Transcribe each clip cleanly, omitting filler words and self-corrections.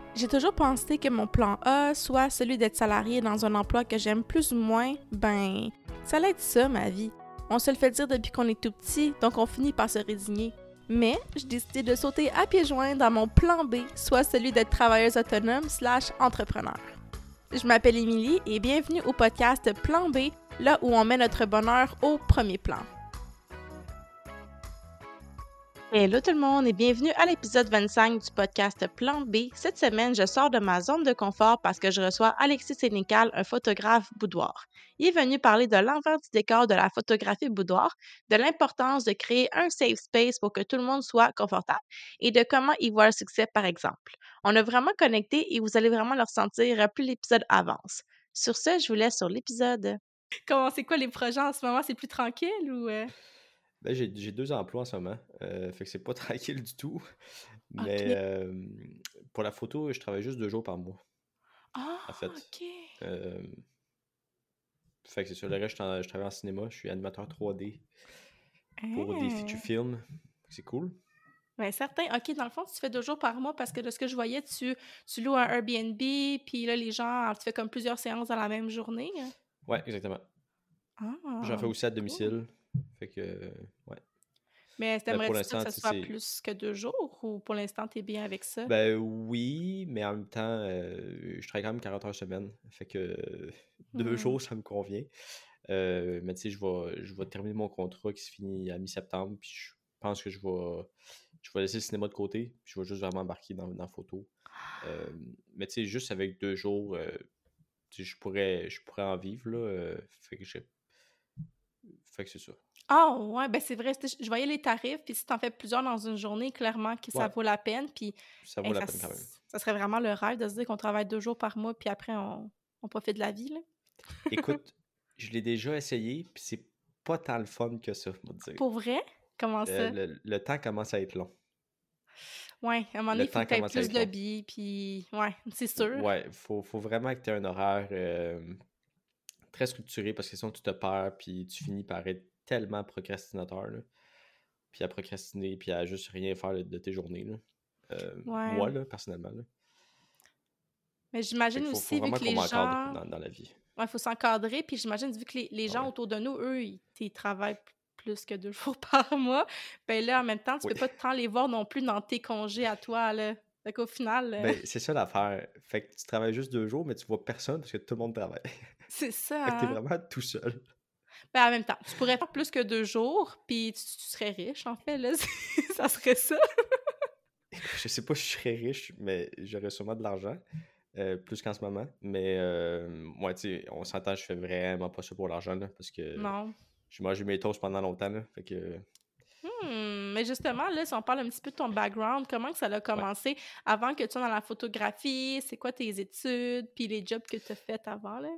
J'ai toujours pensé que mon plan A, soit celui d'être salarié dans un emploi que j'aime plus ou moins, ça allait être ça, ma vie. On se le fait dire depuis qu'on est tout petit, donc on finit par se résigner. Mais j'ai décidé de sauter à pieds joints dans mon plan B, soit celui d'être travailleuse autonome / entrepreneur. Je m'appelle Émilie et bienvenue au podcast Plan B, là où on met notre bonheur au premier plan. Hello tout le monde et bienvenue à l'épisode 25 du podcast Plan B. Cette semaine, je sors de ma zone de confort parce que je reçois Alexis Sénécal, un photographe boudoir. Il est venu parler de l'envers du décor de la photographie boudoir, de l'importance de créer un safe space pour que tout le monde soit confortable et de comment il voit le succès par exemple. On a vraiment connecté et vous allez vraiment le ressentir plus l'épisode avance. Sur ce, je vous laisse sur l'épisode. C'est quoi les projets en ce moment? C'est plus tranquille ou... Ben, j'ai 2 emplois en ce moment, fait que c'est pas tranquille du tout. Mais OK. pour la photo, je travaille juste 2 jours par mois, Ah, en fait. OK. Hem, Fait que c'est ça, le reste, je travaille en cinéma, je suis animateur 3D pour des feature Ah! films. C'est cool. Ben certain. OK, dans le fond, tu fais 2 jours par mois parce que de ce que je voyais, tu loues un Airbnb, puis là, les gens, tu fais comme plusieurs séances dans la même journée, hein? Ouais, exactement. J'en Ah, fais aussi à cool. domicile. Fait que, ouais. Mais Mais pour t'aimerais-tu ça que l'instant, ça tu sais, soit plus que 2 jours ou pour l'instant, t'es bien avec ça? ben oui, mais en même temps, je travaille quand même 40 heures semaine. Fait que 2 Mmh. jours, ça me convient. Mais tu sais, je vais terminer mon contrat qui se finit à mi-septembre, puis je pense que je vais laisser le cinéma de côté, puis je vais juste vraiment embarquer dans la photo. Mais tu sais, juste avec 2 jours, tu sais, je pourrais en vivre, là. Fait que c'est ça. Ah ouais, ben c'est vrai, je voyais les tarifs, puis si t'en fais plusieurs dans une journée, clairement que ça Ouais, vaut la peine, puis ça vaut hey, la peine quand même. ça serait vraiment le rêve de se dire qu'on travaille 2 jours par mois, puis après on profite de la vie, là. Écoute, je l'ai déjà essayé, puis c'est pas tant le fun que ça, on va te dire. Pour vrai? Comment ça? Le temps commence à être long. Ouais, à un moment donné, Le il faut temps que tu aies commence à plus être de long. billes, puis ouais, c'est sûr. Ouais, faut vraiment que tu aies un horaire très structuré parce que sinon tu te perds puis tu finis par être tellement procrastinateur, là. Puis à procrastiner puis à juste rien faire de tes journées, là. Ouais. Moi, là, personnellement, là. Mais Fait j'imagine qu'il faut aussi, vu vraiment que qu'on les m'encadre gens... dans la vie. Ouais, il faut s'encadrer, puis j'imagine, vu que les Ah gens ouais. autour de nous, eux, ils travaillent plus que 2 jours par mois, ben là, en même temps, tu Oui. peux pas tant les voir non plus dans tes congés à toi, là. Fait qu'au final, Ben, c'est ça l'affaire. Fait que tu travailles juste 2 jours, mais tu vois personne parce que tout le monde travaille. c'est Fait que t'es ça, hein? vraiment tout seul. Ben, en même temps, tu pourrais faire plus que 2 jours, puis tu serais riche, en fait, là. Ça serait ça. Je sais pas si je serais riche, mais j'aurais sûrement de l'argent. Plus qu'en ce moment. Mais ouais, tu sais, on s'entend, je fais vraiment pas ça pour l'argent, là, parce que Non. j'ai mangé mes toasts pendant longtemps, là. Fait que, Mais justement, là, si on parle un petit peu de ton background, comment que ça a ouais. commencé avant que tu sois dans la photographie? C'est quoi tes études? Puis les jobs que tu as fait avant, là?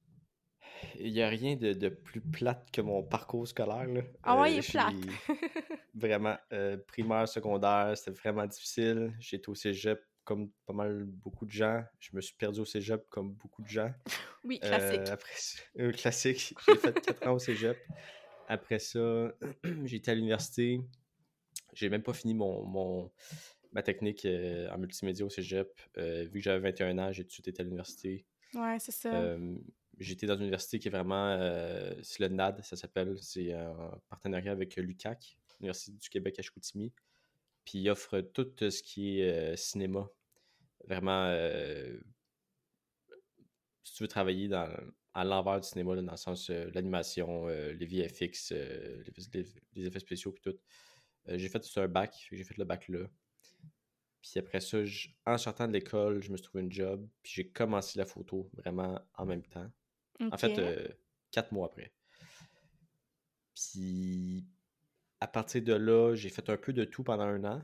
Il y a rien de plus plate que mon parcours scolaire, là. Ah ouais, il est plate. J'ai vraiment, primaire, secondaire, c'était vraiment difficile. J'ai été au cégep comme pas mal beaucoup de gens. Je me suis perdu au cégep comme beaucoup de gens. Oui, classique. Après ça, classique, j'ai fait 4 ans au cégep. Après ça, j'ai été à l'université. J'ai même pas fini ma technique en multimédia au cégep. Vu que j'avais 21 ans, j'ai tout de suite été à l'université. Ouais, c'est ça. Euh, J'étais dans une université qui est vraiment. C'est le NAD, ça s'appelle. C'est un partenariat avec l'UQAC, l'Université du Québec à Chicoutimi. Puis il offre tout ce qui est cinéma. Vraiment, si tu veux travailler à l'envers du cinéma, là, dans le sens l'animation, les VFX, les effets spéciaux, puis tout. J'ai fait un bac, j'ai fait le bac là. Puis après ça, en sortant de l'école, je me suis trouvé une job. Puis j'ai commencé la photo vraiment en même temps. En fait, OK. 4 mois après. Puis à partir de là, j'ai fait un peu de tout pendant 1 an.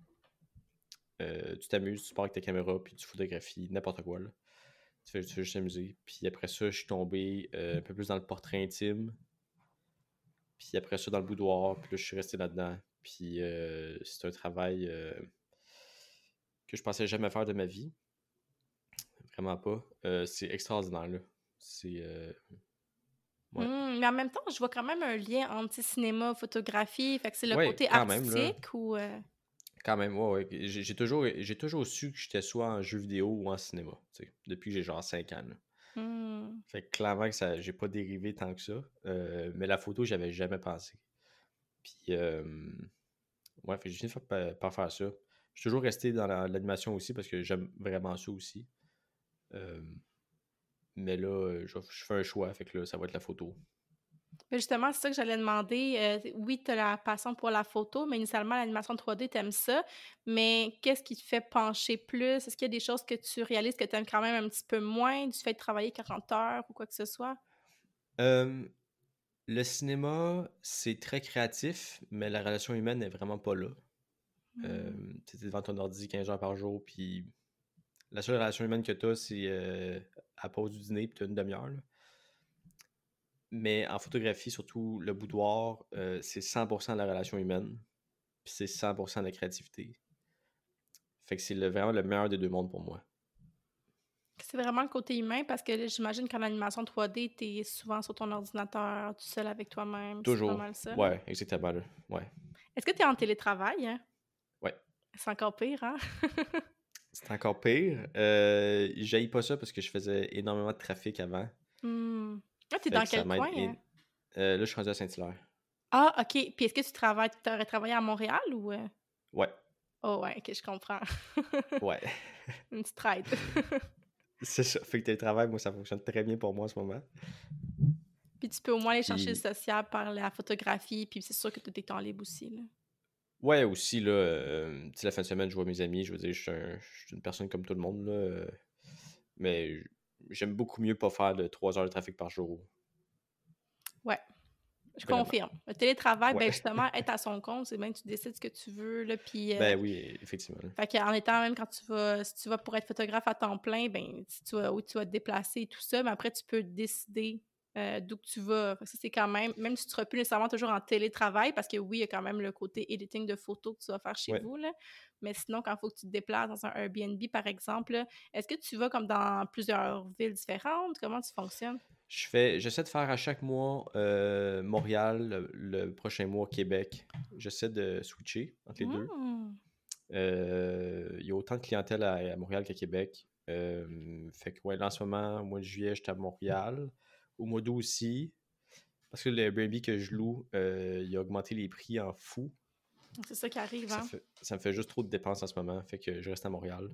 Tu t'amuses, tu pars avec ta caméra, puis tu photographies n'importe quoi, là. Tu fais juste t'amuser. Puis après ça, je suis tombé un peu plus dans le portrait intime. Puis après ça, dans le boudoir. Puis là, je suis resté là-dedans. Puis c'est un travail que je pensais jamais faire de ma vie. Vraiment pas. C'est extraordinaire, là. C'est. Ouais. Mais en même temps, je vois quand même un lien entre tu sais, cinéma, photographie. Fait que c'est le Ouais, côté quand même, là. artistique ou... Quand même, ouais, ouais. J'ai toujours su que j'étais soit en jeu vidéo ou en cinéma, tu sais, depuis que j'ai genre 5 ans, là. Hmm. Fait que clairement que ça, j'ai pas dérivé tant que ça. Mais la photo, j'avais jamais pensé. Puis, ouais, fait que j'ai fini par faire ça. Je suis toujours resté dans l'animation aussi parce que j'aime vraiment ça aussi. Euh, mais là, je fais un choix, fait que là, ça va être la photo. Mais justement, c'est ça que j'allais demander. Oui, tu as la passion pour la photo, mais initialement, l'animation 3D, tu aimes ça. Mais qu'est-ce qui te fait pencher plus? Est-ce qu'il y a des choses que tu réalises que tu aimes quand même un petit peu moins du fait de travailler 40 heures ou quoi que ce soit? Euh, le cinéma, c'est très créatif, mais la relation humaine n'est vraiment pas là. Hmm. Tu es devant ton ordi 15 heures par jour, puis la seule relation humaine que tu as, c'est à pause du dîner, puis tu as une demi-heure, là. Mais en photographie, surtout le boudoir, c'est 100% de la relation humaine, puis c'est 100% de la créativité. Fait que c'est vraiment le meilleur des deux mondes pour moi. C'est vraiment le côté humain parce que là, j'imagine qu'en animation 3D, tu es souvent sur ton ordinateur, tout seul avec toi-même. C'est pas Toujours. mal ça. Ouais, exactement, là. Ouais. Est-ce que tu es en télétravail, hein? Ouais. C'est encore pire, hein? C'est encore pire. J'haïs pas ça parce que je faisais énormément de trafic avant. Hmm. Ah, t'es Fait dans que ça quel m'aide. coin, hein? Là, je suis rendu à Saint-Hilaire. Ah, OK. Puis est-ce que tu aurais travaillé à Montréal ou... Ouais. Oh ouais, OK, je comprends. Ouais. Une petite traite. C'est ça. Fait que télétravail, moi, ça fonctionne très bien pour moi en ce moment. Puis tu peux au moins aller chercher le Puis, social par la photographie, puis c'est sûr que tu as tes temps libres aussi, là. ouais, aussi, là, tu sais, la fin de semaine, je vois mes amis. Je veux dire, je suis une personne comme tout le monde, là. Mais j'aime beaucoup mieux pas faire de 3 heures de trafic par jour. Ouais, je Vraiment. confirme. Le télétravail, ben Ouais. justement, être à son compte, c'est bien que tu décides ce que tu veux, là, puis... Ben oui, effectivement. fait qu'en étant même quand tu vas, si tu vas pour être photographe à temps plein, ben si tu vas, oui, tu vas te déplacer et tout ça, mais après, tu peux décider d'où que tu vas. Fait que ça, c'est quand même si tu ne seras plus nécessairement toujours en télétravail, parce que oui, il y a quand même le côté editing de photos que tu vas faire chez Ouais. vous, là. Mais sinon, quand il faut que tu te déplaces dans un Airbnb, par exemple, là, est-ce que tu vas comme dans plusieurs villes différentes? Comment tu fonctionnes? J'essaie de faire à chaque mois Montréal, le prochain mois Québec. J'essaie de switcher entre les deux. Hmm. Il y a autant de clientèle à Montréal qu'à Québec. Fait que ouais, là, en ce moment, au mois de juillet, j'étais à Montréal. Au mois d'août aussi. Parce que le Airbnb que je loue, il a augmenté les prix en fou. C'est ça qui arrive, Ça hein? fait, ça me fait juste trop de dépenses en ce moment. Fait que je reste à Montréal.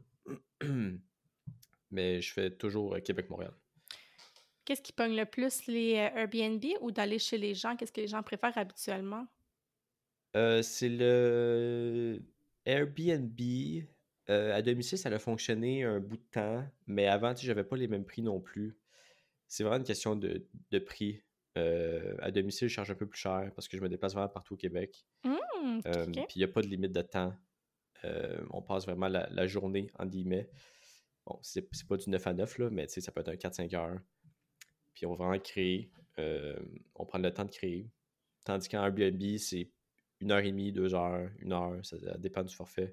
Mais je fais toujours Québec-Montréal. Qu'est-ce qui pogne le plus, les Airbnb ou d'aller chez les gens? Qu'est-ce que les gens préfèrent habituellement? C'est le Airbnb. À domicile, ça a fonctionné un bout de temps, mais avant, tu sais, j'avais pas les mêmes prix non plus. C'est vraiment une question de prix. À domicile, je charge un peu plus cher parce que je me déplace vraiment partout au Québec. OK, OK. Puis il n'y a pas de limite de temps. On passe vraiment la journée, en guillemets. Bon, c'est pas du 9 à 9, là, mais tu sais, ça peut être un 4-5 heures. Puis on va vraiment créer. On prend le temps de créer. Tandis qu'en Airbnb, c'est 1 heure et demie, 2 heures, 1 heure, ça dépend du forfait.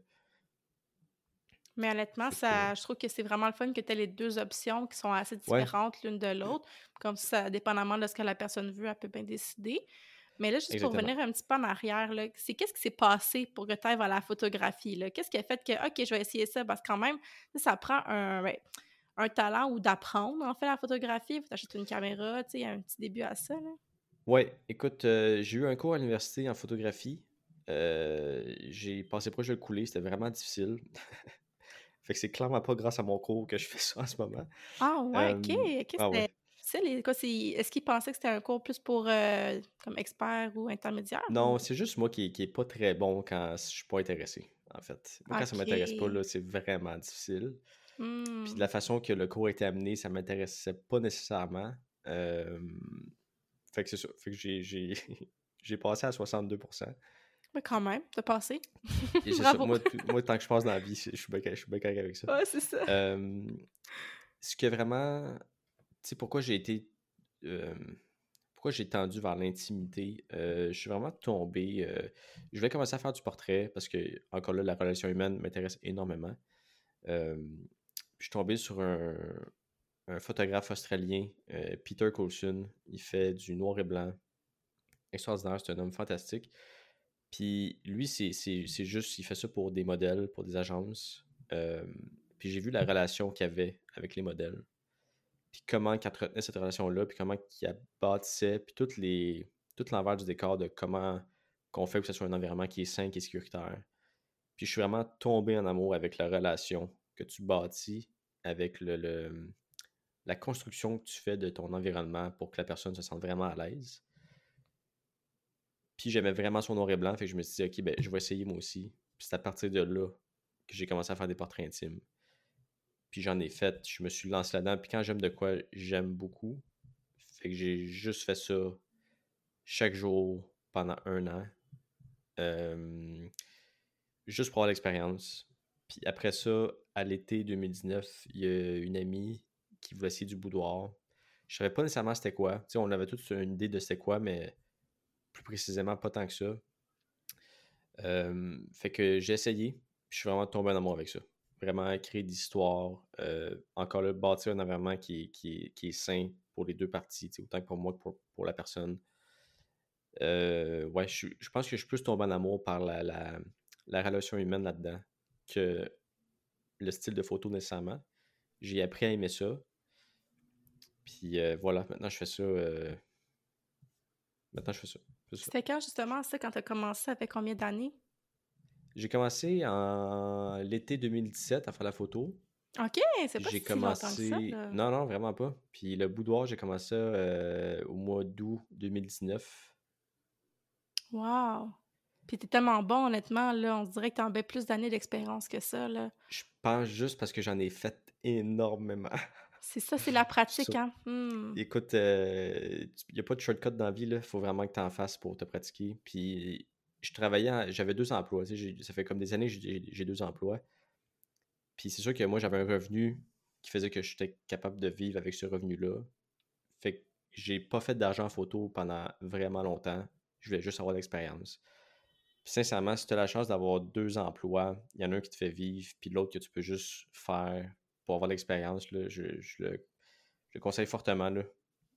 Mais honnêtement, Fait que, je trouve que c'est vraiment le fun que tu aies les 2 options qui sont assez ouais, différentes l'une de l'autre. Comme ça, dépendamment de ce que la personne veut, elle peut bien décider. Mais là, juste pour exactement. revenir un petit peu en arrière, là, qu'est-ce qui s'est passé pour que tu ailles vers la photographie, là? Qu'est-ce qui a fait que, OK, je vais essayer ça? Parce que quand même, ça prend un talent ou d'apprendre, en fait, la photographie. Il faut t'acheter une caméra, tu sais, il y a un petit début à ça, là. Ouais, écoute, j'ai eu un cours à l'université en photographie. J'ai passé proche de le couler, c'était vraiment difficile. Fait que c'est clairement pas grâce à mon cours que je fais ça en ce moment. Ah ouais, OK, Euh, OK, ah c'était ouais. difficile. Quoi, est-ce qu'ils pensaient que c'était un cours plus pour, comme expert ou intermédiaire Non, ou? c'est juste moi qui est pas très bon quand je suis pas intéressé, en fait. Moi, quand ça m'intéresse pas, OK. là, c'est vraiment difficile. Puis de Mmh. la façon que le cours a été amené, ça m'intéressait pas nécessairement. Euh, Fait que c'est ça. Fait que j'ai passé à 62%. Mais quand même, tu passé. Et c'est ça. Bravo. Moi, tant que je passe dans la vie, je suis bien correct avec ça. Ouais, c'est ça. Euh, Ce que vraiment. Tu sais, euh, pourquoi j'ai tendu vers l'intimité? Je suis vraiment tombé. Je voulais commencer à faire du portrait parce que, encore là, la relation humaine m'intéresse énormément. Euh, je suis tombé sur un photographe australien, Peter Coulson. Il fait du noir et blanc. Extraordinaire, c'est un homme fantastique. Puis lui, c'est juste, il fait ça pour des modèles, pour des agences. Puis j'ai vu la relation qu'il avait avec les modèles. Puis comment il entretenait cette relation-là, puis comment il bâtissait, puis tout l'envers du décor de comment qu'on fait pour que ce soit un environnement qui est sain, qui est sécuritaire. Puis je suis vraiment tombé en amour avec la relation que tu bâtis avec la construction que tu fais de ton environnement pour que la personne se sente vraiment à l'aise. Puis j'aimais vraiment son noir et blanc, fait que je me suis dit, ok, ben je vais essayer moi aussi. Puis c'est à partir de là que j'ai commencé à faire des portraits intimes. Puis j'en ai fait, je me suis lancé là-dedans. Puis quand j'aime de quoi, j'aime beaucoup. Fait que j'ai juste fait ça chaque jour pendant 1 an. Juste pour avoir l'expérience. Puis après ça, à l'été 2019, il y a une amie qui voulait essayer du boudoir. Je savais pas nécessairement c'était quoi. Tu sais, on avait tous une idée de c'était quoi, mais plus précisément pas tant que ça. Fait que j'ai essayé, puis je suis vraiment tombé en amour avec ça. Vraiment créer d'histoires. Encore là, bâtir un environnement qui est sain pour les deux parties, autant que pour moi que pour la personne. Ouais, je pense que je suis plus tombé en amour par la relation humaine là-dedans que le style de photo nécessairement. J'ai appris à aimer ça. Puis voilà, maintenant je fais ça. Maintenant je fais ça. C'est ça. C'était quand justement ça, quand tu as commencé, avec combien d'années? J'ai commencé en l'été 2017 à faire la photo. OK, c'est Puis pas j'ai si longtemps que ça, commencé. là. Non, non, vraiment pas. Puis le boudoir, j'ai commencé ça au mois d'août 2019. Wow! Puis t'es tellement bon, honnêtement, là, on se dirait que t'as bien plus d'années d'expérience que ça, là. Je pense juste parce que j'en ai fait énormément. C'est ça, c'est la pratique, Sur- hein? Mmh. Écoute, il n'y a pas de shortcut dans la vie, il faut vraiment que tu en fasses pour te pratiquer. Puis je travaillais, j'avais 2 emplois, tu sais, ça fait comme des années que j'ai 2 emplois. Puis c'est sûr que moi, j'avais un revenu qui faisait que j'étais capable de vivre avec ce revenu-là. Fait que j'ai pas fait d'argent en photo pendant vraiment longtemps. Je voulais juste avoir l'expérience. Puis sincèrement, si tu as la chance d'avoir 2 emplois, il y en a un qui te fait vivre, puis l'autre que tu peux juste faire pour avoir l'expérience, là, je le conseille fortement. Là.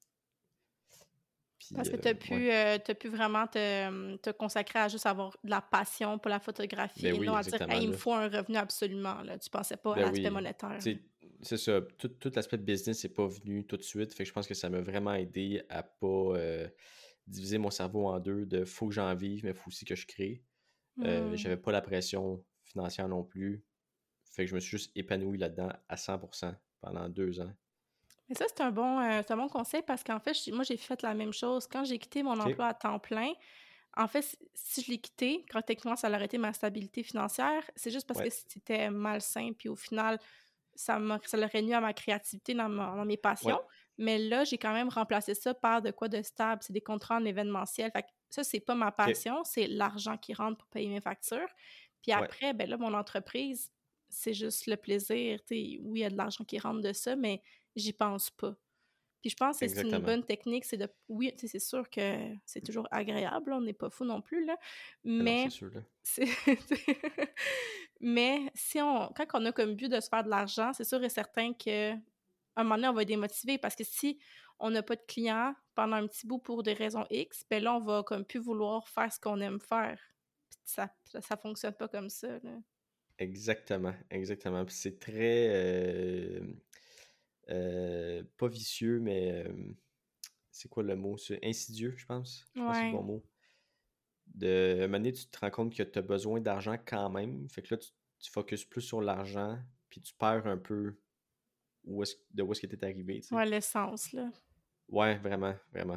Puis, Parce que ouais. t'as pu vraiment te consacrer à juste avoir de la passion pour la photographie Ben et oui, non à dire: exactement. «Hey, il me Là. faut un revenu absolument», là. Tu pensais pas à Ben l'aspect oui. monétaire, Tu là. sais, c'est ça. Tout l'aspect de business n'est pas venu tout de suite. Fait que je pense que ça m'a vraiment aidé à pas diviser mon cerveau en deux de faut que j'en vive, mais il faut aussi que je crée. Mmh. J'avais pas la pression financière non plus. Fait que je me suis juste épanoui là-dedans à 100% pendant 2 ans. Mais ça, c'est un bon conseil parce qu'en fait, moi, j'ai fait la même chose. Quand j'ai quitté mon OK. emploi à temps plein, en fait, si je l'ai quitté, quand techniquement ça aurait été ma stabilité financière, c'est juste parce que Ouais. c'était malsain, puis au final, ça l'aurait nuit à ma créativité dans mes passions. Ouais. Mais là, j'ai quand même remplacé ça par de quoi de stable. C'est des contrats en événementiel. Fait que ça, c'est pas ma OK. passion, c'est l'argent qui rentre pour payer mes factures. Puis Ouais. après, ben là, mon entreprise, c'est juste le plaisir. Tu sais, oui, il y a de l'argent qui rentre de ça, mais j'y pense pas. Puis je pense que c'est une Exactement. bonne technique, c'est de oui, tu sais, c'est sûr que c'est toujours agréable, là, on n'est pas fou non plus, là, Mais non, c'est mais sûr, là. c'est mais si on quand on a comme but de se faire de l'argent, c'est sûr et certain qu'à un moment donné, on va être démotivé parce que si on n'a pas de clients pendant un petit bout pour des raisons X, ben là, on va comme plus vouloir faire ce qu'on aime faire. Puis ça fonctionne pas comme ça, là. Exactement. Exactement. Puis c'est très. Pas vicieux, mais. C'est quoi le mot? C'est insidieux, je pense. Je pense que c'est le Ouais. bon mot. De un moment donné, tu te rends compte que tu as besoin d'argent quand même. Fait que là, tu focuses plus sur l'argent, puis tu perds un peu de où est-ce que tu es arrivé, tu sais. Ouais, l'essence, là. Ouais, vraiment, vraiment.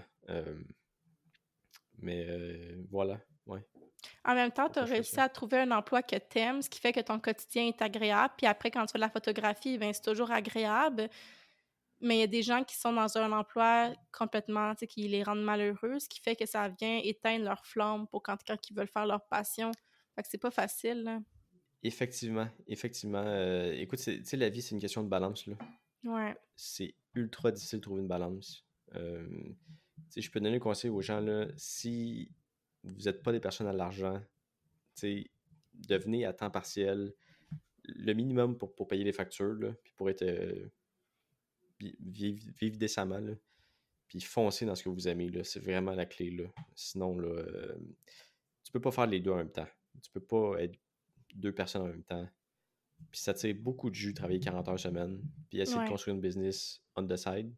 Mais voilà, ouais. En même temps, tu as Pourquoi je fais ça? réussi à trouver un emploi que tu aimes, ce qui fait que ton quotidien est agréable. Puis après, quand tu fais de la photographie, ben, c'est toujours agréable. Mais il y a des gens qui sont dans un emploi complètement, tu sais, qui les rendent malheureux, ce qui fait que ça vient éteindre leur flamme pour quand ils veulent faire leur passion. Fait que c'est pas facile, là. Effectivement, effectivement. Écoute, tu sais, la vie, c'est une question de balance, là. Ouais. C'est ultra difficile de trouver une balance. Tu sais, je peux donner un conseil aux gens, là, si vous n'êtes pas des personnes à l'argent, tu sais, devenez à temps partiel le minimum pour payer les factures, là, puis pour être vivre décemment, là, puis foncez dans ce que vous aimez, là, c'est vraiment la clé, là. Sinon, là, peux pas faire les deux en même temps. Tu peux pas être deux personnes en même temps. Puis ça tire beaucoup de jus, travailler 40 heures semaine, puis essayer de Ouais. construire une business on the side.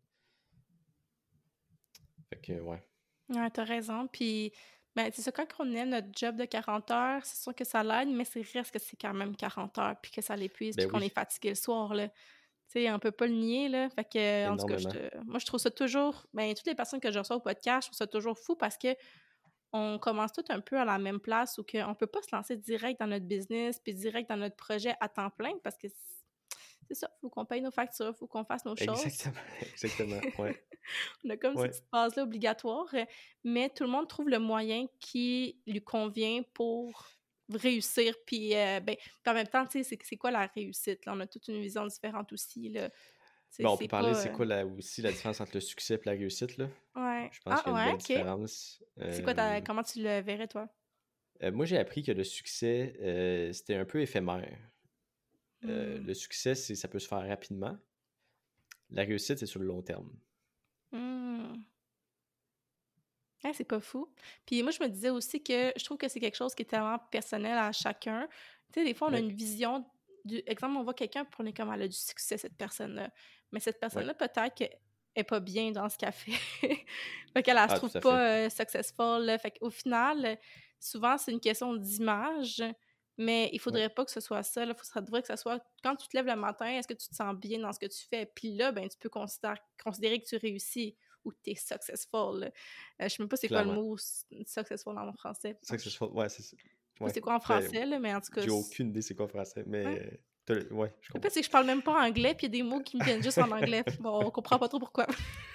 Fait que, ouais. Ouais, t'as raison. Puis, ben, c'est ça, quand on aime notre job de 40 heures, c'est sûr que ça l'aide, mais c'est reste que c'est quand même 40 heures, puis que ça l'épuise, puis Ben qu'on est oui, fatigué le soir, là. Tu sais, on peut pas le nier, là. Fait que, en tout cas, énormément. moi, je trouve ça toujours, ben, toutes les personnes que je reçois au podcast, je trouve ça toujours fou parce que on commence tout un peu à la même place où qu'on peut pas se lancer direct dans notre business, puis direct dans notre projet à temps plein parce que c'est ça, faut qu'on paye nos factures, faut qu'on fasse nos choses. Exactement, exactement, ouais, On a comme cette ouais. petite base-là obligatoire, mais tout le monde trouve le moyen qui lui convient pour réussir. Puis, ben, puis en même temps, tu sais, c'est quoi la réussite? Là? On a toute une vision différente aussi. Là. Tu sais, Ben, on peut c'est parler, pas. c'est quoi aussi la différence entre le succès et la réussite, là? Ouais. Je pense Ah, qu'il y a une ouais, belle OK. différence. C'est quoi comment tu le verrais, toi? Moi, j'ai appris que le succès, c'était un peu éphémère. Hmm. Le succès, ça peut se faire rapidement. La réussite, c'est sur le long terme. Hmm. Ouais, c'est pas fou. Puis moi, je me disais aussi que je trouve que c'est quelque chose qui est tellement personnel à chacun. Tu sais, des fois, on a Oui, une vision exemple, on voit quelqu'un, puis on est comme, elle a du succès, cette personne-là. Mais cette oui. personne-là, peut-être qu'elle est pas bien dans ce qu'elle fait. Fait qu'elle elle se Ah, trouve tout à fait. pas successful. Là. Fait qu'au final, souvent, c'est une question d'image, mais il Oui, faudrait pas que ce soit ça. Là. Ça devrait que ce soit, quand tu te lèves le matin, est-ce que tu te sens bien dans ce que tu fais? Puis là, ben, tu peux considérer que tu réussis ou que tu es successful. Là. Je sais même pas c'est quoi le clairement. mot successful en français. Je sais Successful, ouais, c'est ça. pas Ouais. c'est quoi en Ben, français, là, mais en tout cas, j'ai aucune idée c'est quoi en français, ouais. mais ouais, je Le pire, comprends. c'est que je parle même pas anglais, puis il y a des mots qui me viennent juste en anglais. Bon, on comprend pas trop pourquoi.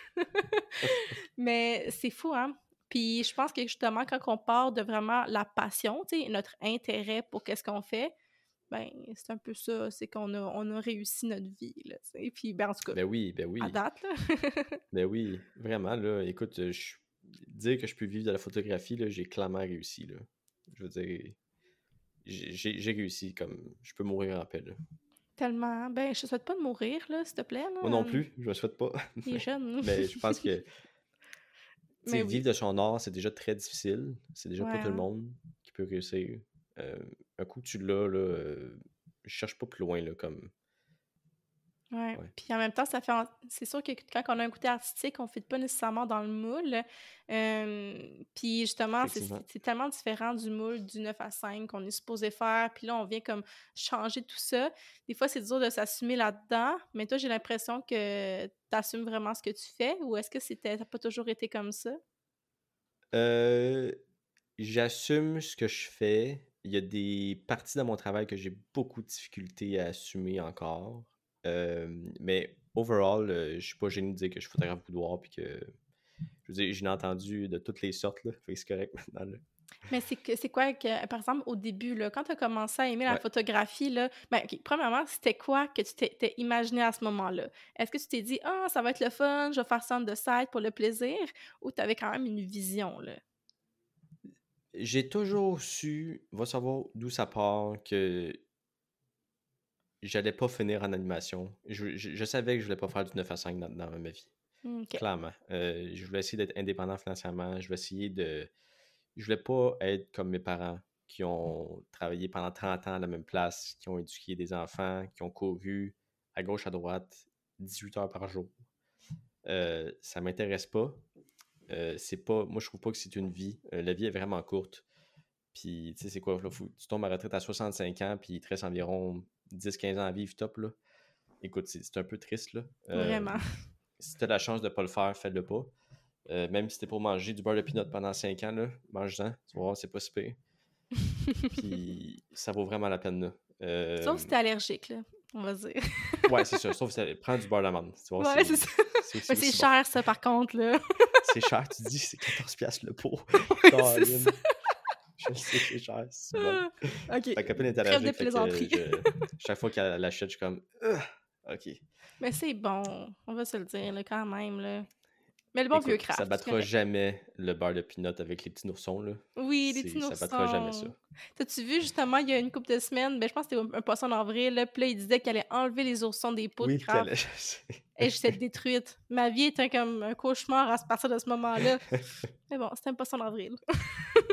Mais c'est fou, hein? Puis je pense que justement, quand on part de vraiment la passion, tu sais, notre intérêt pour qu'est-ce qu'on fait, ben c'est un peu ça, c'est qu'on a réussi notre vie, là, tu sais. Puis, ben en tout cas, Ben oui, ben à oui. date, là. Ben oui, vraiment, là, écoute, dire que je peux vivre de la photographie, là, j'ai clairement réussi, là. Je veux dire, j'ai réussi, comme, je peux mourir en paix, là. Tellement. Ben, je te souhaite pas de mourir, là, s'il te plaît, Moi là. non plus, je le souhaite pas, Il est jeune. mais je pense que, tu sais, Mais vivre oui. de son art, c'est déjà très difficile, c'est déjà Ouais, pas tout le hein. monde qui peut réussir. Euh, un coup que tu l'as, là, je cherche pas plus loin, là, comme, Ouais, ouais, puis en même temps, c'est sûr que quand on a un côté artistique, on ne fit pas nécessairement dans le moule. Puis justement, c'est effectivement. c'est c'est tellement différent du moule du 9 à 5 qu'on est supposé faire. Puis là, on vient comme changer tout ça. Des fois, c'est dur de s'assumer là-dedans, mais toi, j'ai l'impression que tu assumes vraiment ce que tu fais, ou est-ce que ça n'a pas toujours été comme ça? Euh, J'assume ce que je fais. Il y a des parties dans mon travail que j'ai beaucoup de difficultés à assumer encore. Mais overall, je suis pas gêné de dire que je suis photographe boudoir puis que je veux dire, j'en ai entendu de toutes les sortes là, fait que c'est correct maintenant là. Mais c'est quoi que, par exemple, au début, là, quand tu as commencé à aimer la Ouais. photographie, là, ben, OK, premièrement, c'était quoi que tu t'es imaginé à ce moment-là? Est-ce que tu t'es dit, ah, ça va être le fun, je vais faire ça on the side pour le plaisir, ou tu avais quand même une vision, là? J'ai toujours su, va savoir d'où ça part, que j'allais pas finir en animation. Je savais que je voulais pas faire du 9 à 5 dans ma vie. OK. Clairement. Je voulais essayer d'être indépendant financièrement. Je voulais essayer de. Je voulais pas être comme mes parents qui ont travaillé pendant 30 ans à la même place, qui ont éduqué des enfants, qui ont couru à gauche, à droite, 18 heures par jour. Ça m'intéresse pas. C'est pas. Moi, je trouve pas que c'est une vie. La vie est vraiment courte. Puis, tu sais, c'est quoi? Là, tu tombes à la retraite à 65 ans, puis il te reste environ 10-15 ans à vivre top, là. Écoute, c'est un peu triste, là. Vraiment. Si tu as la chance de pas le faire, fais-le pas. Même si t'es pour manger du beurre de pinot pendant 5 ans, là, mange-en. Tu vas voir, c'est pas si pire. Puis ça vaut vraiment la peine, là. Sauf si t'es allergique, là, on va dire. Ouais, c'est ça. Sauf que prends du beurre d'amande. Tu vois, Ouais, c'est ça. c'est Mais c'est aussi bon. cher, ça, par contre, là. C'est cher, tu dis, c'est 14$ le pot. Ouais, c'est Caroline. ça. Je le sais, c'est cher, c'est bon. OK. Ma copine est Trêve de allergique, fait que plaisanterie. chaque fois qu'elle l'achète, je suis comme, ok. Mais c'est bon, on va se le dire, là, quand même, là. Mais le bon vieux Écoute, ça craft, c'est battra correct. jamais le beurre de pinot avec les petits oursons, là. Oui, les petits Ça battra jamais ça. oursons. T'as-tu vu, justement, il y a une couple de semaines, ben, je pense que c'était un poisson d'avril, là, puis là, il disait qu'elle allait enlever les oursons des pots de Oui, craft. je sais. Et j'étais détruite. Ma vie était comme un cauchemar à partir de ce moment-là. Mais bon, c'était un poisson d'avril.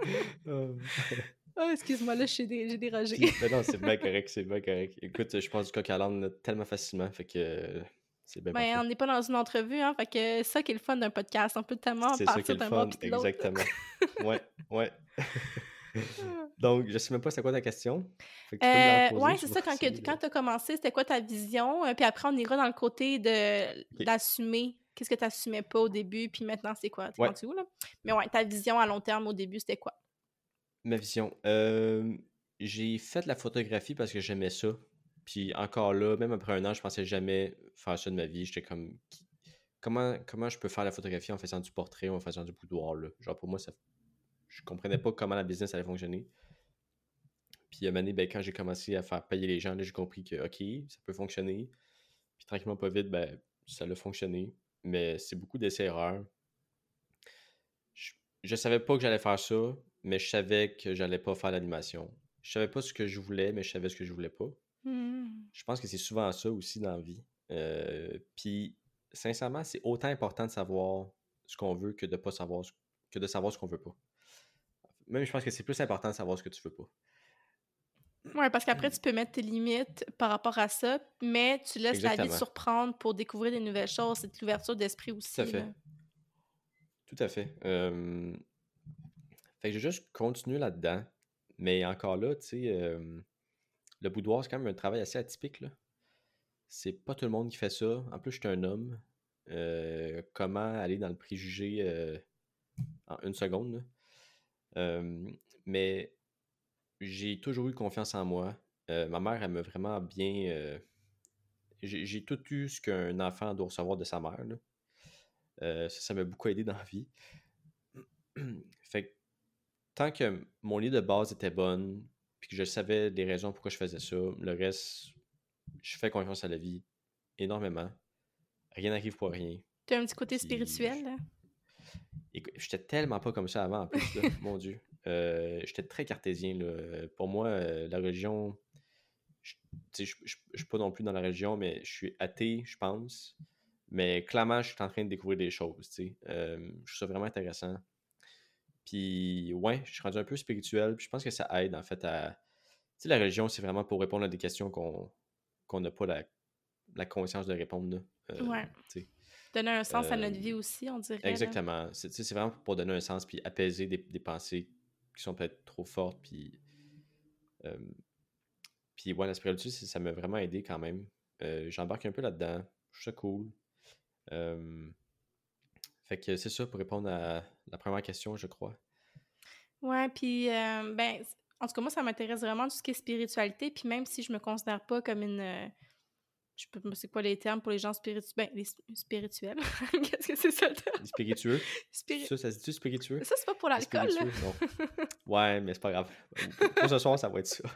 Oh. Oh, excuse-moi, là, j'ai dérogé. Ben non, c'est bien correct, c'est bien correct. Écoute, je pense du coq à l'âne là, tellement facilement, fait que c'est bien Ben, on parfait. n'est pas dans une entrevue, hein, fait que ça qui est le fun d'un podcast, on peut tellement C'est ça qui est partir le d'un bord fun, puis de l'autre, là. exactement. Ouais, ouais. Donc, je sais même pas c'est quoi ta question. Fait que tu peux me la reposer, Ouais, je c'est vais ça, essayer quand de. tu as commencé, c'était quoi ta vision? Puis après, on ira dans le côté Ok. d'assumer. Qu'est-ce que tu assumais pas au début, puis maintenant, c'est quoi? T'es Ouais, rendu où, là? Mais ouais, ta vision à long terme au début, c'était quoi? ma vision. J'ai fait la photographie parce que j'aimais ça. Puis encore là, même après un an, je pensais jamais faire ça de ma vie. J'étais comme, comment je peux faire la photographie en faisant du portrait ou en faisant du boudoir, là? Genre, pour moi, je comprenais pas comment la business allait fonctionner. Puis à un moment donné, ben, quand j'ai commencé à faire payer les gens, là, j'ai compris que, OK, ça peut fonctionner. Puis tranquillement, pas vite, ben, ça a fonctionné. Mais c'est beaucoup d'essais-erreurs. Je, je savais pas que j'allais faire ça, mais je savais que j'allais pas faire l'animation. Je savais pas ce que je voulais, mais je savais ce que je voulais pas. Mmh. Je pense que c'est souvent ça aussi dans la vie. Puis, sincèrement, c'est autant important de savoir ce qu'on veut que de pas savoir que de savoir ce qu'on veut pas. Même, je pense que c'est plus important de savoir ce que tu veux pas. Ouais, parce qu'après, tu peux mettre tes limites par rapport à ça, mais tu laisses la vie te Exactement. surprendre pour découvrir des nouvelles choses. C'est de l'ouverture d'esprit Tout à aussi, là. fait. Tout à fait. Fait que j'ai juste continué là-dedans. Mais encore là, tu sais, le boudoir, c'est quand même un travail assez atypique, là. C'est pas tout le monde qui fait ça. En plus, je suis un homme. Comment aller dans le préjugé en une seconde, là? Mais j'ai toujours eu confiance en moi. Ma mère, elle m'a vraiment bien. J'ai tout eu ce qu'un enfant doit recevoir de sa mère, là. Ça m'a beaucoup aidé dans la vie. Fait que tant que mon lit de base était bonne, puis que je savais les raisons pourquoi je faisais ça, le reste, je fais confiance à la vie énormément. Rien n'arrive pour rien. Tu as un petit côté Puis, spirituel, là. écoute, j'étais tellement pas comme ça avant, en plus, là, mon Dieu. J'étais très cartésien, là. Pour moi, la religion, je, tu sais, je suis pas non plus dans la religion, mais je suis athée, je pense. Mais clairement, je suis en train de découvrir des choses, tu sais. Je trouve ça vraiment intéressant. Puis, ouais, je suis rendu un peu spirituel. Puis je pense que ça aide, en fait, à. Tu sais, la religion, c'est vraiment pour répondre à des questions qu'on n'a pas la conscience de répondre, là. Ouais. Tu sais. Donner un sens à notre Euh, vie aussi, on dirait, là. Exactement. Tu sais, c'est vraiment pour donner un sens puis apaiser des pensées qui sont peut-être trop fortes. Euh, puis ouais, la spiritualité, ça m'a vraiment aidé quand même. J'embarque un peu là-dedans. Je trouve ça cool. Euh, Fait que c'est ça pour répondre à la première question, je crois. Ouais, puis, ben, en tout cas, moi, ça m'intéresse vraiment tout ce qui est spiritualité, puis même si je me considère pas comme une, je sais pas c'est quoi les termes pour les gens spirituels? Qu'est-ce que c'est ça le terme? Les spiritueux. Spiri Ça se dit spiritueux? Ça, c'est pas pour Les l'alcool, là? spiritueux, non. Ouais, mais c'est pas grave. Pour ce soir, ça va être ça.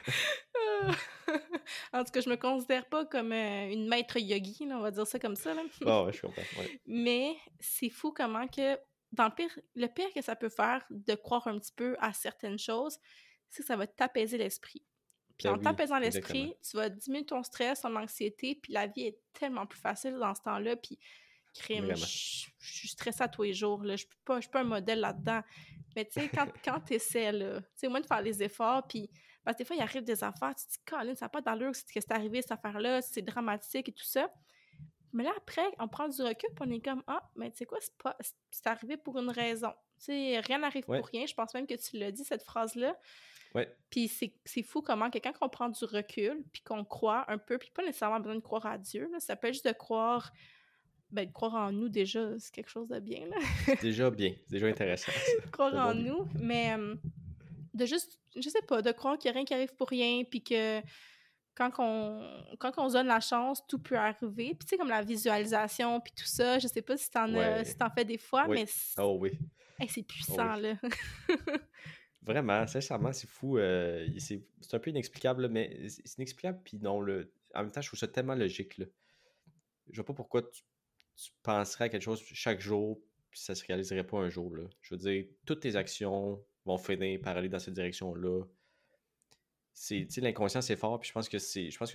En tout cas, je me considère pas comme, une maître yogi, là, on va dire ça comme ça, là. Ah ouais, je comprends. Ouais. Mais c'est fou comment que dans le pire que ça peut faire de croire un petit peu à certaines choses, c'est que ça va t'apaiser l'esprit. Puis Ben en oui, t'apaisant exactement. l'esprit, tu vas diminuer ton stress, ton anxiété, puis la vie est tellement plus facile dans ce temps-là. Puis crime, Vraiment. je suis stressée à tous les jours, là. Je suis pas un modèle là-dedans. Mais tu sais, quand tu essaies, là, tu sais, au moins de faire les efforts, puis parce que des fois, il arrive des affaires, tu te dis, Colin, ça n'a pas d'allure que c'est arrivé, cette affaire-là, c'est dramatique et tout ça. Mais là, après, on prend du recul, puis on est comme, ah, mais tu sais quoi, c'est arrivé pour une raison. Tu sais, rien n'arrive pour Ouais, rien. Je pense même que tu l'as dit, cette phrase-là. ouais. Puis c'est fou comment que quand on prend du recul, puis qu'on croit un peu, puis pas nécessairement besoin de croire à Dieu, là, ça peut être juste de croire, ben, de croire en nous déjà, c'est quelque chose de bien, là. C'est déjà bien. C'est déjà intéressant, ça. Croire C'est un en bon début. nous, mais de juste, je sais pas, de croire qu'il n'y a rien qui arrive pour rien, puis que quand on se donne la chance, tout peut arriver. Puis tu sais, comme la visualisation, puis tout ça, je sais pas si Ouais. t'en fais des fois, Oui. mais Oh oui. hey, c'est Oh puissant, oui. là. Vraiment, sincèrement, c'est fou. C'est un peu inexplicable, là, mais c'est inexplicable, puis non, en même temps, je trouve ça tellement logique, là. Je vois pas pourquoi tu penserais à quelque chose chaque jour, puis ça se réaliserait pas un jour, là. Je veux dire, toutes tes actions vont finir par aller dans cette direction-là. Tu sais, l'inconscient, c'est fort, puis je pense que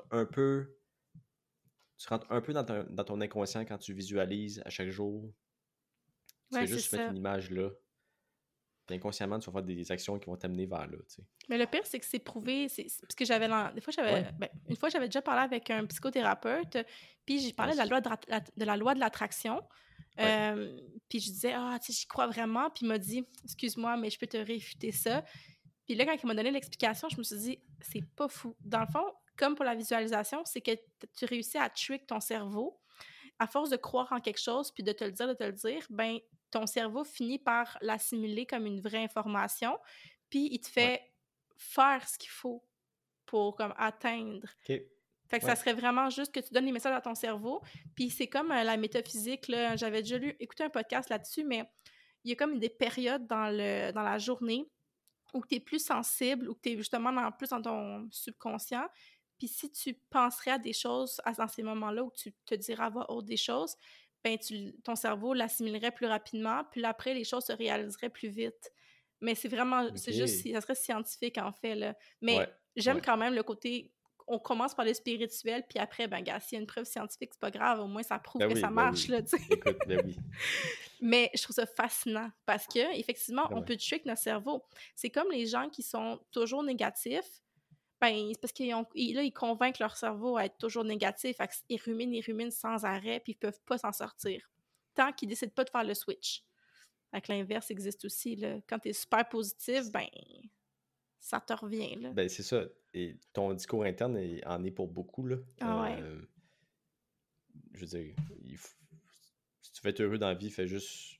tu rentres un peu dans ton inconscient quand tu visualises à chaque jour. Tu Ouais, fais c'est juste mettre ça. une image là. Puis inconsciemment, tu vas faire des actions qui vont t'amener vers là, tu sais. Mais le pire, c'est que c'est prouvé. Parce que des fois, Ouais. une fois, j'avais déjà parlé avec un psychothérapeute, puis j'ai parlé de la Nice. loi de la loi de l'attraction. Ouais. Puis je disais, ah, tu sais, j'y crois vraiment. Puis il m'a dit, excuse-moi, mais je peux te réfuter ça. Puis là, quand il m'a donné l'explication, je me suis dit, c'est pas fou. Dans le fond, comme pour la visualisation, c'est que tu réussis à trick ton cerveau. À force de croire en quelque chose, puis de te le dire, ben ton cerveau finit par l'assimiler comme une vraie information, puis il te Ouais. fait faire ce qu'il faut pour comme atteindre. OK. Fait que ça Ouais. serait vraiment juste que tu donnes les messages à ton cerveau, puis c'est comme la métaphysique, là, j'avais déjà écouté un podcast là-dessus, mais il y a comme des périodes dans la journée où tu es plus sensible, ou que tu es justement plus dans ton subconscient. Puis si tu penserais à des choses dans ces moments-là, où tu te dirais à voix haute des choses, ben ton cerveau l'assimilerait plus rapidement, puis là, après, les choses se réaliseraient plus vite. Mais c'est vraiment, c'est juste, OK. ça serait scientifique en fait, là. Ouais. Mais j'aime Ouais. quand même le côté, on commence par le spirituel, puis après, ben gars, s'il y a une preuve scientifique, c'est pas grave, au moins ça prouve que ça Ben marche, oui. là, tu sais. Écoute, ben oui. Mais je trouve ça fascinant parce que effectivement, on Vraiment. peut trick notre cerveau. C'est comme les gens qui sont toujours négatifs, ben c'est parce ils convainquent leur cerveau à être toujours négatif, fait qu'ils ruminent sans arrêt, puis ils peuvent pas s'en sortir. Tant qu'ils décident pas de faire le switch. Fait que l'inverse existe aussi, là. Quand t'es super positif, ben ça te revient, là. Ben c'est ça. Et ton discours interne en est pour beaucoup, là. Ah ouais. Je veux dire, si tu veux être heureux dans la vie, fais juste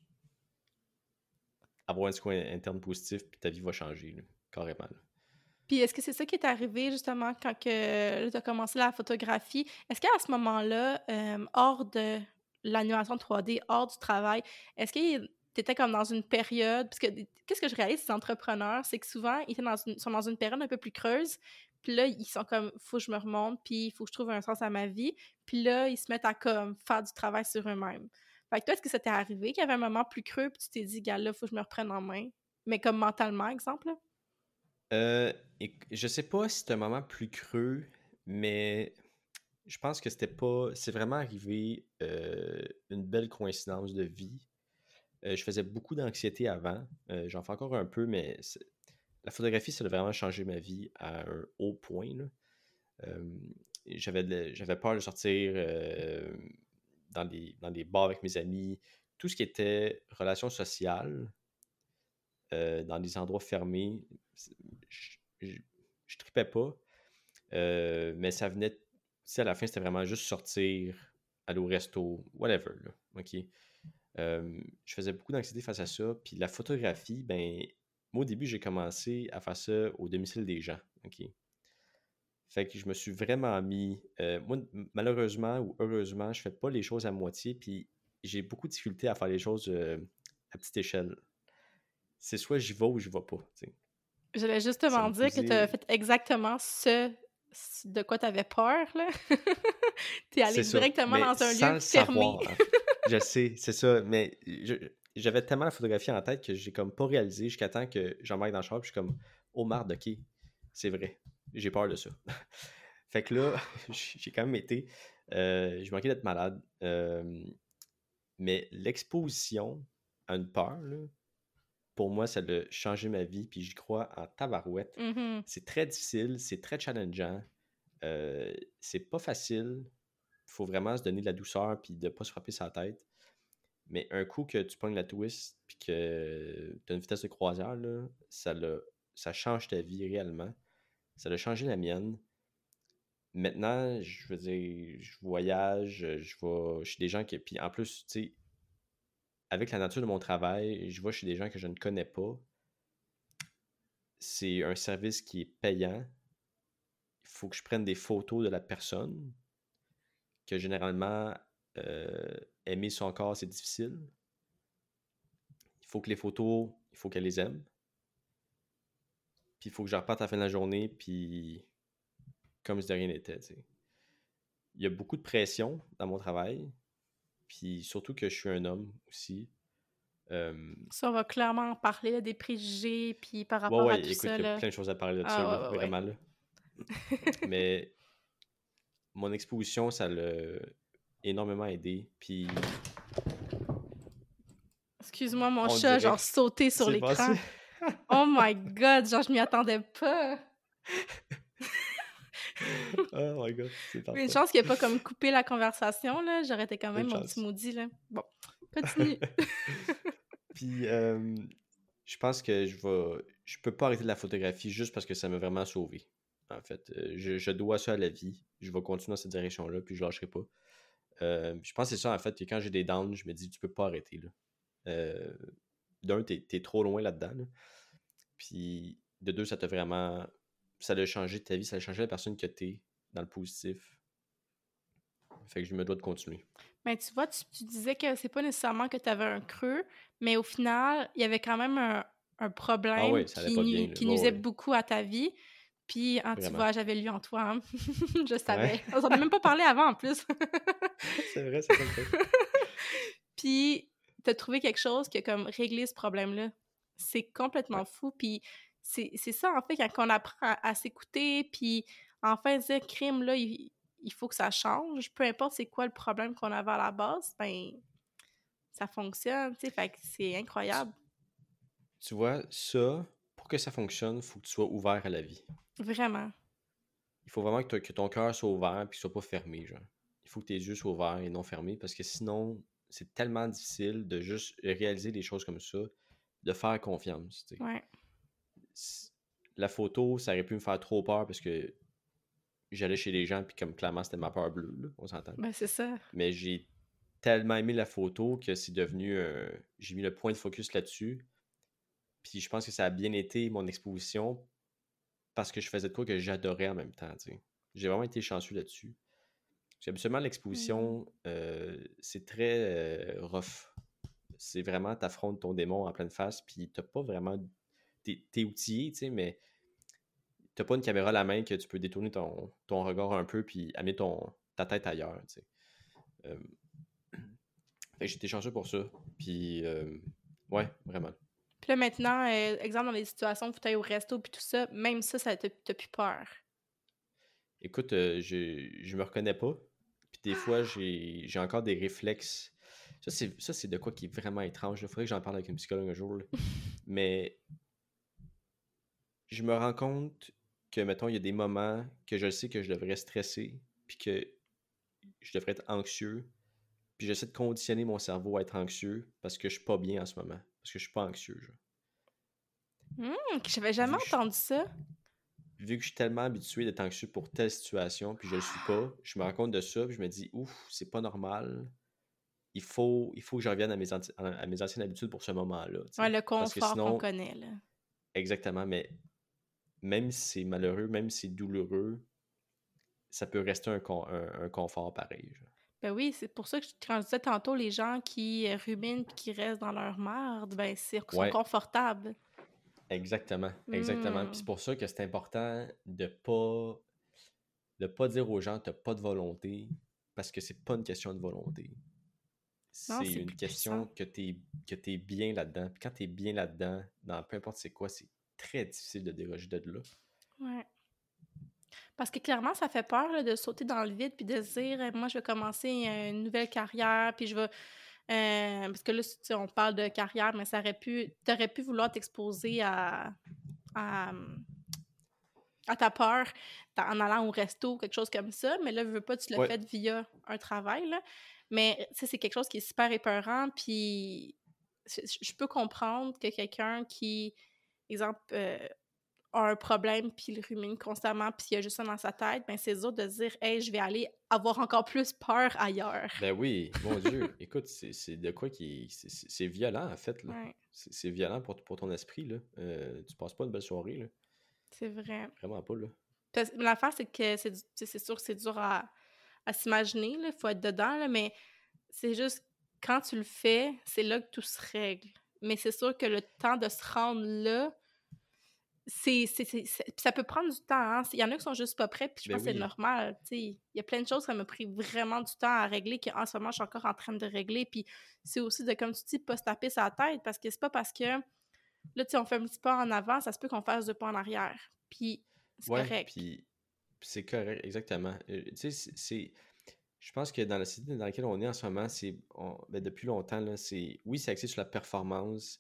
avoir un discours interne positif, puis ta vie va changer, là, carrément. Là. Puis est-ce que c'est ça qui est arrivé justement quand tu as commencé la photographie? Est-ce qu'à ce moment-là, hors de l'animation 3D, hors du travail, est-ce que tu étais comme dans une période, parce que qu'est-ce que je réalise, ces entrepreneurs, c'est que souvent, ils sont dans une période un peu plus creuse, puis là, ils sont comme, faut que je me remonte, puis il faut que je trouve un sens à ma vie, puis là, ils se mettent à comme faire du travail sur eux-mêmes. Fait que toi, est-ce que ça t'est arrivé qu'il y avait un moment plus creux, puis tu t'es dit, gars, là, faut que je me reprenne en main, mais comme mentalement, exemple, là? Je sais pas si c'est un moment plus creux, mais je pense que c'est vraiment arrivé une belle coïncidence de vie. Je faisais beaucoup d'anxiété avant. J'en fais encore un peu, mais la photographie, ça a vraiment changé ma vie à un haut point, là. J'avais peur de sortir dans des bars avec mes amis. Tout ce qui était relations sociales, dans des endroits fermés, je tripais pas. Mais ça venait, tu sais, à la fin, c'était vraiment juste sortir, aller au resto, whatever, là. OK? Je faisais beaucoup d'anxiété face à ça. Puis la photographie, ben, moi, au début, j'ai commencé à faire ça au domicile des gens. OK? Fait que je me suis vraiment mis. Moi, malheureusement ou heureusement, je fais pas les choses à moitié. Puis j'ai beaucoup de difficulté à faire les choses à petite échelle. C'est soit j'y vais ou j'y vais pas. Tu sais. J'allais Ça justement me dire que tu as faisait. fait exactement de quoi tu avais peur, là. Tu es allé C'est ça, directement mais dans un sans lieu le fermé. savoir. Je sais, c'est ça, mais j'avais tellement la photographie en tête que j'ai comme pas réalisé jusqu'à temps que j'embarque dans le char, puis je suis comme, oh merde, ok, c'est vrai, j'ai peur de ça. Fait que là, j'ai quand même été, je manquais d'être malade, mais l'exposition à une peur, là, pour moi, ça a changé ma vie, puis j'y crois en tabarouette. Mhm. C'est très difficile, c'est très challengeant, c'est pas facile. Il faut vraiment se donner de la douceur puis de ne pas se frapper sa tête. Mais un coup que tu pognes la twist puis que tu as une vitesse de croisière, là, ça change ta vie réellement. Ça a changé la mienne. Maintenant, je veux dire, je voyage, je vais chez des gens qui. Puis en plus, tu sais, avec la nature de mon travail, je vais chez des gens que je ne connais pas. C'est un service qui est payant. Il faut que je prenne des photos de la personne, que généralement, aimer son corps, c'est difficile. Il faut que les photos, il faut qu'elle les aime. Puis il faut que je reparte à la fin de la journée, puis comme si de rien n'était, tu sais. Il y a beaucoup de pression dans mon travail, puis surtout que je suis un homme aussi. Ça, on va clairement en parler, là, des préjugés, puis par Ouais, rapport à ouais, tout écoute, ça, il y a là. plein de choses à parler de ça, là, Ah, ouais, ouais, vraiment, là. Mais mon exposition, ça l'a énormément aidé, puis Excuse-moi, mon on chat, dirait genre que sauté sur c'est passé. l'écran. Oh my god, genre, je m'y attendais pas! Oh my god, c'est Une parfait. chance qu'il a pas comme coupé la conversation, là, j'aurais été quand même Une mon petit chance. maudit, là. Bon, continue. Puis, je pense que je peux pas arrêter la photographie juste parce que ça m'a vraiment sauvé. En fait, je dois ça à la vie. Je vais continuer dans cette direction-là, puis je lâcherai pas. Je pense que c'est ça, en fait, que quand j'ai des downs, je me dis, tu peux pas arrêter, là. Euh, D'un, t'es trop loin là-dedans, là. Puis, de deux, ça a changé ta vie, ça a changé la personne que t'es dans le positif. Fait que je me dois de continuer. Mais tu vois, tu disais que c'est pas nécessairement que tu avais un creux, mais au final, il y avait quand même un Ah problème ouais, ça allait pas bien, là. qui Ouais, nuisait ouais, beaucoup à ta vie. Puis, tu vraiment. vois, j'avais lu en toi, hein. Je Ouais, savais. On s'en a même pas parlé avant, en plus. c'est vrai, c'est ça le truc. Puis, t'as trouvé quelque chose qui a comme réglé ce problème-là. C'est Ouais. complètement fou. Puis, c'est ça, en fait, quand on apprend à s'écouter, puis enfin dire, crime, là, il faut que ça change. Peu importe c'est quoi le problème qu'on avait à la base, ben, ça fonctionne, tu sais. Fait que c'est Tu, incroyable. tu vois, ça, pour que ça fonctionne, il faut que tu sois ouvert à la vie. Vraiment. Il faut vraiment que ton cœur soit ouvert et qu'il soit pas fermé, genre. Il faut que tes yeux soient ouverts et non fermés parce que sinon, c'est tellement difficile de juste réaliser des choses comme ça, de faire confiance, tu sais. Ouais. La photo, ça aurait pu me faire trop peur parce que j'allais chez les gens puis comme clairement c'était ma peur bleue, là, on s'entend. Ben, c'est ça. Mais j'ai tellement aimé la photo que c'est devenu j'ai mis le point de focus là-dessus. Puis je pense que ça a bien été mon exposition parce que je faisais de quoi que j'adorais en même temps, tu sais. J'ai vraiment été chanceux là-dessus. Parce qu'habituellement, Mm. l'exposition, c'est très rough. C'est vraiment, t'affrontes ton démon en pleine face, puis t'as pas vraiment... T'es outillé, tu sais, mais t'as pas une caméra à la main que tu peux détourner ton regard un peu, puis amener ta tête ailleurs, tu sais. Euh, Fait que j'étais chanceux pour ça. Puis, ouais, vraiment. Puis là, maintenant, exemple, dans des situations où tu es au resto puis tout ça, même ça t'as plus peur. Écoute, je me reconnais pas. Puis des fois, j'ai encore des réflexes. Ça, c'est de quoi qui est vraiment étrange. Il faudrait que j'en parle avec une psychologue un jour, là. Mais je me rends compte que, mettons, il y a des moments que je sais que je devrais stresser, puis que je devrais être anxieux. Puis j'essaie de conditionner mon cerveau à être anxieux parce que je suis pas bien en ce moment. Parce que je suis pas anxieux, genre. J'avais jamais Vu que je, entendu ça. vu que je suis tellement habitué d'être anxieux pour telle situation, puis je le suis pas, je me rends compte de ça, puis je me dis, ouf, c'est pas normal. Il faut que je revienne à mes anciennes habitudes pour ce moment-là, tu Ouais, sais. le Parce que confort qu'on sinon, connaît, là. exactement, mais même si c'est malheureux, même si c'est douloureux, ça peut rester un confort pareil, genre. Ben oui, c'est pour ça que quand je disais tantôt, les gens qui ruminent puis qui restent dans leur merde, ben, sont Ouais, confortables. exactement, exactement. Puis c'est Hmm. pour ça que c'est important de pas dire aux gens t'as pas de volonté, parce que c'est pas une question de volonté. Non, C'est c'est une plus puissant. question que t'es bien là-dedans. Puis quand t'es bien là-dedans, dans peu importe c'est quoi, c'est très difficile de déroger de là. Ouais. Parce que clairement, ça fait peur là, de sauter dans le vide puis de se dire, moi, je vais commencer une nouvelle carrière, puis je vais. Parce que là, tu sais, on parle de carrière, mais ça aurait pu. T'aurais pu vouloir t'exposer à, à ta peur en allant au resto, quelque chose comme ça, mais là, je veux pas, tu l'as Ouais, fait via un travail, là. Mais, tu sais, c'est quelque chose qui est super épeurant, puis je peux comprendre que quelqu'un qui, exemple, a un problème, puis il rumine constamment, puis il y a juste ça dans sa tête, ben c'est dur de se dire « Hey, je vais aller avoir encore plus peur ailleurs. ben oui, mon Dieu. Écoute, c'est de quoi qui. C'est violent, en fait, » là. Ouais, C'est violent pour ton esprit, là. Tu passes pas une belle soirée, là. c'est vrai. Vraiment pas, là. L'affaire, c'est que tu sais, c'est sûr que c'est dur à s'imaginer, il faut être dedans, là, mais c'est juste quand tu le fais, c'est là que tout se règle. Mais c'est sûr que le temps de se rendre là, puis ça peut prendre du temps, hein. Il y en a qui sont juste pas prêts, puis je Ben pense que c'est oui. normal, tu sais. Il y a plein de choses, ça m'a pris vraiment du temps à régler, qu'en ce moment, je suis encore en train de régler. Puis c'est aussi de, comme tu dis, pas se taper sa tête, parce que c'est pas parce que, là, tu sais, on fait un petit pas en avant, ça se peut qu'on fasse deux pas en arrière. Puis c'est Ouais, correct. puis c'est correct, exactement. Tu sais, je pense que dans la société dans laquelle on est en ce moment, ben, depuis longtemps, là, oui, c'est axé sur la performance,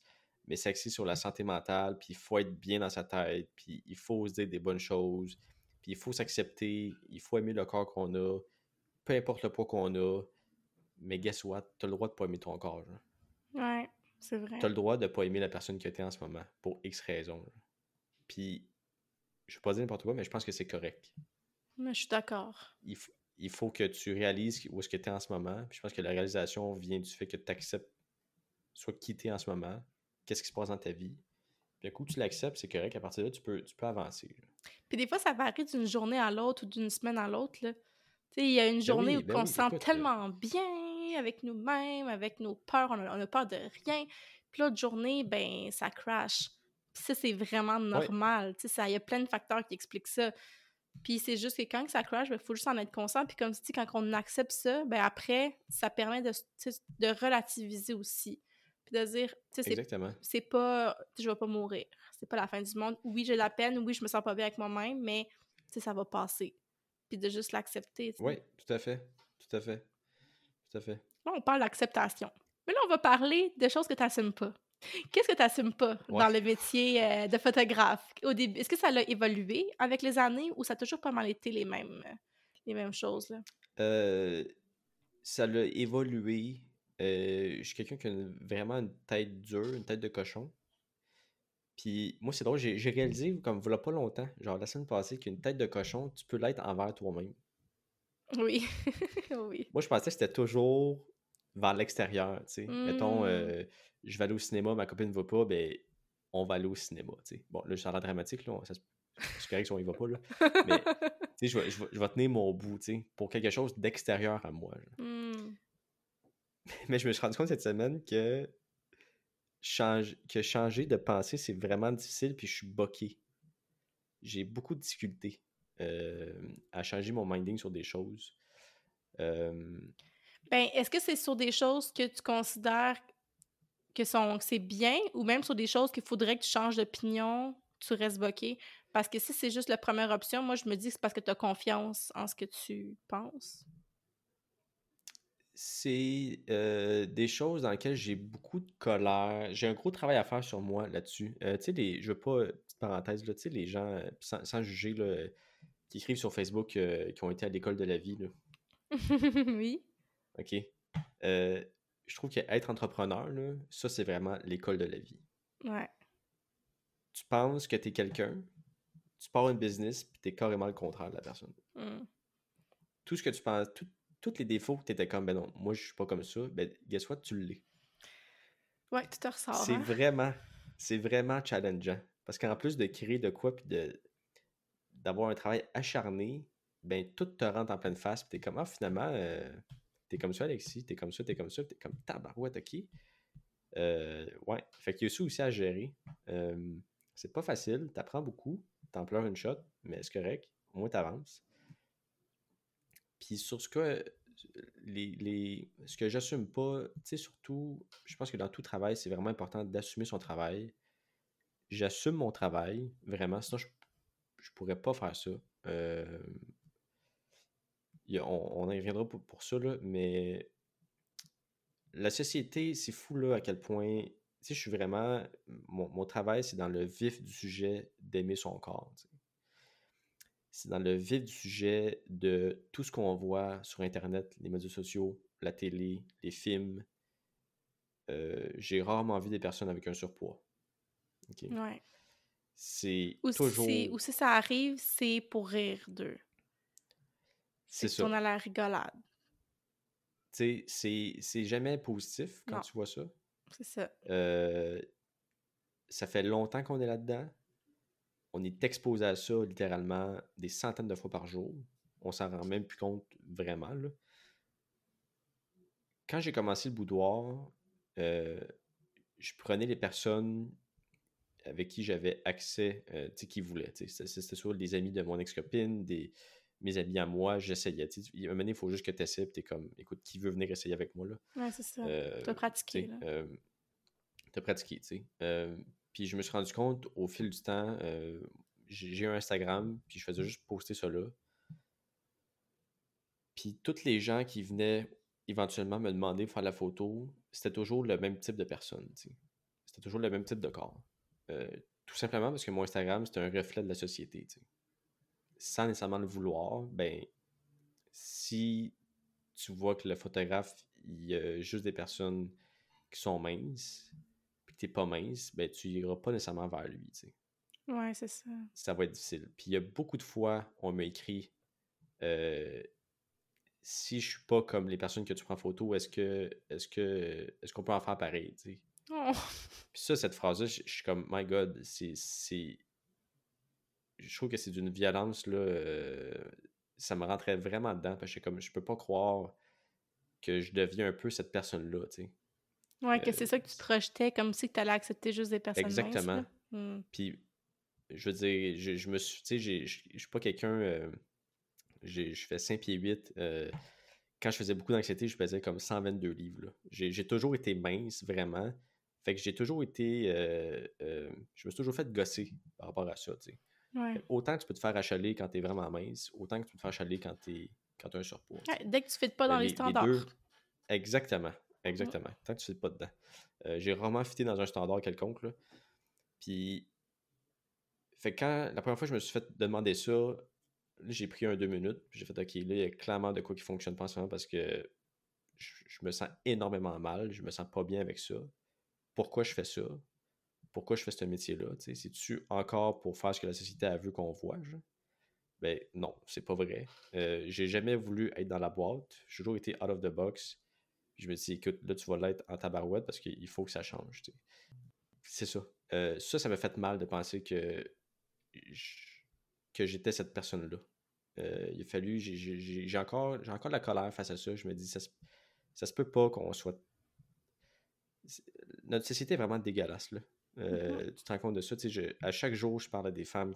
mais c'est axé sur la santé mentale, puis il faut être bien dans sa tête, puis il faut se dire des bonnes choses, puis il faut s'accepter, il faut aimer le corps qu'on a, peu importe le poids qu'on a, mais guess what, t'as le droit de pas aimer ton corps, genre. Ouais, c'est T'as vrai. le droit de pas aimer la personne que t'es en ce moment, pour X raisons, genre. Puis, je vais pas dire n'importe quoi, mais je pense que c'est correct. Mais je suis d'accord. Il faut que tu réalises où est-ce que t'es en ce moment, puis je pense que la réalisation vient du fait que tu acceptes soit qui t'es en ce moment, qu'est-ce qui se passe dans ta vie. Puis un coup tu l'acceptes, c'est correct. À partir de là, tu peux avancer, là. Puis des fois, ça varie d'une journée à l'autre ou d'une semaine à l'autre, là. Tu sais, il y a une journée où Ben on se oui, sent écoute. tellement bien avec nous-mêmes, avec nos peurs, on a peur de rien. Puis l'autre journée, ben, ça crash. Puis ça, c'est vraiment Ouais, normal. Tu sais, il y a plein de facteurs qui expliquent ça. Puis c'est juste que quand ça crash, il faut juste en être conscient. Puis comme tu dis, quand on accepte ça, ben après, ça permet de, tu sais, de relativiser aussi. Puis de dire, tu sais, exactement. c'est pas, tu sais, je vais pas mourir. C'est pas la fin du monde. Oui, j'ai la peine. Oui, je me sens pas bien avec moi-même, mais tu sais, ça va passer. Puis de juste l'accepter, tu sais. Oui, tout à fait. Tout à fait. Tout à fait. Là, on parle d'acceptation. Mais là, on va parler de choses que tu n'assumes pas. Qu'est-ce que tu n'assumes pas Ouais. dans le métier de photographe? Au début, est-ce que ça a évolué avec les années ou ça a toujours pas mal été les mêmes choses, là? Euh, Ça l'a évolué. Je suis quelqu'un qui a vraiment une tête dure, une tête de cochon. Puis moi, c'est drôle, j'ai réalisé, comme voilà pas longtemps, genre la semaine passée, qu'une tête de cochon, tu peux l'être envers toi-même. Oui. Oui. Moi, je pensais que c'était toujours vers l'extérieur, tu sais. Mettons, Hmm. je vais aller au cinéma, ma copine ne va pas, ben, on va aller au cinéma, tu sais. Bon, là, ça a l'air dramatique, là, c'est correct si on y va pas, là. Mais, tu sais, je vais tenir mon bout, tu sais, pour quelque chose d'extérieur à moi, genre. Hmm. Mais je me suis rendu compte cette semaine que changer de pensée, c'est vraiment difficile, puis je suis bloqué. J'ai beaucoup de difficultés à changer mon minding sur des choses. Euh, Ben, est-ce que c'est sur des choses que tu considères que c'est bien ou même sur des choses qu'il faudrait que tu changes d'opinion, tu restes bloqué? Parce que si c'est juste la première option, moi, je me dis que c'est parce que tu as confiance en ce que tu penses. C'est des choses dans lesquelles j'ai beaucoup de colère. J'ai un gros travail à faire sur moi là-dessus. Tu sais, je veux pas, petite parenthèse, là, tu sais, les gens, sans juger, là, qui écrivent sur Facebook qui ont été à l'école de la vie, là. Oui. OK? Euh, je trouve qu'être entrepreneur, là, ça, c'est vraiment l'école de la vie. Ouais. Tu penses que tu es quelqu'un, tu pars une business, puis tu es carrément le contraire de la personne. Mm. Tout ce que tu penses, tous les défauts que tu étais comme, ben non, moi, je suis pas comme ça, ben, guess what, tu l'es. Ouais, tout te ressort, C'est hein? vraiment, c'est vraiment challengeant. Parce qu'en plus de créer de quoi, puis d'avoir un travail acharné, ben tout te rentre en pleine face, puis t'es comme, ah, finalement, t'es comme ça, Alexis, t'es comme tabarouette, ok. Ouais, fait qu'il y a ça aussi à gérer. Euh, c'est pas facile, t'apprends beaucoup, t'en pleures une shot, mais c'est correct, au moins t'avances. Puis sur ce que, ce que j'assume pas, tu sais, surtout, je pense que dans tout travail, c'est vraiment important d'assumer son travail. J'assume mon travail, vraiment, sinon je pourrais pas faire ça. Euh, on y reviendra pour ça, là, mais la société, c'est fou là, à quel point, tu sais, je suis vraiment, mon travail, c'est dans le vif du sujet d'aimer son corps, tu sais. C'est dans le vif du sujet de tout ce qu'on voit sur Internet, les médias sociaux, la télé, les films. J'ai rarement vu des personnes avec un surpoids. Ok. Ouais. C'est Ou toujours, si ça arrive, c'est pour rire d'eux. C'est c'est que tu ça. tournes à la rigolade. Tu sais, c'est jamais positif quand Non, tu vois ça. c'est ça. Euh, Ça fait longtemps qu'on est là-dedans. On est exposé à ça littéralement des centaines de fois par jour. On s'en rend même plus compte vraiment, là. Quand j'ai commencé le boudoir, euh, je prenais les personnes avec qui j'avais accès, tu sais, qui voulaient. Tu sais. C'était soit des amis de mon ex-copine, mes amis à moi, j'essayais. Tu sais, un moment donné, il faut juste que tu essaies, tu es comme, écoute, qui veut venir essayer avec moi, là? Ouais, c'est ça. Tu as Tu pratiqué, sais, là. t'as pratiqué, tu sais. Puis je me suis rendu compte au fil du temps, j'ai un Instagram, puis je faisais juste poster ça là. Puis toutes les gens qui venaient éventuellement me demander de faire la photo, c'était toujours le même type de personne, tu sais. c'était toujours le même type de corps. Euh, Tout simplement parce que mon Instagram, c'est un reflet de la société, tu sais. Sans nécessairement le vouloir, ben, si tu vois que le photographe, il y a juste des personnes qui sont minces, puis que t'es pas mince, ben, tu iras pas nécessairement vers lui, tu sais. Ouais, c'est ça. Ça va être difficile. Puis il y a beaucoup de fois, on m'a écrit euh, si je suis pas comme les personnes que tu prends en photo, est-ce qu'on peut en faire pareil, tu sais. Oh. Puis ça, cette phrase-là, je suis comme, my God, je trouve que c'est d'une violence, là, ça me rentrait vraiment dedans, parce que comme, je peux pas croire que je deviens un peu cette personne-là, tu sais. Ouais, que c'est Euh, ça que tu projetais, comme si tu allais accepter juste des personnes minces, Exactement. là. Hmm. Puis, je veux dire, je me suis, tu sais, je suis pas quelqu'un, je fais 5 pieds 8. Quand je faisais beaucoup d'anxiété, je pesais comme 122 livres, là. J'ai toujours été mince, vraiment. Fait que j'ai toujours été, je me suis toujours fait gosser par rapport à ça, tu sais. Ouais. Autant que tu peux te faire achaler quand t'es vraiment mince, autant que tu peux te faire achaler quand t'as un surpoids, tu Ouais, sais. dès que tu ne pas dans les Les deux, standards. exactement, Mhm. exactement. Tant que tu ne pas dedans. J'ai rarement fité dans un standard quelconque, là. Puis, fait que quand la première fois que je me suis fait demander ça, là, j'ai pris 2 minutes, puis j'ai fait OK, là, il y a clairement de quoi qui fonctionne pas en ce moment parce que je me sens énormément mal, je me sens pas bien avec ça. Pourquoi je fais ça? Pourquoi je fais ce métier-là? Tu sais, c'est-tu encore pour faire ce que la société a vu qu'on voit? Genre? Ben non, c'est pas vrai. J'ai jamais voulu être dans la boîte. J'ai toujours été out of the box. Puis je me dis, écoute, là, tu vas l'être en tabarouette parce qu'il faut que ça change. Tu sais. C'est ça. Ça m'a fait mal de penser que j'étais cette personne-là. Il a fallu, j'ai encore de la colère face à ça. Je me dis, ça se peut pas qu'on soit. Notre société est vraiment dégueulasse, là. Mhm. Tu te rends compte de ça? Tu sais, à chaque jour, je parle à des femmes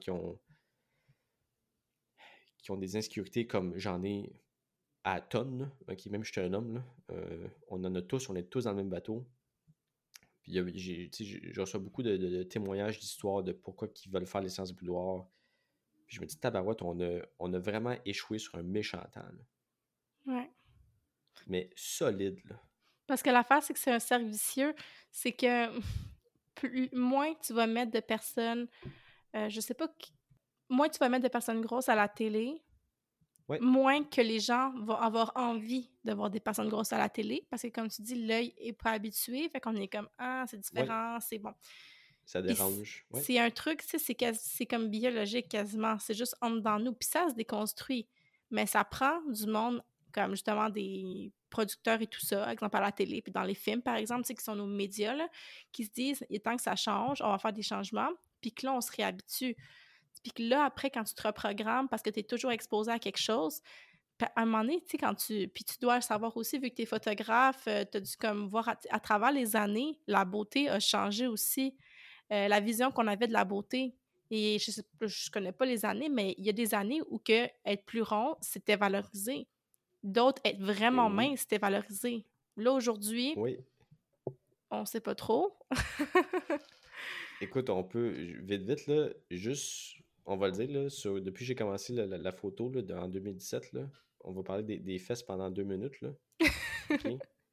qui ont des insécurités comme j'en ai à tonnes, là. Ok, même je suis un homme, là. On en a tous, on est tous dans le même bateau. Puis tu sais, je reçois beaucoup de témoignages d'histoires de pourquoi ils veulent faire les séances de boudoir. Puis je me dis, tabarouette, on a vraiment échoué sur un méchant temps, là. Ouais. Mais solide, là. Parce que l'affaire, c'est que c'est un cercle vicieux. C'est que moins tu vas mettre de personnes, je sais pas, moins tu vas mettre de personnes grosses à la télé, Ouais, moins que les gens vont avoir envie de voir des personnes grosses à la télé. Parce que, comme tu dis, l'œil est pas habitué. Fait qu'on est comme, ah, c'est ouais, différent, c'est bon. ça Puis dérange. Ouais. c'est un truc, tu sais, c'est comme biologique quasiment. C'est juste en dedans de nous. Puis ça se déconstruit. Mais ça prend du monde, comme justement des producteurs et tout ça, par exemple à la télé, puis dans les films, par exemple, tu sais, qui sont nos médias, là, qui se disent, il est temps que ça change, on va faire des changements. Puis que là, on se réhabitue. Puis que là, après, quand tu te reprogrammes parce que tu es toujours exposé à quelque chose, à un moment donné, tu sais, puis tu dois le savoir aussi, vu que tu es photographe, tu as dû comme voir à travers les années, la beauté a changé aussi. La vision qu'on avait de la beauté. Et je connais pas les années, mais il y a des années où que être plus rond, c'était valorisé. D'autres, être Et vraiment oui, mince, c'était valorisé. Là, aujourd'hui, oui. on sait pas trop. Écoute, on peut, vite, vite, là, juste, on va le dire, là, depuis que j'ai commencé la photo, là, en 2017, là, on va parler des fesses pendant 2 minutes, là. OK?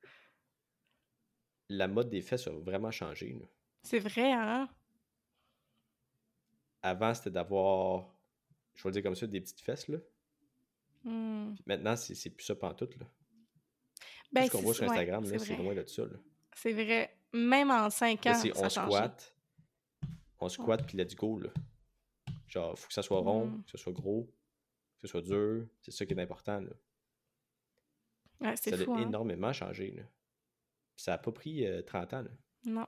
La mode des fesses a vraiment changé, là. C'est vrai, hein? Avant, c'était d'avoir, je vais le dire comme ça, des petites fesses, là. Hmm. Puis maintenant, c'est plus ça pantoute, là. Tout Ben, ce qu'on voit sur ouais, Instagram, c'est là, c'est vrai. loin de ça, là. C'est vrai. Même en 5 Là, ans, c'est ça a changé. on Ouais. squat, puis let's go, là. Genre, faut que ça soit rond, Hmm. que ça soit gros, que ça soit dur. C'est ça qui est important, là. Ouais, c'est Ça a fou, hein? énormément changé, là. Puis ça a pas pris 30 ans, là. Non.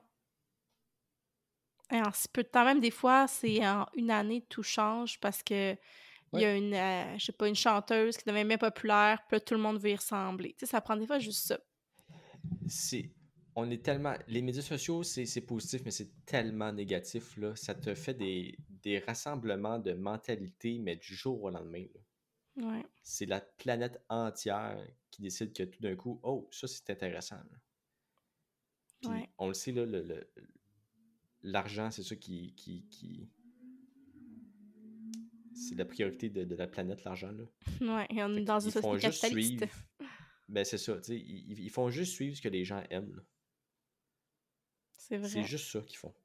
Et en si peu de temps, même des fois, c'est en une année, tout change parce que il y Ouais. a une, je sais pas, une chanteuse qui devient bien populaire, puis là, tout le monde veut y ressembler. Tu sais, ça prend des fois juste ça. c'est on est tellement les médias sociaux c'est positif mais c'est tellement négatif là, ça te fait des rassemblements de mentalité mais du jour au lendemain là. Ouais. C'est la planète entière qui décide que tout d'un coup oh ça c'est intéressant là. Puis Ouais. on le sait là l'argent c'est ça qui c'est la priorité de la planète l'argent là. Ouais. Et on Fait est dans une qu'ils font société juste capitaliste. suivre ben c'est ça tu sais ils font juste suivre ce que les gens aiment là. C'est C'est vrai. juste ça qu'ils font.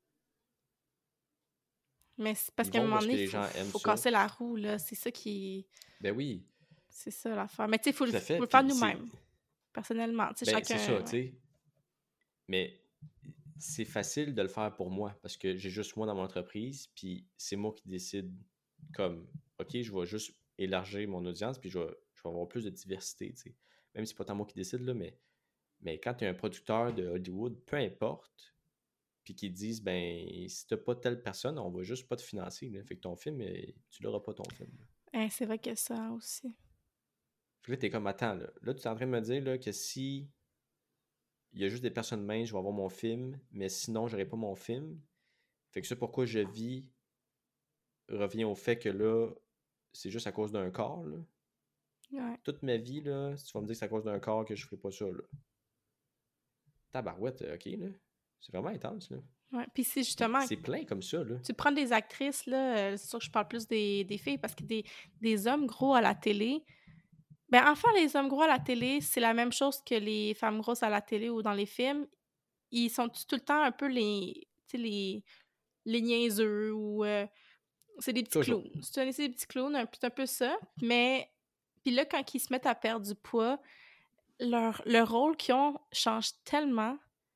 Mais c'est parce Ils qu'à un vont moment parce que donné, les gens aiment faut ça. casser la roue, là. C'est ça qui Ben oui, c'est ça l'affaire. Mais tu sais, tout à faut fait. le faire Puis c'est. nous-mêmes, personnellement. Tu sais, Ben c'est ça, chacun tu ouais. sais. Mais c'est facile de le faire pour moi parce que j'ai juste moi dans mon entreprise, puis c'est moi qui décide comme, OK, je vais juste élargir mon audience, puis je vais avoir plus de diversité, tu sais. Même si c'est pas tant moi qui décide, là, mais quand tu es un producteur de Hollywood, peu importe, puis qu'ils disent, ben, si t'as pas telle personne, on va juste pas te financer, là. Fait que ton film, tu l'auras pas ton film, là. C'est vrai que ça aussi. Fait que là, t'es comme, attends, là, tu es en train de me dire là, que si il y a juste des personnes minces, je vais avoir mon film, mais sinon, j'aurai pas mon film. Fait que ça, pourquoi je vis revient au fait que là, c'est juste à cause d'un corps, là. Ouais. Toute ma vie, là, si tu vas me dire que c'est à cause d'un corps que je ferai pas ça, là. Tabarouette, ok, là. C'est vraiment intense, là. Ouais. Puis c'est Puis justement, c'est plein comme ça, là. tu prends des actrices, là, c'est sûr que je parle plus des filles parce que des hommes gros à la télé, ben, enfin, les hommes gros à la télé, c'est la même chose que les femmes grosses à la télé ou dans les films. Ils sont tout le temps un peu tu sais, les niaiseux ou c'est des petits Toujours. clowns. C'est des petits clowns, c'est un peu ça, mais puis là, quand ils se mettent à perdre du poids, le rôle qu'ils ont change tellement,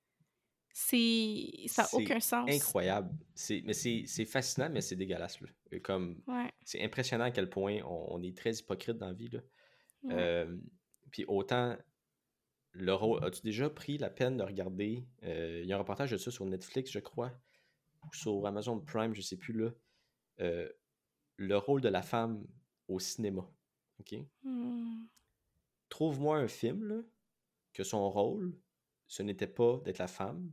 ça a C'est aucun sens. incroyable. C'est fascinant, mais c'est dégueulasse, là. Comme, Ouais, c'est impressionnant à quel point on est très hypocrite dans la vie, là. ouais. Euh, Puis autant, le rôle... As-tu déjà pris la peine de regarder... Il y a un reportage de ça sur Netflix, je crois, ou sur Amazon Prime, je sais plus, là. Euh, le rôle de la femme au cinéma. OK? Mmh. Trouve-moi un film là, que son rôle, ce n'était pas d'être la femme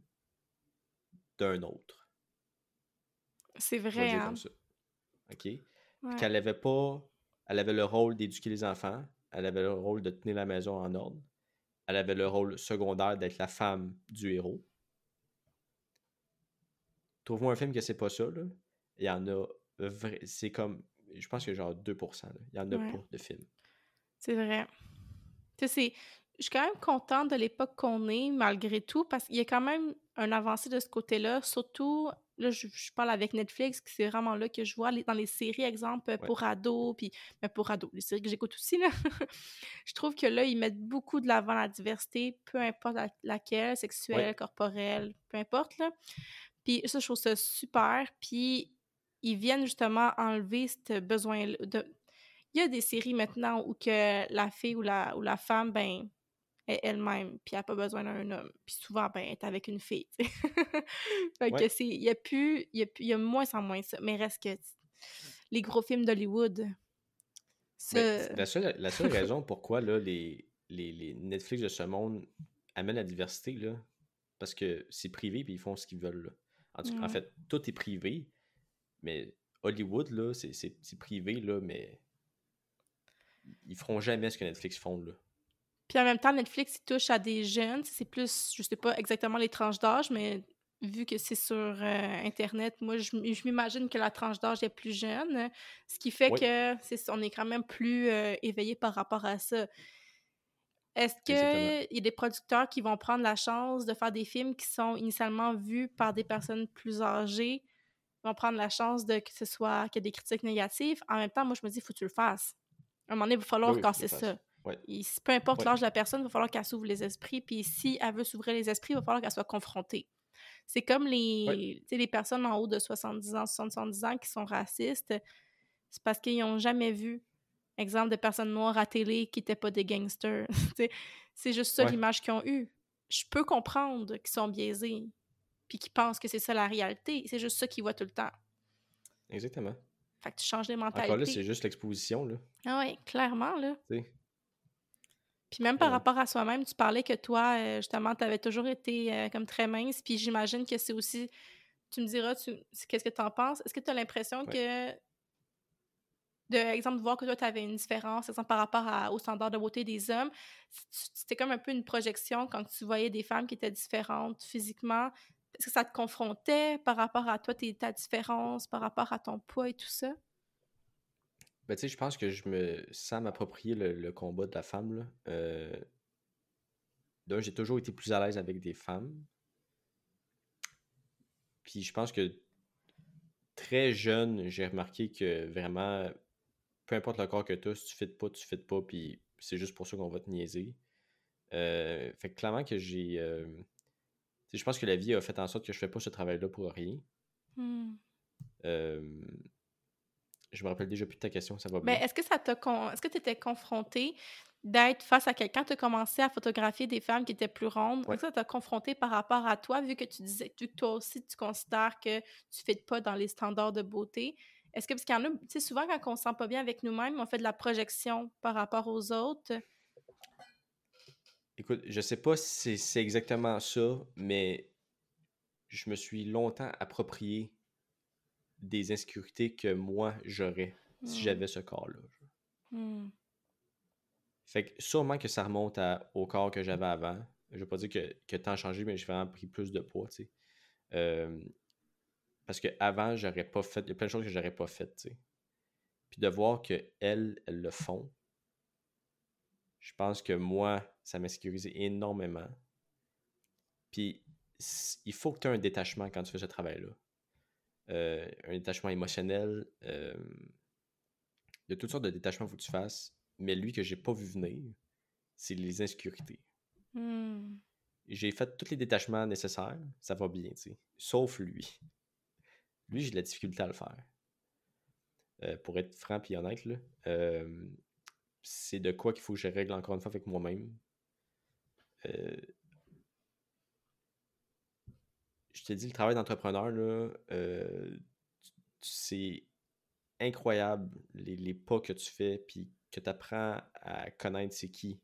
d'un autre. C'est Je vais le vrai, dire comme hein? ça. OK? Puis Ouais. qu'elle avait pas. Elle avait le rôle d'éduquer les enfants. Elle avait le rôle de tenir la maison en ordre. Elle avait le rôle secondaire d'être la femme du héros. Trouve-moi un film que c'est pas ça, là. Il y en a. C'est comme. Je pense que genre 2%. Là. Il y en a Ouais, pas de film. c'est vrai. Tu sais, je suis quand même contente de l'époque qu'on est malgré tout parce qu'il y a quand même un avancé de ce côté-là. Surtout, là, je parle avec Netflix, que c'est vraiment là que je vois dans les séries, exemple, Ouais. pour ados, puis mais pour ados, les séries que j'écoute aussi, là. Je trouve que là, ils mettent beaucoup de l'avant la diversité, peu importe laquelle, Ouais. sexuelle, corporelle, peu importe, là. Puis ça, je trouve ça super. Puis ils viennent justement enlever ce besoin il y a des séries maintenant où que la fille ou la femme, ben, est elle-même, puis elle a pas besoin d'un homme. Puis souvent, ben, elle est avec une fille, tu sais. Fait que Ouais. c'est il y a moins en moins ça, mais reste que les gros films d'Hollywood, Mais ça la seule raison pourquoi là, les Netflix de ce monde amènent la diversité, là, parce que c'est privé puis ils font ce qu'ils veulent. Là. En ouais. fait, tout est privé, mais Hollywood, là, c'est privé, là, mais ils feront jamais ce que Netflix font. Là. Puis en même temps, Netflix, il touche à des jeunes, c'est plus je sais pas exactement les tranches d'âge, mais vu que c'est sur, internet, moi je m'imagine que la tranche d'âge est plus jeune, ce qui fait Oui, que on est quand même plus, éveillés par rapport à ça. Est-ce exactement. qu'il y a des producteurs qui vont prendre la chance de faire des films qui sont initialement vus par des personnes plus âgées, vont prendre la chance de que ce soit qu'il y ait des critiques négatives? En même temps, moi, je me dis: «Faut que tu le fasses». À un moment donné, il va Ben falloir oui, il faut que tu casser le fasses. ça. Oui, Peu importe oui, l'âge de la personne, il va falloir qu'elle s'ouvre les esprits, puis si elle veut s'ouvrir les esprits, il va falloir qu'elle soit confrontée. C'est comme oui, tu sais, les personnes en haut de 70 ans, 70 ans qui sont racistes, c'est parce qu'ils n'ont jamais vu exemple de personnes noires à télé qui étaient pas des gangsters. Tu sais, c'est juste ça oui, l'image qu'ils ont eue. Je peux comprendre qu'ils sont biaisés, puis qu'ils pensent que c'est ça la réalité. C'est juste ça qu'ils voient tout le temps. exactement. Fait que tu changes les Encore là, c'est mentalités. juste l'exposition, là. Ah ouais, clairement, là. Tu sais. Puis même Mais par non. rapport à soi-même, tu parlais que toi, justement, tu avais toujours été comme très mince, puis j'imagine que c'est aussi, tu me diras, qu'est-ce que tu en penses? Est-ce que tu as l'impression Ouais. que, de exemple, de voir que toi, tu avais une différence, exemple, par rapport au standard de beauté des hommes, c'était comme un peu une projection quand tu voyais des femmes qui étaient différentes physiquement. Est-ce que ça te confrontait par rapport à toi, ta différence, par rapport à ton poids et tout ça? Ben, tu sais, je pense que je me sens m'approprier le combat de la femme, là. D'un, j'ai toujours été plus à l'aise avec des femmes. Puis je pense que très jeune, j'ai remarqué que vraiment, peu importe le corps que tu as, si tu fites pas, puis c'est juste pour ça qu'on va te niaiser. Fait que clairement que je pense que la vie a fait en sorte que je fais pas ce travail-là pour rien. Hmm. Euh, je me rappelle déjà plus de ta question, ça va Ben, bien? est-ce que tu étais confronté d'être face à quelqu'un, tu as commencé à photographier des femmes qui étaient plus rondes. Est-ce Ouais. que ça t'a confronté par rapport à toi, vu que toi aussi tu considères que tu ne fites pas dans les standards de beauté? Est-ce que, parce qu'il y en a, tu sais, souvent quand on se sent pas bien avec nous-mêmes, on fait de la projection par rapport aux autres. Écoute, je sais pas si c'est exactement ça, mais je me suis longtemps approprié des insécurités que moi j'aurais si Hmm. j'avais ce corps-là. Hmm. Fait que sûrement que ça remonte au corps que j'avais avant. Je vais pas dire que le temps a changé, mais j'ai vraiment pris plus de poids, tu sais. Euh, Parce qu'avant, j'aurais pas fait. Il y a plein de choses que j'aurais pas faites, tu sais. Puis de voir qu'elles le font, je pense que moi, ça m'a sécurisé énormément. Puis il faut que tu aies un détachement quand tu fais ce travail-là. Un détachement émotionnel. Il y a toutes sortes de détachements qu'il faut que tu fasses. Mais lui que j'ai pas vu venir, c'est les insécurités. Hmm. J'ai fait tous les détachements nécessaires, ça va bien, tu sais. Sauf lui. Lui, j'ai de la difficulté à le faire. Pour être franc et honnête, là. C'est de quoi qu'il faut que je règle encore une fois avec moi-même. Euh, je te dis, le travail d'entrepreneur, là, c'est incroyable les pas que tu fais, puis que tu apprends à connaître c'est qui.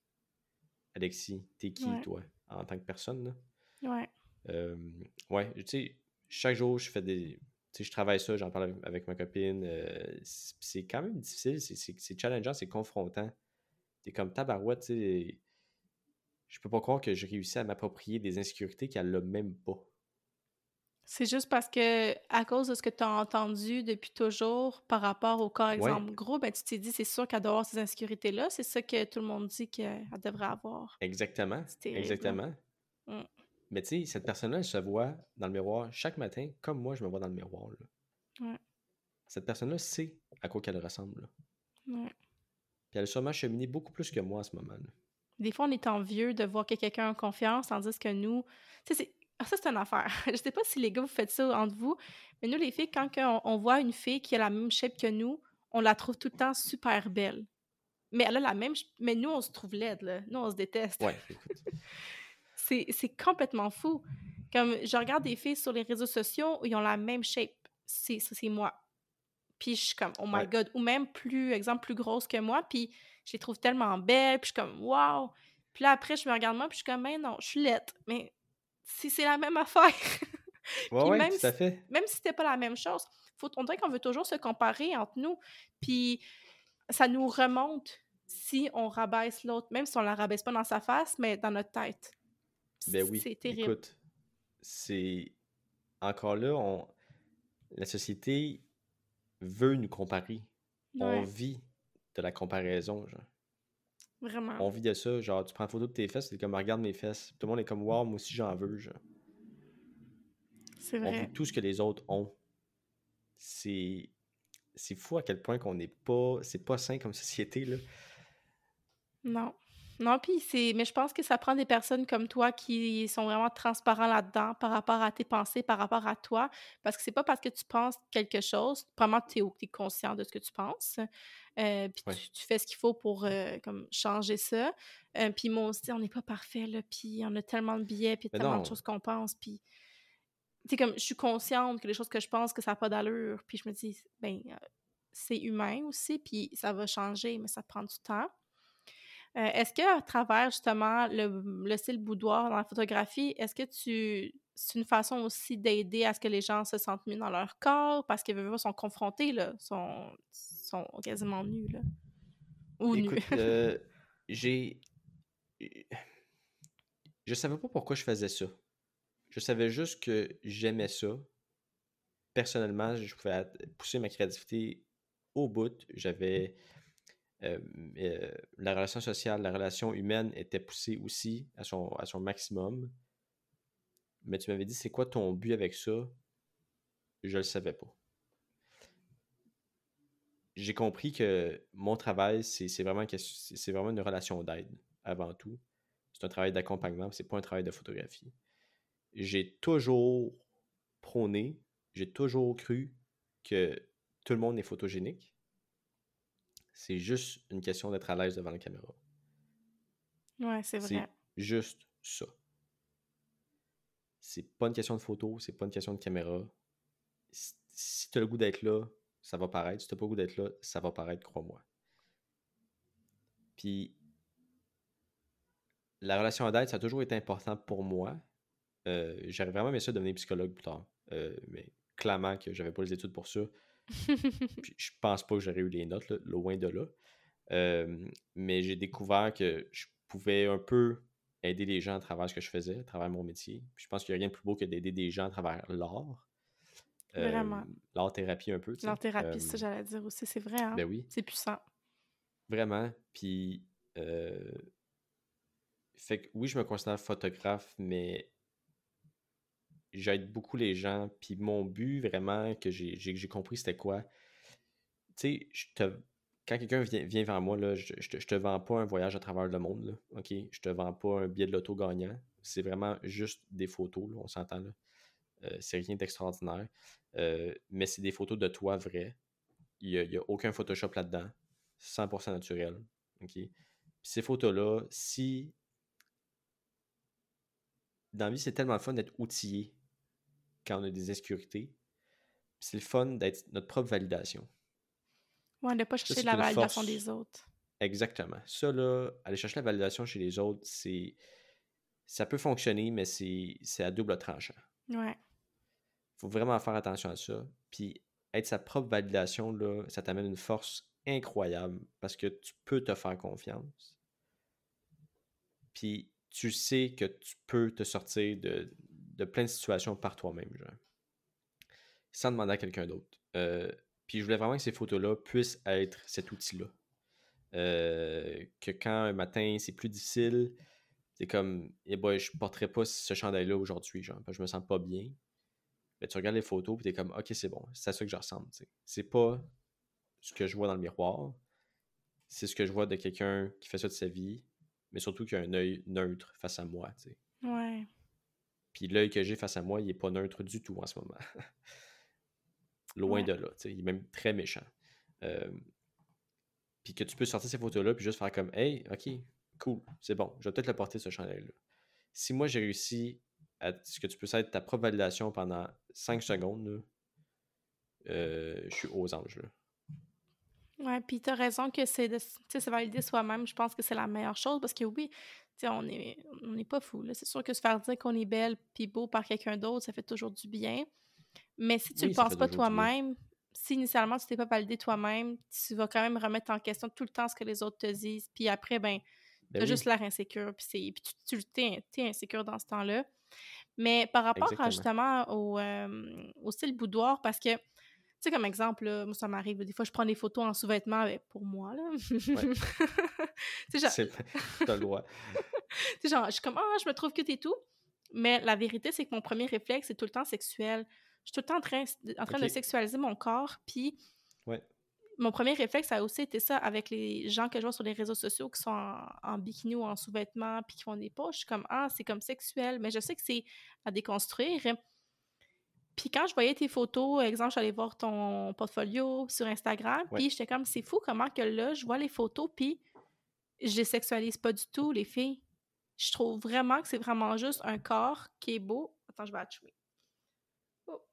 Alexis, t'es qui, Ouais, toi, en tant que personne, là? ouais. Euh, ouais, tu sais, chaque jour, je fais des. Tu sais, je travaille ça, j'en parle avec ma copine. C'est quand même difficile, c'est challengeant, c'est confrontant. T'es comme tabarouette, tu sais. Je peux pas croire que j'ai réussi à m'approprier des insécurités qu'elle a même pas. C'est juste parce que, à cause de ce que tu as entendu depuis toujours par rapport au corps, Ouais, exemple, gros, ben, tu t'es dit, c'est sûr qu'elle doit avoir ces insécurités-là. C'est ça que tout le monde dit qu'elle devrait avoir. exactement. C'est terrible. Exactement. Mm. Mais tu sais, cette personne-là, elle se voit dans le miroir chaque matin, comme moi, je me vois dans le miroir, là. Ouais, Cette personne-là sait à quoi qu'elle ressemble, là. ouais. Puis elle a sûrement cheminé beaucoup plus que moi à ce moment-là. Des fois, on est envieux de voir que quelqu'un a confiance, tandis que nous, tu sais, ça, c'est une affaire. Je sais pas si les gars, vous faites ça entre vous, mais nous, les filles, on voit une fille qui a la même shape que nous, on la trouve tout le temps super belle. Mais elle a la même... Mais nous, on se trouve laide, là. Nous, on se déteste. Ouais, écoute. C'est complètement fou. Comme, je regarde des filles sur les réseaux sociaux où ils ont la même shape. C'est moi. Puis je suis comme, oh my Ouais. God. Ou même plus grosse que moi. Puis je les trouve tellement belles. Puis je suis comme, wow. Puis là, après, je me regarde moi. Puis je suis comme, mais non, je suis laide. Mais si c'est la même affaire. Ouais, Puis ouais, tout à fait. même si c'était pas la même chose, on dirait qu'on veut toujours se comparer entre nous. Puis ça nous remonte si on rabaisse l'autre, même si on la rabaisse pas dans sa face, mais dans notre tête. Ben oui. C'est terrible. Écoute, c'est. Encore là, la société veut nous comparer. On Ouais, vit de la comparaison, genre. vraiment. On vit de ça. Genre, tu prends une photo de tes fesses, c'est comme, regarde mes fesses. Tout le monde est comme, wow, moi aussi j'en veux, genre. C'est On veut vrai. tout ce que les autres ont. C'est. C'est fou à quel point qu'on n'est pas. C'est pas sain comme société, là. Non. Non, puis mais je pense que ça prend des personnes comme toi qui sont vraiment transparents là-dedans par rapport à tes pensées, par rapport à toi. Parce que c'est pas parce que tu penses quelque chose, vraiment, tu es conscient de ce que tu penses. Puis Ouais. tu fais ce qu'il faut pour comme changer ça. Puis moi aussi, on n'est pas parfait, là. Puis on a tellement de billets, puis Mais tellement de non. choses qu'on pense. Puis, tu sais, comme je suis consciente que les choses que je pense, que ça n'a pas d'allure. Puis je me dis, ben, c'est humain aussi, puis ça va changer, mais ça prend du temps. Est-ce qu'à travers justement le style boudoir dans la photographie, est-ce que c'est une façon aussi d'aider à ce que les gens se sentent mieux dans leur corps parce qu'ils sont confrontés, là, sont quasiment nus, là, ou nus? Écoute, j'ai. Je savais pas pourquoi je faisais ça. Je savais juste que j'aimais ça. Personnellement, je pouvais pousser ma créativité au bout. J'avais euh, la relation sociale, la relation humaine était poussée aussi à son maximum. Mais tu m'avais dit, c'est quoi ton but avec ça? je le savais pas. J'ai compris que mon travail, c'est vraiment une relation d'aide avant tout. C'est un travail d'accompagnement, c'est pas un travail de photographie. J'ai toujours prôné, j'ai toujours cru que tout le monde est photogénique. C'est juste une question d'être à l'aise devant la caméra. Ouais, c'est vrai. C'est juste ça. C'est pas une question de photo, c'est pas une question de caméra. Si tu as le goût d'être là, ça va paraître. Si tu n'as pas le goût d'être là, ça va paraître, crois-moi. Puis, la relation d'aide, ça a toujours été important pour moi. J'aurais vraiment aimé ça devenir psychologue plus tard. Mais clairement que j'avais pas les études pour ça. Puis, je pense pas que j'aurais eu les notes, là, loin de là. Mais j'ai découvert que je pouvais un peu aider les gens à travers ce que je faisais, à travers mon métier. Puis je pense qu'il n'y a rien de plus beau que d'aider des gens à travers l'art. Vraiment. L'art-thérapie un peu, tu sais. L'art-thérapie, ça, j'allais dire aussi, c'est vrai, hein? Ben oui, C'est puissant. vraiment. Puis, fait que oui, je me considère photographe, mais j'aide beaucoup les gens. Puis mon but, vraiment, que j'ai compris, c'était quoi? Tu sais, quand quelqu'un vient vers moi, là, je te vends pas un voyage à travers le monde, là, OK? Je te vends pas un billet de loto gagnant. C'est vraiment juste des photos, là, on s'entend, là. C'est rien d'extraordinaire. Mais c'est des photos de toi vraies. Il y a aucun Photoshop là-dedans. 100% naturel. OK? Puis ces photos-là, si... Dans la vie, c'est tellement le fun d'être outillé quand on a des insécurités. Puis c'est le fun d'être notre propre validation. Ouais, de pas Ça, chercher c'est la une validation force. des autres. Exactement. Ça, là, aller chercher la validation chez les autres, ça peut fonctionner, mais c'est à double tranchant. Ouais. Faut vraiment faire attention à ça. Puis être sa propre validation, là, ça t'amène une force incroyable parce que tu peux te faire confiance. Puis tu sais que tu peux te sortir de plein de situations par toi-même, genre, sans demander à quelqu'un d'autre. Puis je voulais vraiment que ces photos-là puissent être cet outil-là. Que quand un matin c'est plus difficile, c'est comme, eh boy, je porterai pas ce chandail-là aujourd'hui, genre, parce que je me sens pas bien. Ben, tu regardes les photos, puis t'es comme, ok, c'est bon, c'est à ça que je ressemble, t'sais. C'est pas ce que je vois dans le miroir, c'est ce que je vois de quelqu'un qui fait ça de sa vie, mais surtout qui a un œil neutre face à moi, t'sais. Ouais. Puis l'œil que j'ai face à moi, il est pas neutre du tout en ce moment. Loin Ouais. de là, t'sais. Il est même très méchant. Puis que tu peux sortir ces photos-là, puis juste faire comme, hey, ok, cool, c'est bon, je vais peut-être le porter ce chandail-là. Si moi j'ai réussi à ce que tu peux être ta propre validation pendant 5 secondes, là, je suis aux anges, là. Ouais, puis t'as raison que c'est de se valider soi-même, je pense que c'est la meilleure chose parce que oui, tu sais, on n'est pas fou, là. C'est sûr que se faire dire qu'on est belle puis beau par quelqu'un d'autre, ça fait toujours du bien. Mais si tu le Oui, ça penses fait pas toujours du bien. toi-même, si initialement tu t'es pas validé toi-même, tu vas quand même remettre en question tout le temps ce que les autres te disent. Puis après, ben, Ben t'as juste oui, l'air insécure. Puis t'es insécure dans ce temps-là. Mais par rapport à, exactement. justement au style boudoir, parce que, tu sais, comme exemple, là, moi, ça m'arrive, des fois, je prends des photos en sous-vêtements pour moi, là. Ouais, Tu sais, genre, c'est... t'as le droit. tu sais, genre, je suis comme, ah, je me trouve cute et tout. Mais la vérité, c'est que mon premier réflexe, c'est tout le temps sexuel. Je suis tout le temps en train Ok, de sexualiser mon corps. Puis ouais, mon premier réflexe, ça a aussi été ça avec les gens que je vois sur les réseaux sociaux qui sont en bikini ou en sous-vêtements puis qui font des poches. Je suis comme, ah, c'est comme sexuel. Mais je sais que c'est à déconstruire. Puis quand je voyais tes photos, exemple, j'allais voir ton portfolio sur Instagram, ouais. puis j'étais comme, c'est fou comment que là, je vois les photos, puis je les sexualise pas du tout, les filles. Je trouve vraiment que c'est vraiment juste un corps qui est beau. Attends, je vais attuer. Oh.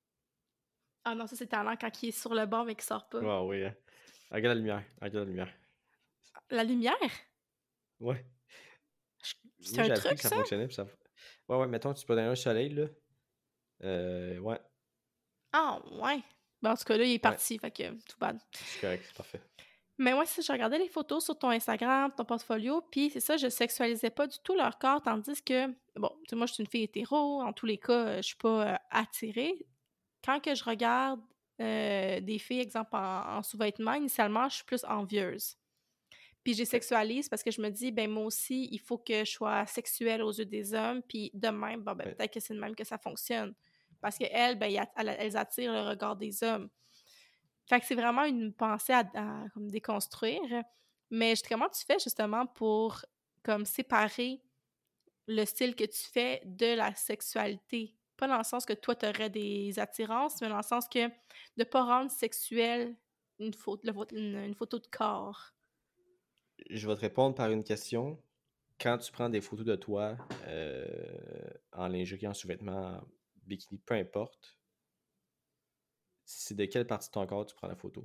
Ah non, ça c'est talent quand il est sur le bord mais qu'il sort pas. Ouais, oui, hein. Regarde la lumière, regarde la lumière. La lumière? Ouais. C'est Moi, un j'ai appris truc, que ça ça? fonctionnait, puis ça... Ouais, ouais, mettons, tu peux donner un soleil, là. Ouais, Ah, ouais. Ben, en tout cas, là, il est ouais, parti, fait que tout bad. c'est correct, c'est parfait. Mais moi, si je regardais les photos sur ton Instagram, ton portfolio, puis c'est ça, je sexualisais pas du tout leur corps, tandis que, bon, tu sais, moi, je suis une fille hétéro, en tous les cas, je suis pas attirée. Quand que je regarde des filles, exemple, en sous-vêtements, initialement, je suis plus envieuse. Puis je les Ouais, sexualise parce que je me dis, ben moi aussi, il faut que je sois sexuelle aux yeux des hommes, puis de même, bon, ben ouais, peut-être que c'est de même que ça fonctionne. Parce qu'elles, ben, elles attirent le regard des hommes. Fait que c'est vraiment une pensée à comme déconstruire. Mais comment tu fais justement pour comme séparer le style que tu fais de la sexualité? Pas dans le sens que toi, tu aurais des attirances, mais dans le sens que de pas rendre sexuel une photo de corps. Je vais te répondre par une question. Quand tu prends des photos de toi en lingerie, en sous-vêtements, en bikini, peu importe, c'est de quelle partie de ton corps tu prends la photo?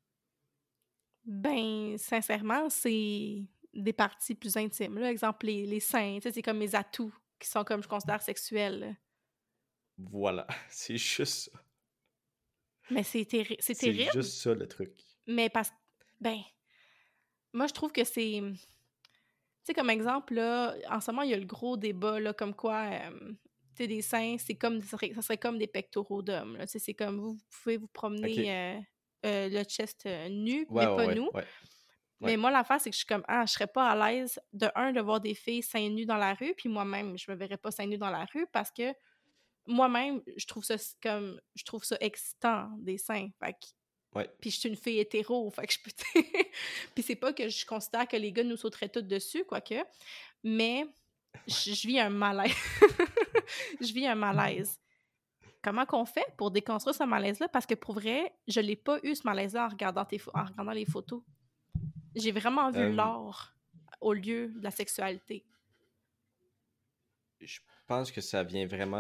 Ben, sincèrement, c'est des parties plus intimes, là. Exemple, les seins, tu sais, c'est comme mes atouts qui sont comme je considère sexuels, là. Voilà, c'est juste ça. Mais c'est C'est terrible, juste ça le truc. mais ben, moi, je trouve que c'est tu sais, comme exemple, là, en ce moment, il y a le gros débat, là, comme quoi, tu sais, des seins, c'est comme ça serait comme des pectoraux d'hommes, là. Tu sais, c'est comme vous pouvez vous Ok. promener, le chest, nu, Ouais, mais ouais, pas ouais, nous. ouais. Mais Ouais. moi, l'affaire, c'est que je suis comme: «Ah, je serais pas à l'aise, de voir des filles seins nus dans la rue», puis moi-même, je me verrais pas seins nus dans la rue parce que moi-même, je trouve ça excitant, des seins. Fait que Ouais. puis je suis une fille hétéro, fait que je peux puis c'est pas que je considère que les gars nous sauteraient tous dessus, quoique, mais je vis un malaise. Je vis un malaise. Comment qu'on fait pour déconstruire ce malaise-là? Parce que pour vrai, je l'ai pas eu ce malaise-là en regardant les photos. J'ai vraiment vu Euh, l'art au lieu de la sexualité. je pense que ça vient vraiment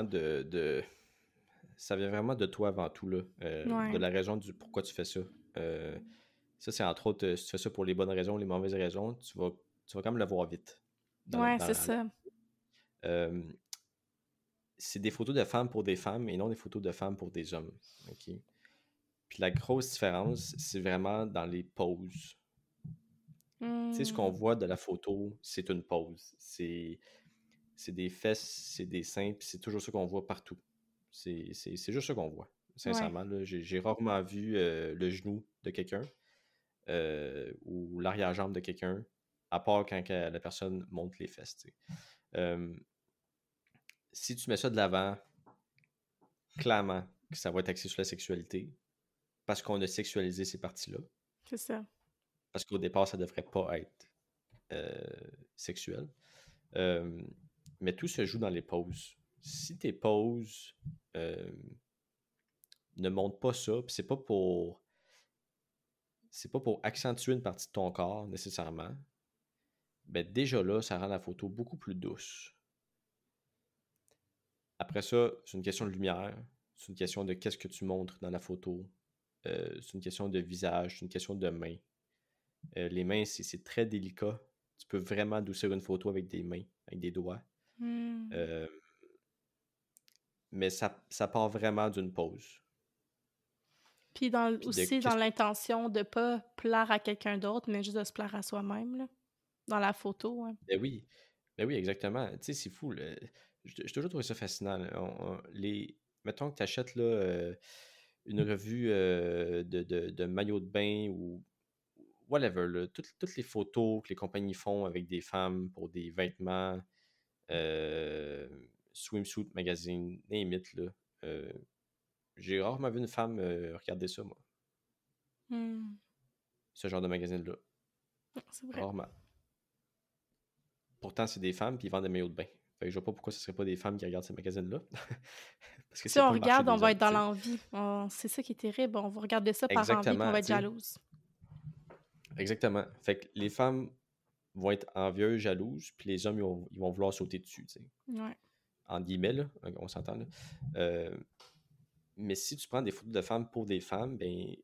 ça vient vraiment de toi avant tout, là. De Ouais. la raison du pourquoi tu fais ça. Euh, Ça, c'est entre autres, si tu fais ça pour les bonnes raisons, les mauvaises raisons, tu vas quand même le voir vite Ouais, dans c'est ça. euh, c'est des photos de femmes pour des femmes et non des photos de femmes pour des hommes. OK? Puis la grosse différence, c'est vraiment dans les poses. Tu sais, ce qu'on Mmh. voit de la photo, c'est une pose. C'est des fesses, c'est des seins, puis c'est toujours ça qu'on voit partout. C'est juste ça qu'on voit. Ouais. Sincèrement, là, j'ai rarement vu le genou de quelqu'un ou l'arrière-jambe de quelqu'un, à part quand la personne monte les fesses. Tu sais. Euh, Si tu mets ça de l'avant, clairement que ça va être axé sur la sexualité, parce qu'on a sexualisé ces parties-là, C'est ça. parce qu'au départ, ça devrait pas être sexuel. Euh, mais tout se joue dans les poses. Si tes poses ne montrent pas ça, puis c'est pas pour accentuer une partie de ton corps nécessairement, ben déjà là, ça rend la photo beaucoup plus douce. Après ça, c'est une question de lumière, c'est une question de qu'est-ce que tu montres dans la photo, c'est une question de visage, c'est une question de main. Les mains, c'est très délicat. Tu peux vraiment adoucir une photo avec des mains, avec des doigts. Mmh. Euh, mais ça part vraiment d'une pause. Puis Puis de aussi dans qu'est-ce que tu... l'intention de pas plaire à quelqu'un d'autre, mais juste de se plaire à soi-même, là, dans la photo, ouais. Ben oui, ben oui, exactement. Tu sais, c'est fou. J'ai toujours trouvé ça fascinant. Là. Mettons que tu achètes là, une revue de maillot de bain ou whatever, là, toutes les photos que les compagnies font avec des femmes pour des vêtements, euh, swimsuit magazine, name it, là. Euh, j'ai rarement vu une femme regarder ça, moi, Mmh. ce genre de magazine-là. C'est vrai. Rarement. Pourtant, c'est des femmes puis ils vendent des maillots de bain. Fait que je vois pas pourquoi ce serait pas des femmes qui regardent ces magazines-là. Parce que Si c'est on pas le marché regarde, on des va hommes, être dans tu sais. l'envie. C'est ça qui est terrible. On va regarder ça par envie, puis on Exactement, va être tu sais. jalouse. Exactement. Fait que les femmes vont être envieuses, jalouses, puis les hommes, ils vont vouloir sauter dessus, tu sais. Ouais. En guillemets, là, on s'entend, là. Euh, mais si tu prends des photos de femmes pour des femmes, ben,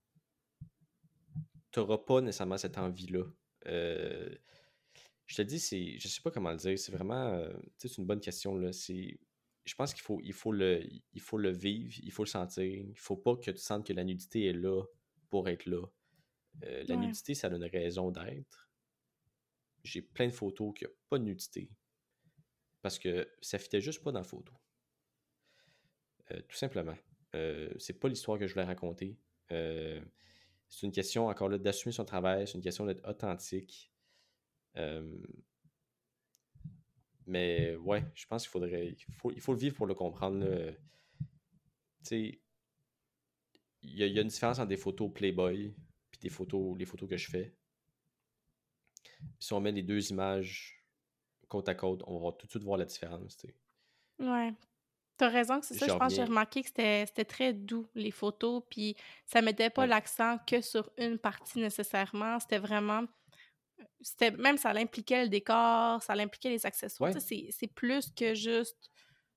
t'auras pas nécessairement cette envie-là. Euh, je te dis, je sais pas comment le dire, c'est vraiment, tu sais, c'est une bonne question, là. Je pense qu'il faut le vivre, il faut le sentir. Il faut pas que tu sentes que la nudité est là pour être là. La Ouais. nudité, ça a une raison d'être. J'ai plein de photos qui n'ont pas de nudité parce que ça fitait juste pas dans la photo. Tout simplement. C'est pas l'histoire que je voulais raconter. Euh, c'est une question, encore là, d'assumer son travail, c'est une question d'être authentique. Euh, mais ouais, je pense qu'il faut le vivre pour le comprendre, là. sais, il y a une différence entre des photos Playboy puis les photos que je fais. Puis si on met les deux images côte à côte, on va tout de suite voir la différence, tu sais. Ouais. T'as raison que c'est ça, Je je pense que j'ai reviens, remarqué que c'était très doux, les photos, puis ça mettait pas ouais, l'accent que sur une partie nécessairement, c'était vraiment c'était même ça l'impliquait le décor, ça l'impliquait les accessoires, tu ouais, sais, c'est plus que juste,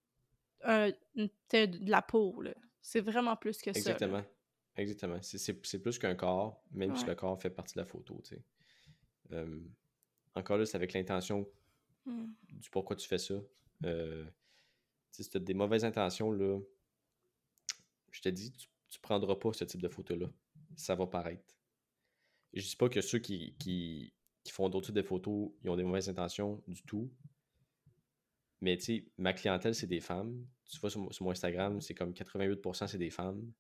de la peau, là. C'est vraiment plus que ça, là. exactement. Exactement. C'est plus qu'un corps, même si Ouais. le corps fait partie de la photo, tu sais. Euh, Encore là, c'est avec l'intention Mmh. du pourquoi tu fais ça. Tu sais, si tu as des mauvaises intentions, là, je te dis, tu prendras pas ce type de photo-là. Ça va paraître. Je dis pas que ceux qui font d'autres types de photos, ils ont des mauvaises intentions du tout. Mais tu sais, ma clientèle, c'est des femmes. Tu vois sur mon Instagram, c'est comme 88% c'est des femmes.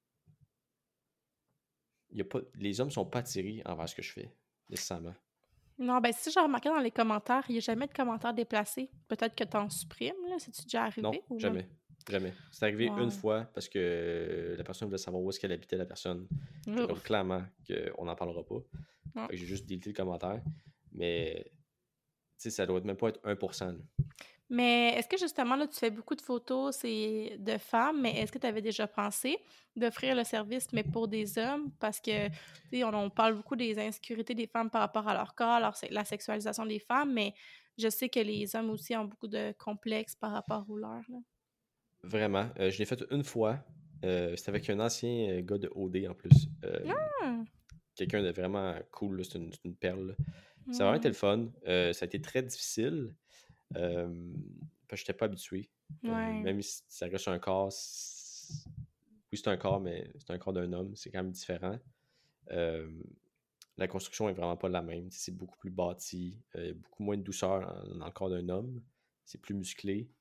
Les hommes sont pas attirés envers ce que je fais, nécessairement. Non, ben, si j'ai remarqué dans les commentaires, il y a jamais de commentaires déplacés. Peut-être que tu en supprimes, là? C'est-tu déjà Non, arrivé ou même jamais. Jamais. C'est arrivé une wow. fois parce que la personne voulait savoir où est-ce qu'elle habitait, la personne. J'ai comme Ouf. clairement qu'on n'en parlera pas. Non. Fait que j'ai juste deleté le commentaire. Mais, tu sais, ça doit même pas être 1%. Là. Mais est-ce que justement, là, tu fais beaucoup de photos, c'est de femmes, mais est-ce que tu avais déjà pensé d'offrir le service, mais pour des hommes? Parce que, tu sais, on parle beaucoup des insécurités des femmes par rapport à leur corps, la sexualisation des femmes, mais je sais que les hommes aussi ont beaucoup de complexes par rapport au leur, là. Vraiment. Je l'ai fait une fois. C'était avec un ancien gars de OD en plus. Ah! Quelqu'un de vraiment cool. Là. C'est une perle. Là. Ça a vraiment été Ouais, le fun. Ça a été très difficile. Parce que je n'étais pas habitué. ouais. Même si ça reste un corps. Oui, c'est un corps, mais c'est un corps d'un homme. C'est quand même différent. Euh, la construction est vraiment pas la même. C'est beaucoup plus bâti. Beaucoup moins de douceur dans le corps d'un homme. C'est plus musclé.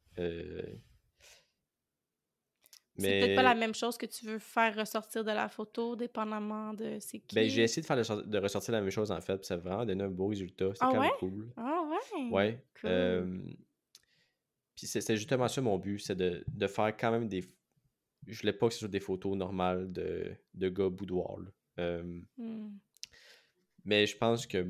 C'est peut-être pas la Mais même chose que tu veux faire ressortir de la photo, dépendamment de c'est ben, j'ai qui. essayé de faire de ressortir la même chose en fait, puis ça a vraiment donné un beau résultat. C'était Ah quand même ouais? cool. Ah ouais! Ouais. Cool. Puis c'est justement ça mon but, c'est de faire quand même des. Je voulais pas que ce soit des photos normales de gars boudoir. Là. Mmh. Mais je pense que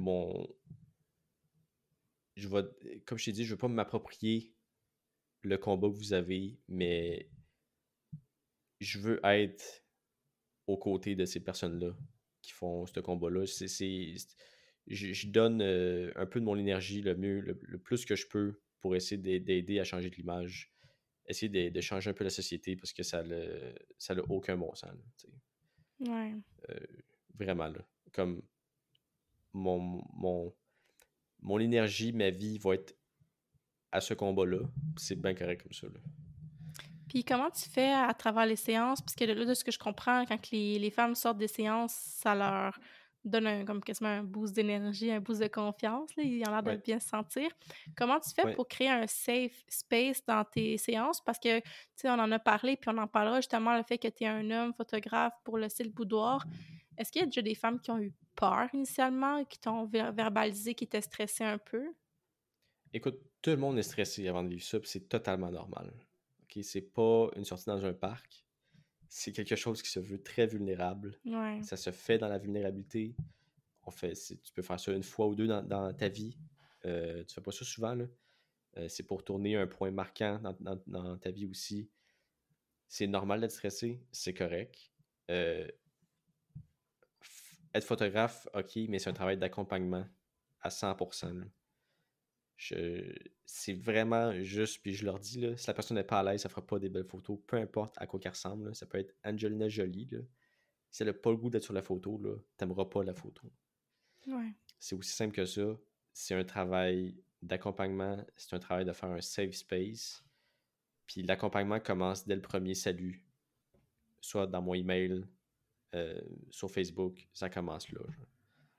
je vais, comme je t'ai dit, je veux pas m'approprier le combat que vous avez, mais je veux être aux côtés de ces personnes-là qui font ce combat-là. Je donne un peu de mon énergie le plus que je peux pour essayer d'aider à changer de l'image, essayer de changer un peu la société parce que ça n'a aucun bon sens. Là, tu sais. Ouais. Euh, Vraiment, là. Comme mon, mon, mon énergie, ma vie va être à ce combat-là. C'est bien correct comme ça. Là. Puis comment tu fais à travers les séances? Puisque là, de ce que je comprends, quand les femmes sortent des séances, ça leur donne comme quasiment un boost d'énergie, un boost de confiance, là. Ils ont l'air de Ouais, bien se sentir. Comment tu fais ouais. pour créer un safe space dans tes séances? Parce que, tu sais, on en a parlé, puis on en parlera justement, le fait que tu es un homme photographe pour le style boudoir. Est-ce qu'il y a déjà des femmes qui ont eu peur initialement, qui t'ont verbalisé, qui étaient stressées un peu? Écoute, tout le monde est stressé avant de vivre ça, puis c'est totalement normal. Ok, c'est pas une sortie dans un parc. C'est quelque chose qui se veut très vulnérable. Ouais. Ça se fait dans la vulnérabilité. Tu peux faire ça une fois ou deux dans ta vie. Tu fais pas ça souvent, là. C'est pour tourner un point marquant dans ta vie aussi. C'est normal d'être stressé, c'est correct. Être photographe, ok, mais c'est un travail d'accompagnement à 100%. Là. C'est vraiment juste, puis je leur dis, là, si la personne n'est pas à l'aise, ça fera pas des belles photos, peu importe à quoi qu'elle ressemble. Là. Ça peut être Angelina Jolie. Là. Si elle n'a pas le goût d'être sur la photo, là, t'aimeras pas la photo. Ouais. C'est aussi simple que ça. C'est un travail d'accompagnement, c'est un travail de faire un safe space. Puis l'accompagnement commence dès le premier salut, soit dans mon email, sur Facebook, ça commence là. Genre.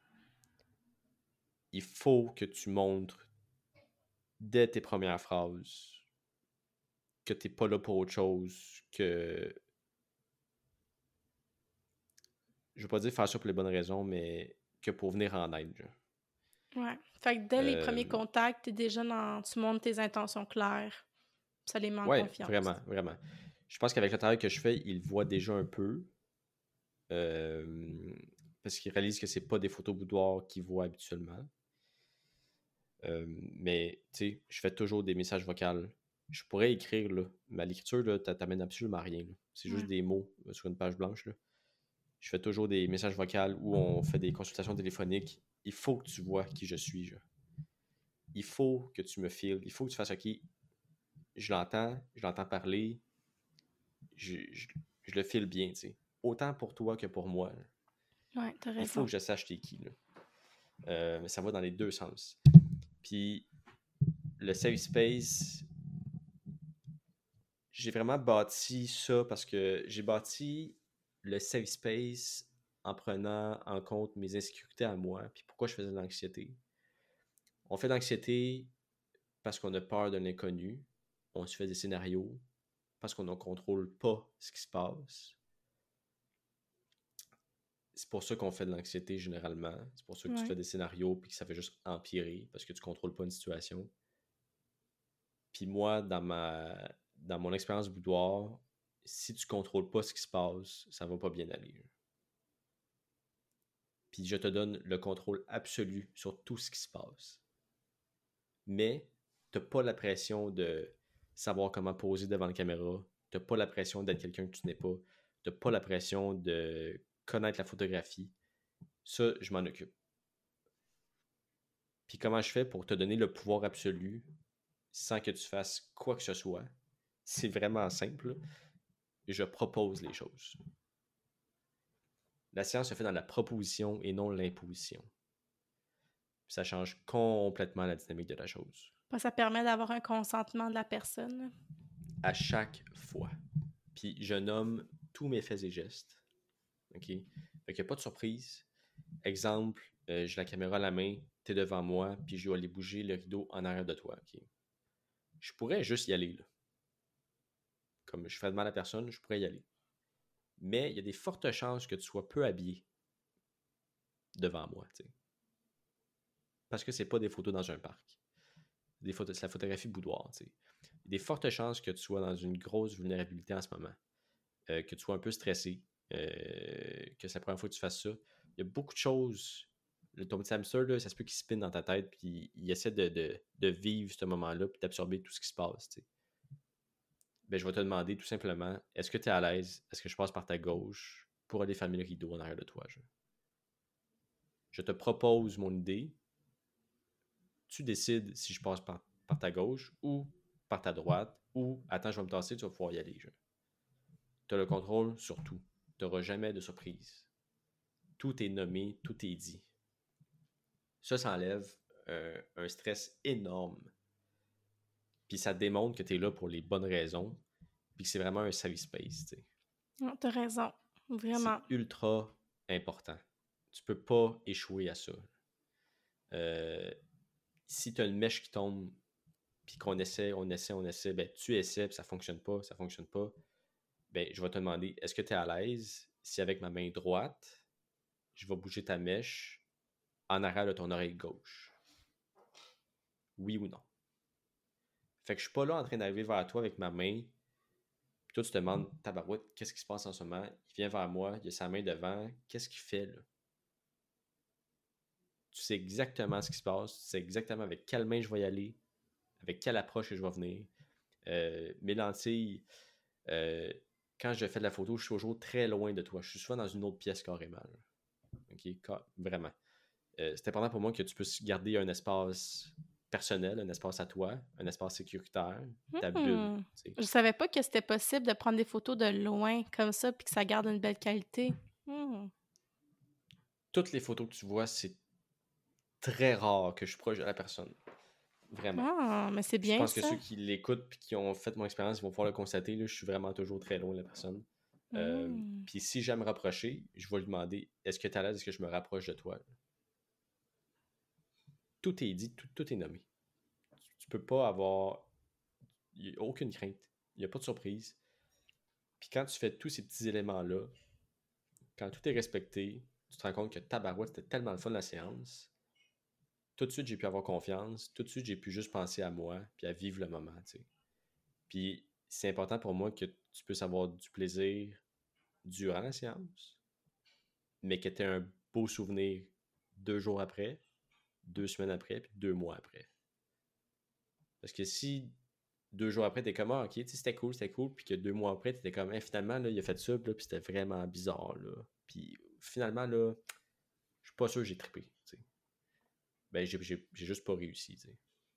Il faut que tu montres dès tes premières phrases que t'es pas là pour autre chose que. Je veux pas dire faire ça pour les bonnes raisons, mais que pour venir en aide. Genre. Ouais. Fait que dès les premiers Euh, contacts, t'es déjà tu montres tes intentions claires. Ça les met en ouais, confiance. vraiment, vraiment. Je pense qu'avec le travail que je fais, il voit déjà un peu. Parce qu'il réalise que c'est pas des photos boudoir qu'il voit habituellement. Mais, tu sais, je fais toujours des messages vocaux. Je pourrais écrire, là. Ma l'écriture, là, t'amène absolument rien, là. C'est juste des mots sur une page blanche, là. Je fais toujours des messages vocaux où on fait des consultations téléphoniques. Il faut que tu vois qui je suis, genre. Il faut que tu me files. Il faut que tu fasses OK. Je l'entends parler. Je, je- je le file bien, tu sais. Autant pour toi que pour moi, là. Ouais, t'as Il faut raison. que je sache t'es qui, là. Mais ça va dans les deux sens. Puis le safe space, j'ai vraiment bâti ça parce que j'ai bâti le safe space en prenant en compte mes insécurités à moi, puis pourquoi je faisais de l'anxiété. On fait de l'anxiété parce qu'on a peur de l'inconnu, on se fait des scénarios, parce qu'on ne contrôle pas ce qui se passe. C'est pour ça qu'on fait de l'anxiété généralement. C'est pour ça que tu te fais des scénarios puis que ça fait juste empirer parce que tu ne contrôles pas une situation. Puis moi, dans mon expérience boudoir, si tu ne contrôles pas ce qui se passe, ça va pas bien aller. Puis je te donne le contrôle absolu sur tout ce qui se passe. Mais tu n'as pas la pression de savoir comment poser devant la caméra. Tu n'as pas la pression d'être quelqu'un que tu n'es pas. Tu n'as pas la pression de connaître la photographie. Ça, je m'en occupe. Puis comment je fais pour te donner le pouvoir absolu sans que tu fasses quoi que ce soit? C'est vraiment simple. Je propose les choses. La science se fait dans la proposition et non l'imposition. Puis ça change complètement la dynamique de la chose. Ça permet d'avoir un consentement de la personne. À chaque fois. Puis je nomme tous mes faits et gestes. OK? Fait qu'il n'y a pas de surprise. Exemple, j'ai la caméra à la main, t'es devant moi, puis je dois aller bouger le rideau en arrière de toi. OK? Je pourrais juste y aller, là. Comme je fais de mal à personne, je pourrais y aller. Mais il y a des fortes chances que tu sois peu habillé devant moi, tu sais. Parce que c'est pas des photos dans un parc. C'est la photographie boudoir, tu sais. Il y a des fortes chances que tu sois dans une grosse vulnérabilité en ce moment. Que tu sois un peu stressé. Que c'est la première fois que tu fasses ça. Il y a beaucoup de choses. Ton petit hamster, là, ça se peut qu'il spinne dans ta tête, puis il essaie de vivre ce moment-là, puis d'absorber tout ce qui se passe, tu sais. Ben, je vais te demander tout simplement, est-ce que tu es à l'aise? Est-ce que je passe par ta gauche pour aller fermer le rideau en arrière de toi? Je te propose mon idée. Tu décides si je passe par ta gauche ou par ta droite ou attends, je vais me tasser, tu vas pouvoir y aller. Tu as le contrôle sur tout. Tu n'auras jamais de surprise. Tout est nommé, tout est dit. Ça enlève un stress énorme. Puis ça démontre que tu es là pour les bonnes raisons. Puis que c'est vraiment un safe space. T'sais. Non, t'as raison. Vraiment. C'est ultra important. Tu peux pas échouer à ça. Si tu as une mèche qui tombe, puis qu'on essaie, ben tu essaies, puis ça fonctionne pas, ben je vais te demander, est-ce que tu es à l'aise si avec ma main droite, je vais bouger ta mèche en arrière de ton oreille gauche? Oui ou non? Fait que je suis pas là en train d'arriver vers toi avec ma main, puis toi tu te demandes, tabarouette, qu'est-ce qui se passe en ce moment? Il vient vers moi, il a sa main devant, qu'est-ce qu'il fait là? Tu sais exactement ce qui se passe, tu sais exactement avec quelle main je vais y aller, avec quelle approche je vais venir. Mes lentilles, quand je fais de la photo, je suis toujours très loin de toi. Je suis souvent dans une autre pièce carrément. OK? Vraiment. C'est important pour moi que tu puisses garder un espace personnel, un espace à toi, un espace sécuritaire, ta bulle. T'sais. Je savais pas que c'était possible de prendre des photos de loin comme ça puis que ça garde une belle qualité. Toutes les photos que tu vois, c'est très rare que je suis proche de la personne. Vraiment. Ah, mais c'est Je bien pense que ça. ceux qui l'écoutent et qui ont fait mon expérience, ils vont pouvoir le constater. Là, je suis vraiment toujours très loin de la personne. Puis si j'aime me rapprocher, je vais lui demander, est-ce que tu es à l'aise, est-ce que je me rapproche de toi? Tout est dit, tout est nommé. Tu peux pas avoir... Il n'y a aucune crainte. Il n'y a pas de surprise. Puis quand tu fais tous ces petits éléments-là, quand tout est respecté, tu te rends compte que tabarouette, c'était tellement le fun la séance. Tout de suite, j'ai pu avoir confiance. Tout de suite, j'ai pu juste penser à moi puis à vivre le moment. T'sais. Puis c'est important pour moi que tu puisses avoir du plaisir durant la séance, mais que tu aies un beau souvenir 2 jours après, 2 semaines après, puis 2 mois après. Parce que si 2 jours après, t'es comme, ah, ok, c'était cool, puis que 2 mois après, t'étais comme, finalement, là, il a fait ça, puis c'était vraiment bizarre, là. Puis finalement, là, je suis pas sûr que j'ai trippé, tu sais. Ben, j'ai juste pas réussi, tu sais.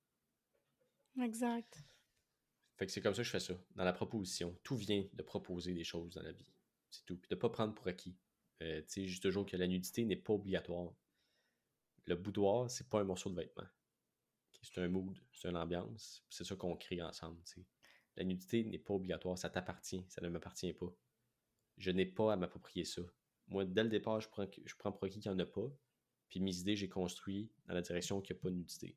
Exact. Fait que c'est comme ça que je fais ça. Dans la proposition, tout vient de proposer des choses dans la vie. C'est tout. Puis de pas prendre pour acquis. Tu sais, juste toujours que la nudité n'est pas obligatoire. Le boudoir, c'est pas un morceau de vêtement. C'est un mood, c'est une ambiance. C'est ça qu'on crée ensemble, tu sais. La nudité n'est pas obligatoire, ça t'appartient, ça ne m'appartient pas. Je n'ai pas à m'approprier ça. Moi, dès le départ, je prends pour acquis qu'il n'y en a pas. Puis mes idées, j'ai construit dans la direction qu'il n'y a pas de nudité.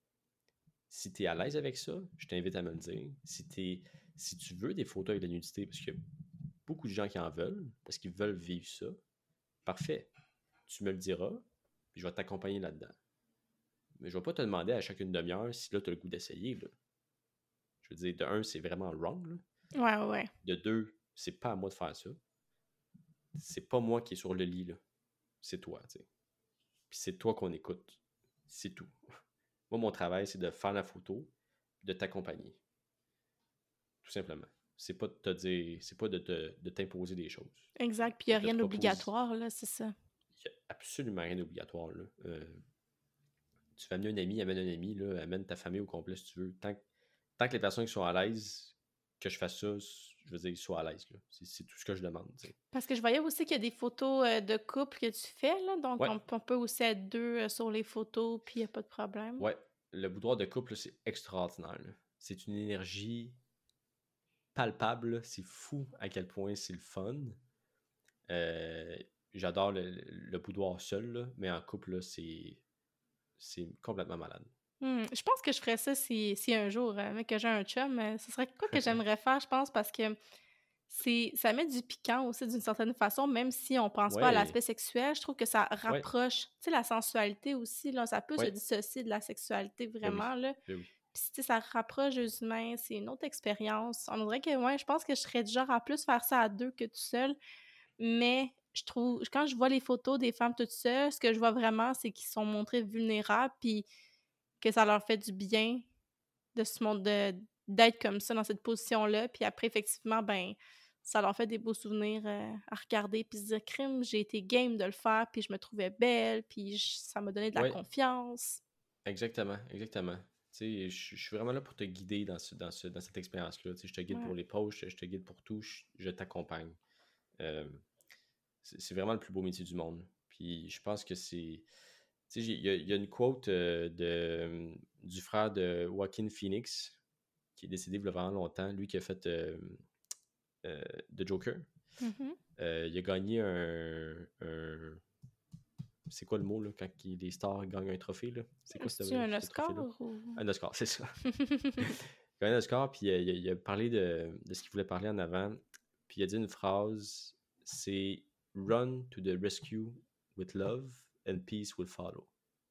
Si tu es à l'aise avec ça, je t'invite à me le dire. Si tu veux des photos avec de la nudité, parce qu'il y a beaucoup de gens qui en veulent, parce qu'ils veulent vivre ça, parfait. Tu me le diras, puis je vais t'accompagner là-dedans. Mais je ne vais pas te demander à chacune demi-heure si là, tu as le goût d'essayer. Là. Je veux dire, de un, c'est vraiment wrong. Là. Ouais. De deux, c'est pas à moi de faire ça. C'est pas moi qui est sur le lit, là. C'est toi, tu sais. Puis c'est toi qu'on écoute. C'est tout. Moi, mon travail, c'est de faire la photo, de t'accompagner. Tout simplement. C'est pas de te dire, c'est pas de t'imposer des choses. Exact. Puis il n'y a rien d'obligatoire, là, c'est ça. Il n'y a absolument rien d'obligatoire, là. Tu vas amener un ami, amène un ami, là, amène ta famille au complet si tu veux. Tant que les personnes qui sont à l'aise, que je fasse ça, je veux dire, ils soient à l'aise. Là. C'est tout ce que je demande. T'sais. Parce que je voyais aussi qu'il y a des photos de couple que tu fais, là, donc ouais. on peut aussi être deux sur les photos, puis il n'y a pas de problème. Ouais, le boudoir de couple, là, c'est extraordinaire. Là. C'est une énergie palpable. Là. C'est fou à quel point c'est le fun. J'adore le boudoir seul, là, mais en couple, là, c'est complètement malade. Je pense que je ferais ça si un jour, que j'ai un chum, ce serait quoi que j'aimerais faire, je pense, parce que ça met du piquant aussi d'une certaine façon, même si on pense pas à l'aspect sexuel, je trouve que ça rapproche, tu sais, la sensualité aussi, là, ça peut se dissocier de la sexualité vraiment, là. Ben oui. Puis, tu sais, ça rapproche les humains, c'est une autre expérience. On dirait que, je pense que je serais du genre à plus faire ça à deux que tout seul, mais je trouve, quand je vois les photos des femmes toutes seules, ce que je vois vraiment, c'est qu'ils sont montrés vulnérables, puis que ça leur fait du bien de ce monde d'être comme ça, dans cette position-là. Puis après, effectivement, ça leur fait des beaux souvenirs à regarder, puis se dire, crime, j'ai été game de le faire, puis je me trouvais belle, puis ça m'a donné de la confiance. Exactement. Tu sais, je suis vraiment là pour te guider dans cette expérience-là. Tu sais, je te guide pour les posts, je te guide pour tout, je t'accompagne. C'est vraiment le plus beau métier du monde. Puis je pense que c'est... Tu sais, il y a une quote du frère de Joaquin Phoenix, qui est décédé il y a vraiment longtemps, lui qui a fait The Joker. Mm-hmm. Il a gagné un... C'est quoi le mot, là, quand les stars gagnent un trophée, là? C'est quoi un Oscar ou... Un Oscar, c'est ça. Il a gagné un Oscar, puis il a parlé de ce qu'il voulait parler en avant. Puis il a dit une phrase, c'est « Run to the rescue with love and peace will follow ».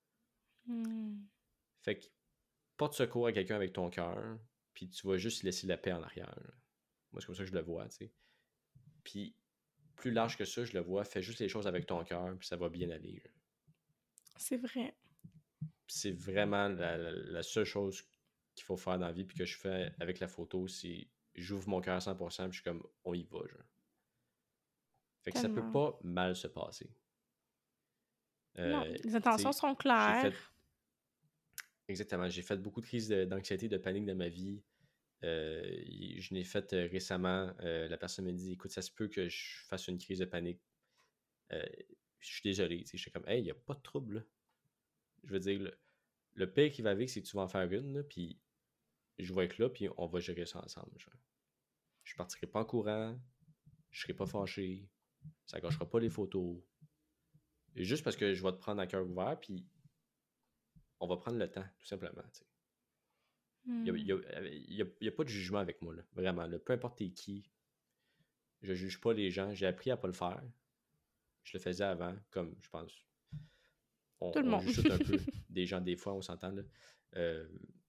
Fait que porte secours à quelqu'un avec ton cœur, puis tu vas juste laisser la paix en arrière. Là. Moi, c'est comme ça que je le vois, tu sais. Puis, plus large que ça, je le vois, fais juste les choses avec ton cœur, puis ça va bien aller. Là. C'est vrai. Puis c'est vraiment la seule chose qu'il faut faire dans la vie, puis que je fais avec la photo, c'est j'ouvre mon cœur à 100%, puis je suis comme, on y va, genre. Fait que ça peut pas mal se passer. Non, les intentions sont claires. Exactement. J'ai fait beaucoup de crises d'anxiété, de panique dans ma vie. Je l'ai fait récemment. La personne m'a dit, écoute, ça se peut que je fasse une crise de panique. Je suis désolé. Je suis comme, hey, il n'y a pas de trouble. Là. Je veux dire, le pire qui va avec, c'est que tu vas en faire une, puis je vais être là, puis on va gérer ça ensemble. Genre. Je partirai pas en courant, je serai pas fâché, ça gâchera pas les photos. Et juste parce que je vais te prendre à cœur ouvert, puis on va prendre le temps, tout simplement. Il n'y a pas de jugement avec moi, là, vraiment. Là. Peu importe t'es qui, je juge pas les gens. J'ai appris à pas le faire. Je le faisais avant, comme je pense. Tout le monde. Juge tout un peu des gens, des fois, on s'entend. Là.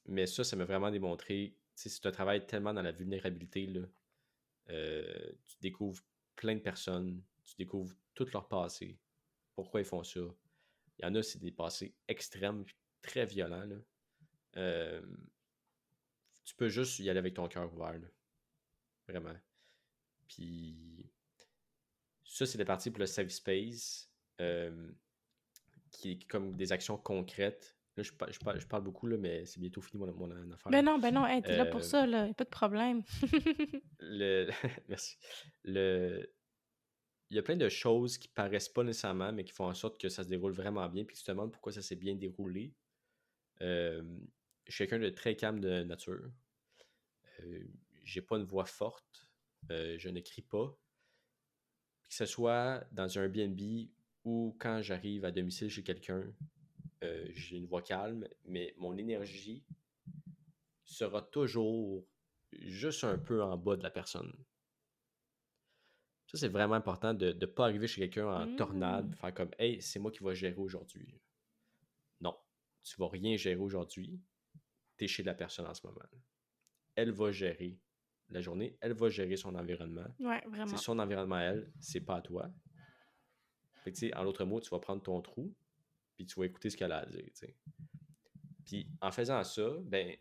Mais ça m'a vraiment démontré, tu sais, c'est un travail tellement dans la vulnérabilité, là. Tu découvres plein de personnes, tu découvres tout leur passé, pourquoi ils font ça. Il y en a, c'est des passés extrêmes, puis très violents, là. Euh, Tu peux juste y aller avec ton cœur ouvert, là. Vraiment. Puis ça, c'est la partie pour le safe space, qui est comme des actions concrètes. Là, je parle beaucoup, là, mais c'est bientôt fini mon affaire. Ben non, hey, t'es là pour ça, là, y a pas de problème. Le... Merci. Le... Il y a plein de choses qui paraissent pas nécessairement, mais qui font en sorte que ça se déroule vraiment bien, puis tu te demandes pourquoi ça s'est bien déroulé. Euh, je suis quelqu'un de très calme de nature. Euh, j'ai pas une voix forte. Je ne crie pas. Puis que ce soit dans un BNB ou quand j'arrive à domicile chez quelqu'un, j'ai une voix calme, mais mon énergie sera toujours juste un peu en bas de la personne. Ça, c'est vraiment important de ne pas arriver chez quelqu'un en tornade, faire comme hey, c'est moi qui vais gérer aujourd'hui. Non, tu vas rien gérer aujourd'hui. Tu es chez la personne en ce moment. Elle va gérer la journée, elle va gérer son environnement. Ouais, C'est vraiment. son environnement à elle, c'est pas à toi. Fait que, tu sais, en d'autres mots, tu vas prendre ton trou, puis tu vas écouter ce qu'elle a à dire. T'sais. Puis en faisant ça, ben,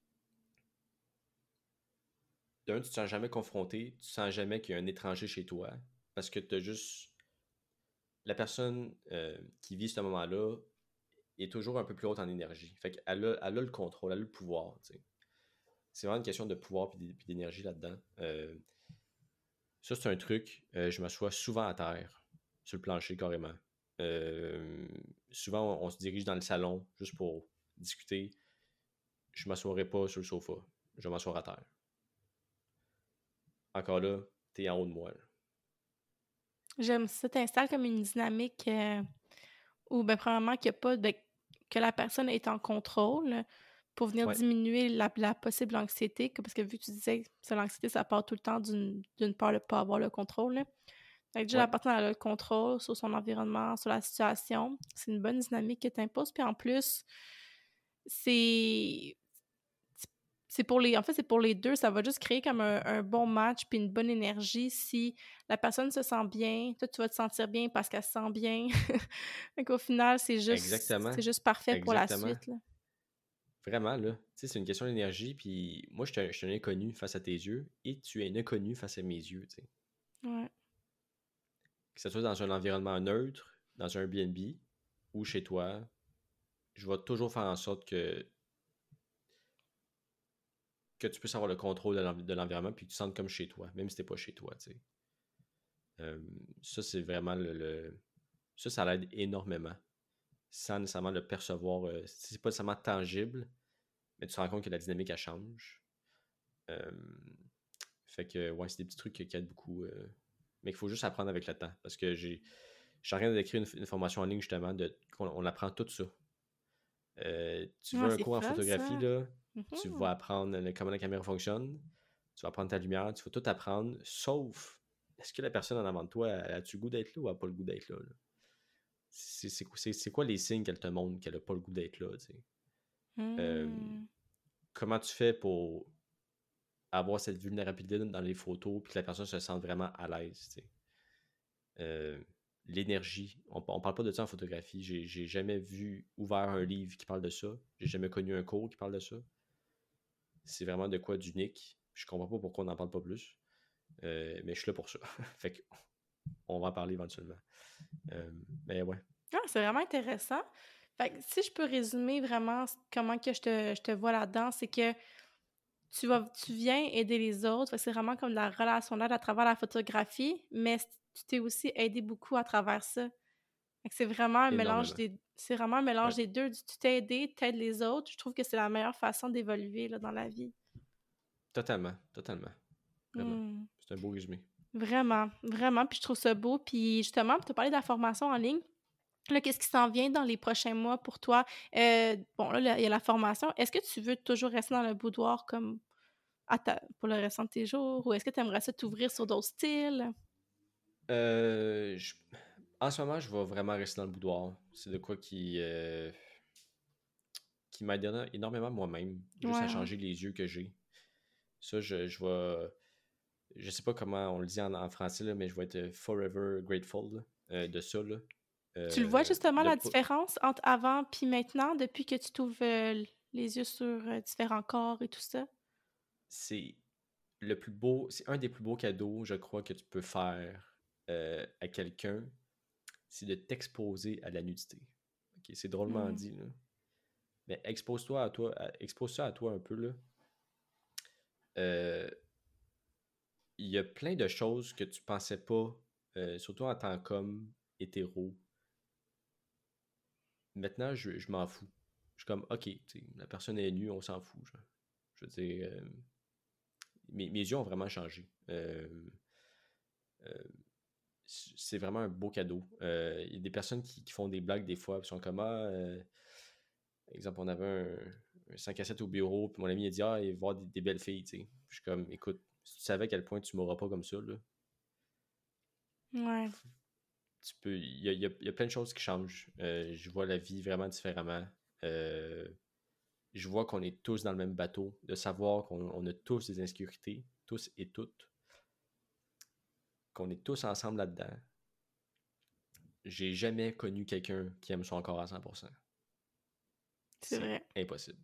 d'un, tu te sens jamais confronté, tu sens jamais qu'il y a un étranger chez toi, parce que tu as juste. La personne qui vit ce moment-là est toujours un peu plus haute en énergie. Fait qu'elle a le contrôle, elle a le pouvoir. T'sais. C'est vraiment une question de pouvoir et d'énergie là-dedans. Ça, c'est un truc. Je m'assois souvent à terre, sur le plancher carrément. Souvent, on se dirige dans le salon juste pour discuter. Je ne m'assoirai pas sur le sofa. Je vais m'asseoir à terre. Encore là, tu es en haut de moi. Là. J'aime ça, t'installes comme une dynamique où, ben, premièrement, que la personne est en contrôle pour venir Ouais. diminuer la possible anxiété, parce que vu que tu disais que l'anxiété, ça part tout le temps d'une peur de ne pas avoir le contrôle. Là. Fait que déjà, Ouais. la personne a le contrôle sur son environnement, sur la situation. C'est une bonne dynamique que tu imposes. Puis en plus, c'est c'est pour les deux, ça va juste créer comme un bon match puis une bonne énergie. Si la personne se sent bien, toi, tu vas te sentir bien parce qu'elle se sent bien. Fait qu'au final, Exactement. c'est juste parfait pour la Exactement. suite, là. Vraiment, là. Tu sais, c'est une question d'énergie. Puis moi, je suis un inconnu face à tes yeux et tu es un inconnu face à mes yeux. Tu sais. Ouais. Que ce soit dans un environnement neutre, dans un BNB ou chez toi, je vais toujours faire en sorte que tu puisses avoir le contrôle de l'environnement puis que tu te sentes comme chez toi, même si t'es pas chez toi, tu sais. Ça, c'est vraiment ça l'aide énormément. Sans nécessairement le percevoir. C'est pas nécessairement tangible, mais tu te rends compte que la dynamique, elle change. Euh, Fait que, ouais, c'est des petits trucs qui aident beaucoup. Mais qu'il faut juste apprendre avec le temps. Parce que je suis en train d'écrire une formation en ligne, justement, on apprend tout ça. Tu Ah, veux un c'est cours en fun, photographie, ça! là, tu vas Mhm. apprendre comment la caméra fonctionne, tu vas apprendre ta lumière, tu vas tout apprendre, sauf est-ce que la personne en avant de toi, a-tu le goût d'être là ou a pas le goût d'être là? Là? C'est quoi les signes qu'elle te montre qu'elle a pas le goût d'être là? Tu sais? Hmm. Comment tu fais pour avoir cette vulnérabilité dans les photos puis que la personne se sente vraiment à l'aise? Tu sais? L'énergie. On parle pas de ça en photographie. J'ai jamais ouvert un livre qui parle de ça. J'ai jamais connu un cours qui parle de ça. C'est vraiment de quoi d'unique. Je comprends pas pourquoi on n'en parle pas plus. Mais je suis là pour ça. Fait que on va en parler éventuellement. Mais ouais. Ah, c'est vraiment intéressant. Fait que si je peux résumer vraiment comment que je te vois là-dedans, c'est que tu viens aider les autres. Fait que c'est vraiment comme de la relation d'aide à travers la photographie, mais tu t'es aussi aidé beaucoup à travers ça. Fait que Énormément. c'est vraiment un mélange Ouais. des deux. Tu t'es aidé, t'aides les autres. Je trouve que c'est la meilleure façon d'évoluer là, dans la vie. Totalement. Totalement. Vraiment. Hmm. C'est un beau résumé. Vraiment, vraiment. Puis je trouve ça beau. Puis justement, tu as parlé de la formation en ligne. Là, qu'est-ce qui s'en vient dans les prochains mois pour toi? Bon, là, il y a la formation. Est-ce que tu veux toujours rester dans le boudoir comme pour le restant de tes jours? Ou est-ce que tu aimerais ça t'ouvrir sur d'autres styles? Euh, je- En ce moment, je vais vraiment rester dans le boudoir. C'est de quoi qui qui m'aide énormément moi-même, juste à Ouais. changer les yeux que j'ai. Ça, je vais... Je sais pas comment on le dit en français, là, mais je vais être forever grateful de ça. Là. Tu le vois justement De la pas... différence entre avant puis maintenant, depuis que tu t'ouvres les yeux sur différents corps et tout ça? C'est le plus beau, c'est un des plus beaux cadeaux, je crois, que tu peux faire à quelqu'un, c'est de t'exposer à la nudité. Ok, c'est drôlement Mm. dit, là. Mais expose-toi à toi, expose ça à toi un peu, là. Euh, Il y a plein de choses que tu pensais pas, surtout en tant qu'homme hétéro. Maintenant, je m'en fous. Je suis comme, ok, la personne est nue, on s'en fout. Genre. Je veux dire, mes yeux ont vraiment changé. Euh, c'est vraiment un beau cadeau. Il y a des personnes qui font des blagues des fois, qui sont comme, par exemple, on avait un 5 à 7 au bureau, puis mon ami a dit, il va y voir des belles filles, tu sais. Je suis comme, écoute, si tu savais à quel point tu m'auras pas comme ça, là, Ouais, il y a plein de choses qui changent. Je vois la vie vraiment différemment. Euh, je vois qu'on est tous dans le même bateau, de savoir qu'on a tous des insécurités, tous et toutes, qu'on est tous ensemble là-dedans. J'ai jamais connu quelqu'un qui aime son corps à 100%. c'est C'est vrai. impossible.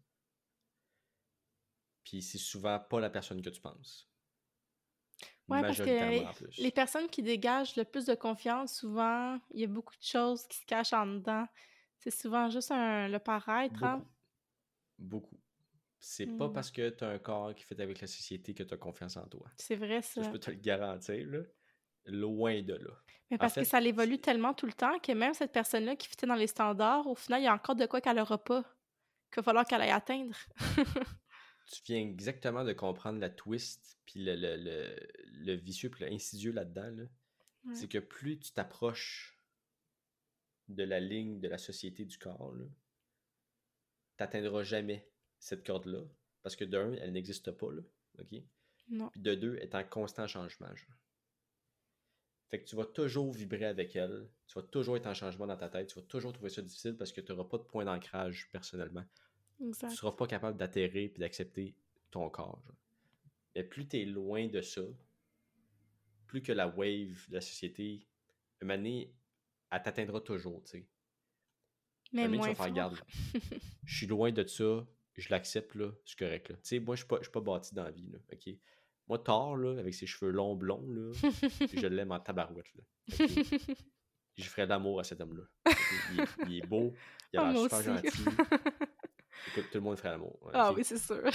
Puis c'est souvent pas la personne que tu penses. Ouais, parce que Majoritairement en les plus. personnes qui dégagent le plus de confiance, souvent, il y a beaucoup de choses qui se cachent en dedans. C'est souvent juste le paraître, hein? Beaucoup. Beaucoup. C'est pas Mm. parce que tu as un corps qui fait avec la société que tu as confiance en toi. C'est vrai, Ça, je ça. peux te le garantir, là. Loin de là. Mais En parce que fait, ça évolue tellement tout le temps que même cette personne-là qui fitait dans les standards, au final, il y a encore de quoi qu'elle aura pas, qu'il va falloir qu'elle aille atteindre. tu viens exactement de comprendre la twist, puis le vicieux, puis l'insidieux là-dedans. Là. Ouais. C'est que plus tu t'approches de la ligne de la société du corps, tu n'atteindras jamais cette corde-là. Parce que d'un, elle n'existe pas. Là, OK? Non. Puis de deux, elle est en constant changement. Genre. Fait que tu vas toujours vibrer avec elle, tu vas toujours être en changement dans ta tête, tu vas toujours trouver ça difficile parce que tu n'auras pas de point d'ancrage personnellement. Tu ne seras Exact. pas capable d'atterrir et d'accepter ton corps. Genre. Mais plus tu es loin de ça, plus que la wave de la société, une année, elle t'atteindra toujours, tu sais. Mais Un moment, tu moins vas faire fort. garde. Je suis loin de ça, je l'accepte, là, c'est correct, là. Tu sais, moi, je suis pas bâti dans la vie, là, OK? Moi, Thor, là, avec ses cheveux longs, blonds, là, je l'aime en tabarouette, là, OK? Je ferais l'amour à cet homme-là, OK? Il est beau, il a Ah, l'air moi super aussi. gentil. Écoute, tout le monde ferait l'amour, Ah OK? oui, c'est sûr.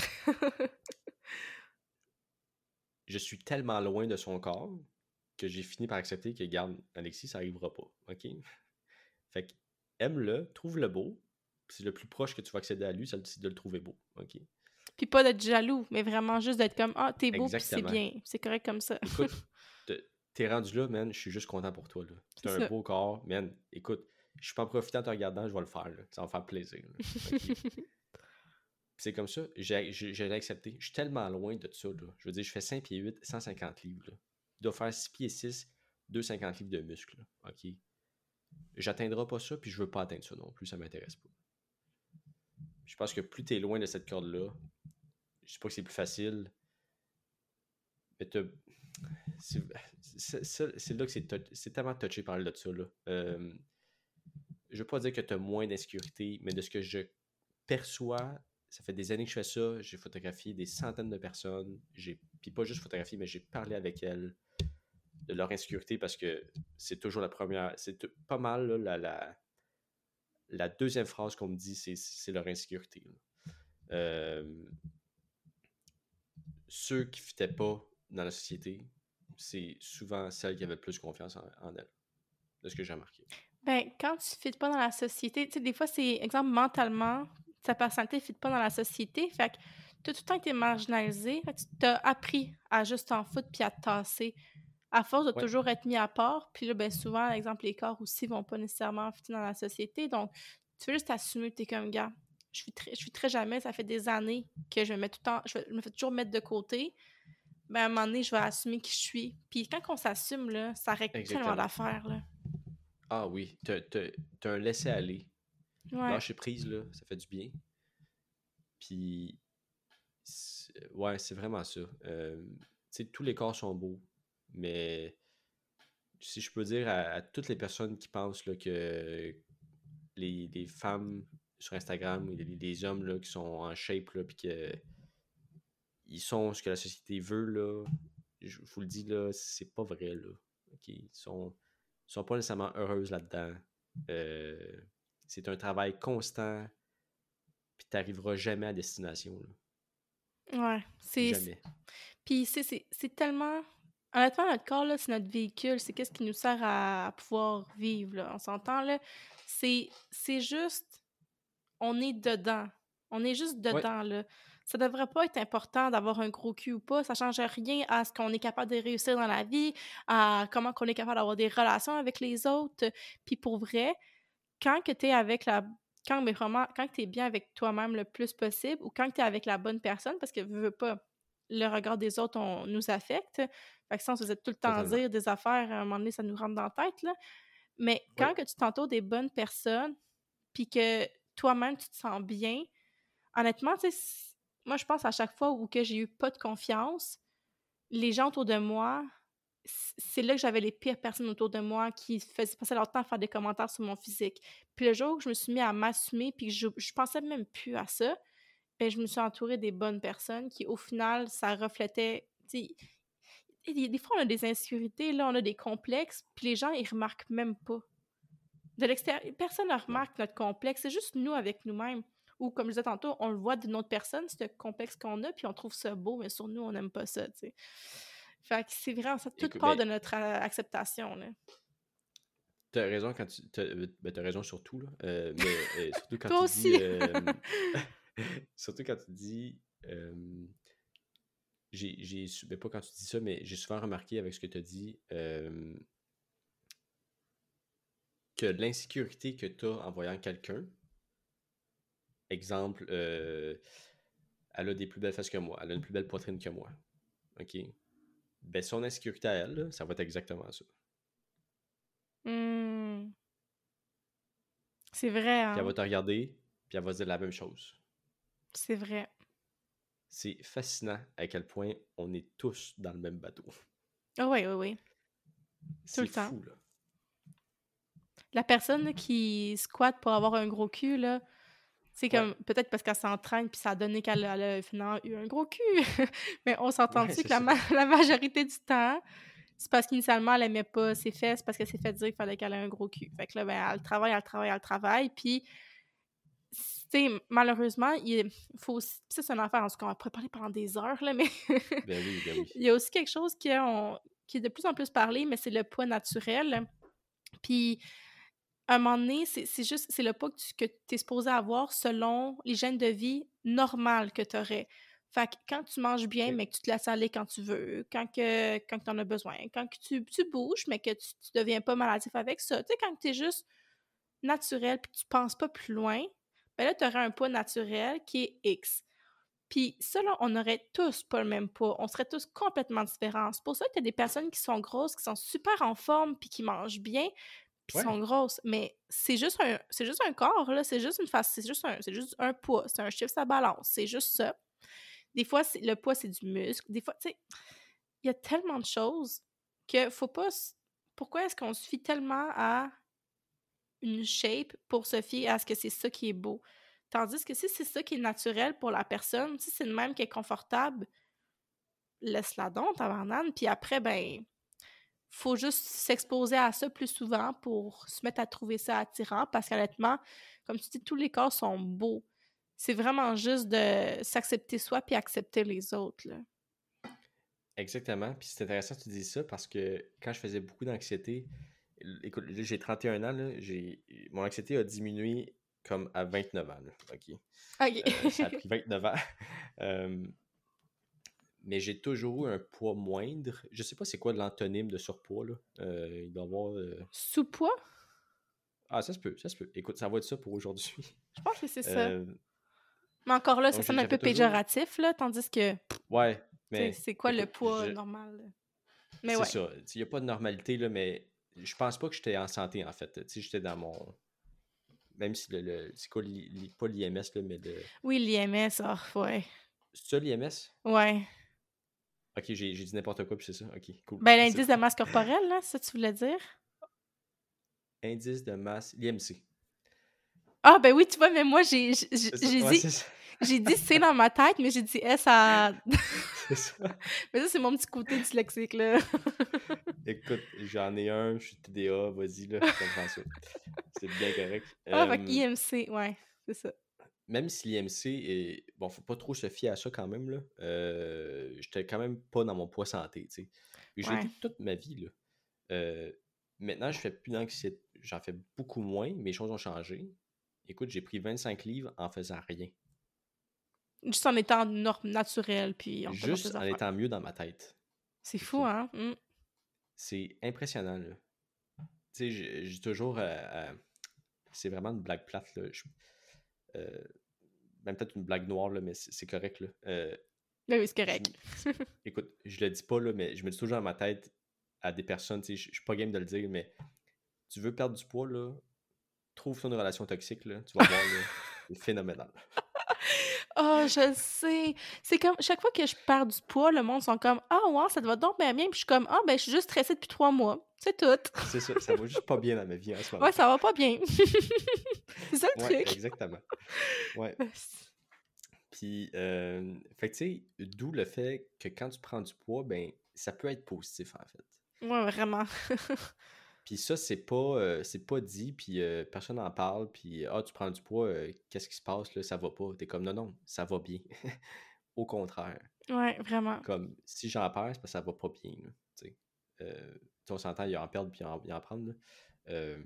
Je suis tellement loin de son corps que j'ai fini par accepter que, garde, Alexis, ça arrivera pas, OK? Fait que, aime-le, trouve-le beau, puis c'est le plus proche que tu vas accéder à lui, c'est de le trouver beau, OK? Puis pas d'être jaloux, mais vraiment juste d'être comme ah, t'es beau, puis c'est Exactement. bien. C'est correct comme ça. Écoute, t'es rendu là, man, je suis juste content pour toi, là. C'est T'as un ça. beau corps, man, écoute, je peux en profiter en te regardant, je vais le faire, là. Ça va me faire plaisir, là. OK? Puis c'est comme ça, je l'ai accepté. Je suis tellement loin de ça, là. Je veux dire, je fais 5 pieds 8, 150 livres, là. Je dois faire 6 pieds 6, 250 livres de muscles, là. OK? J'atteindrai pas ça, puis je veux pas atteindre ça non plus, ça m'intéresse pas. Je pense que plus t'es loin de cette corde-là, je sais pas que c'est plus facile, mais c'est là que c'est tellement touché par de ça. Là. Je veux pas dire que tu as moins d'insécurité, mais de ce que je perçois, ça fait des années que je fais ça, j'ai photographié des centaines de personnes, puis pas juste photographié, mais j'ai parlé avec elles de leur insécurité parce que c'est toujours la première, pas mal là, la deuxième phrase qu'on me dit, c'est leur insécurité. Ceux qui ne fitaient pas dans la société, c'est souvent celles qui avaient le plus confiance en elles, de ce que j'ai remarqué. Ben, quand tu ne fites pas dans la société, tu sais, des fois, c'est, exemple, mentalement, ta personnalité ne fit pas dans la société, fait que tu as tout le temps été marginalisé, fait que tu t'as appris à juste t'en foutre puis à te tasser, à force de Ouais, toujours être mis à part, puis là, ben souvent, par exemple, les corps aussi vont pas nécessairement fitter dans la société, donc tu veux juste assumer que t'es comme, gars, je suis très jamais, ça fait des années que je me mets tout le temps, je me fais toujours mettre de côté, ben à un moment donné, je vais assumer qui je suis, puis quand on s'assume, là, ça règle tellement exactement. d'affaires, là. Ah oui, t'as un laisser-aller. Ouais. Lâcher prise, là, ça fait du bien. Puis, ouais, c'est vraiment ça. Tu sais, tous les corps sont beaux, mais si je peux dire à toutes les personnes qui pensent là, que les femmes sur Instagram ou les hommes là, qui sont en shape, là, puis qu'ils sont ce que la société veut, là, je vous le dis, là, c'est pas vrai, là. OK? Ils sont pas nécessairement heureuses là-dedans. C'est un travail constant, puis t'arriveras jamais à destination, là. Ouais, Jamais. puis c'est tellement... Honnêtement, notre corps, là, c'est notre véhicule, c'est qu'est-ce qui nous sert à pouvoir vivre, là. On s'entend, là? C'est juste... On est dedans. On est juste Ouais, dedans, là. Ça devrait pas être important d'avoir un gros cul ou pas. Ça change rien à ce qu'on est capable de réussir dans la vie, à comment qu'on est capable d'avoir des relations avec les autres. Puis pour vrai, quand que t'es avec la... Quand, mais vraiment, quand t'es bien avec toi-même le plus possible ou quand t'es avec la bonne personne, parce que veux pas, le regard des autres nous affecte. Fait que si on se faisait tout le temps totalement. dire des affaires, à un moment donné, ça nous rentre dans la tête, là. Mais Ouais. quand que tu t'entoures des bonnes personnes, puis que toi-même, tu te sens bien, honnêtement, tu sais, moi, je pense à chaque fois où que j'ai eu pas de confiance, les gens autour de moi, c'est là que j'avais les pires personnes autour de moi qui faisaient passer leur temps à faire des commentaires sur mon physique. Puis le jour où je me suis mis à m'assumer puis que je pensais même plus à ça, ben je me suis entourée des bonnes personnes qui, au final, ça reflétait... Tu sais, des fois, on a des insécurités, là, on a des complexes, puis les gens, ils remarquent même pas. De l'extérieur, personne ne Non. remarque notre complexe, c'est juste nous avec nous-mêmes. Ou, comme je disais tantôt, on le voit d'une autre personne, ce complexe qu'on a, puis on trouve ça beau, mais sur nous, on n'aime pas ça, tu sais. Fait que c'est vraiment ça, toute Écoute, part ben, de notre acceptation, là. t'as raison quand t'as raison sur tout, là. Mais surtout quand Toi tu dis... aussi! surtout quand tu dis... ben, pas quand tu dis ça, mais j'ai souvent remarqué avec ce que tu as dit que l'insécurité que tu as en voyant quelqu'un, exemple, elle a des plus belles fesses que moi, elle a une plus belle poitrine que moi, OK? Ben, son insécurité à elle, là, ça va être exactement ça. Hmm, c'est vrai, Puis elle hein? va te regarder, puis elle va se dire la même chose. C'est vrai. C'est fascinant à quel point on est tous dans le même bateau. Ah oui, oui, oui. Tout C'est le temps. fou, là. La personne là, qui squatte pour avoir un gros cul, là, c'est Ouais, comme, peut-être parce qu'elle s'entraîne puis ça a donné qu'elle a finalement eu un gros cul. Mais on ouais, s'entend-tu c'est que ça. la majorité du temps, c'est parce qu'initialement, elle aimait pas ses fesses, parce qu'elle s'est fait dire qu'il fallait qu'elle ait un gros cul. Fait que là, ben, elle travaille, elle travaille, elle travaille, puis, tu sais, malheureusement, il faut aussi... Ça, c'est une affaire, en tout cas, on pourrait parler pendant des heures, là, mais Ben oui, ben oui. il y a aussi quelque chose qui est de plus en plus parlé, mais c'est le poids naturel. Puis, à un moment donné, c'est juste, c'est le poids que tu es supposé avoir selon l'hygiène de vie normale que tu aurais. Fait que quand tu manges bien, OK. mais que tu te laisses aller quand tu veux, quand tu en as besoin, quand que tu bouges, mais que tu deviens pas maladif avec ça. Tu sais, quand tu es juste naturel puis que tu penses pas plus loin, ben là, tu aurais un poids naturel qui est X. Puis ça, là, on aurait tous pas le même poids. On serait tous complètement différents. C'est pour ça que tu as des personnes qui sont grosses, qui sont super en forme puis qui mangent bien, puis Ouais, sont grosses, mais c'est juste un corps, là, c'est juste une face, c'est juste un poids, c'est un chiffre, ça balance, c'est juste ça. Des fois, le poids, c'est du muscle. Des fois, tu sais, il y a tellement de choses que faut pas... Pourquoi est-ce qu'on se fie tellement à une shape pour se fier à ce que c'est ça qui est beau? Tandis que si c'est ça qui est naturel pour la personne, si c'est le même qui est confortable, laisse-la donc, ta banane, puis après, ben, faut juste s'exposer à ça plus souvent pour se mettre à trouver ça attirant parce qu'honnêtement, comme tu dis, tous les corps sont beaux. C'est vraiment juste de s'accepter soi puis accepter les autres, là. exactement. Puis c'est intéressant que tu dis ça parce que quand je faisais beaucoup d'anxiété, écoute, là, j'ai 31 ans, là, mon anxiété a diminué comme à 29 ans, là, OK? OK. Ça a pris 29 ans. Euh, mais j'ai toujours eu un poids moindre. Je sais pas c'est quoi l'antonyme de surpoids, là. Il doit y avoir... Sous-poids? Ah, ça se peut, ça se peut. Écoute, ça va être ça pour aujourd'hui. Je pense que c'est ça. Euh, Mais encore là, ça donc, sonne un peu j'avais toujours... péjoratif, là, tandis que, tu Ouais, sais, mais c'est quoi le écoute, poids normal, là? Mais c'est ouais. ça. Il n'y a pas de normalité, là, mais je pense pas que j'étais en santé, en fait. Tu sais, j'étais dans même si c'est quoi, pas l'IMS, là, mais Oui, l'IMS, ah, ouais. c'est ça l'IMS? Ouais. Ok, j'ai dit n'importe quoi, puis c'est ça. Ok, cool. Ben, C'est l'indice de bon. masse corporelle, là, c'est ça que tu voulais dire? Indice de masse, l'IMC. Ah, ben oui, tu vois, mais moi, j'ai C'est ça, ouais, c'est ça. j'ai dit C dans ma tête, mais j'ai dit S à C'est ça. mais ça, c'est mon petit côté dyslexique, là. Écoute, j'en ai un, je suis TDA, vas-y, là, je comprends ça. C'est bien correct. Ah, fait qu'IMC, ouais, c'est ça. Même si l'IMC est. Bon, faut pas trop se fier à ça quand même, là. J'étais quand même pas dans mon poids santé, tu sais. Puis j'ai Ouais. été toute ma vie, là. Euh, Maintenant, je fais plus d'anxiété. J'en fais beaucoup moins, mes choses ont changé. Écoute, j'ai pris 25 livres en faisant rien. Juste en étant naturel, puis en faisant Juste tes en affaires. étant mieux dans ma tête. C'est fou, OK? hein? Mm. C'est impressionnant, là. Tu sais, j'ai toujours. C'est vraiment une blague plate, là. Euh, Même peut-être une blague noire, là, mais c'est correct, là. Ben oui, c'est Je correct. Écoute, je le dis pas, là, mais je me dis toujours dans ma tête à des personnes, tu sais, je suis pas game de le dire, mais tu veux perdre du poids, là, trouve-toi une relation toxique, là, tu vas voir, là, c'est phénoménal. Oh, je le sais. C'est comme, chaque fois que je perds du poids, le monde sont comme, ah, ouais, ça te va donc bien bien. Puis je suis comme, ah, ben, je suis juste stressée depuis 3 mois. C'est tout. C'est ça va juste pas bien dans ma vie en ce moment. Ouais, ça va pas bien. C'est ça le Ouais, truc. exactement. Ouais. Puis, fait que tu sais, d'où le fait que quand tu prends du poids, ben, ça peut être positif, en fait. Ouais, vraiment. Puis ça, c'est pas dit, puis personne n'en parle, puis ah, tu prends du poids, qu'est-ce qui se passe, là, ça va pas. T'es comme, non, non, ça va bien. Au contraire. Ouais, vraiment. Comme, si j'en perds, c'est parce que ça va pas bien, là, tu sais. On s'entend, il y a en perdre, puis il y en prendre, là. Euh,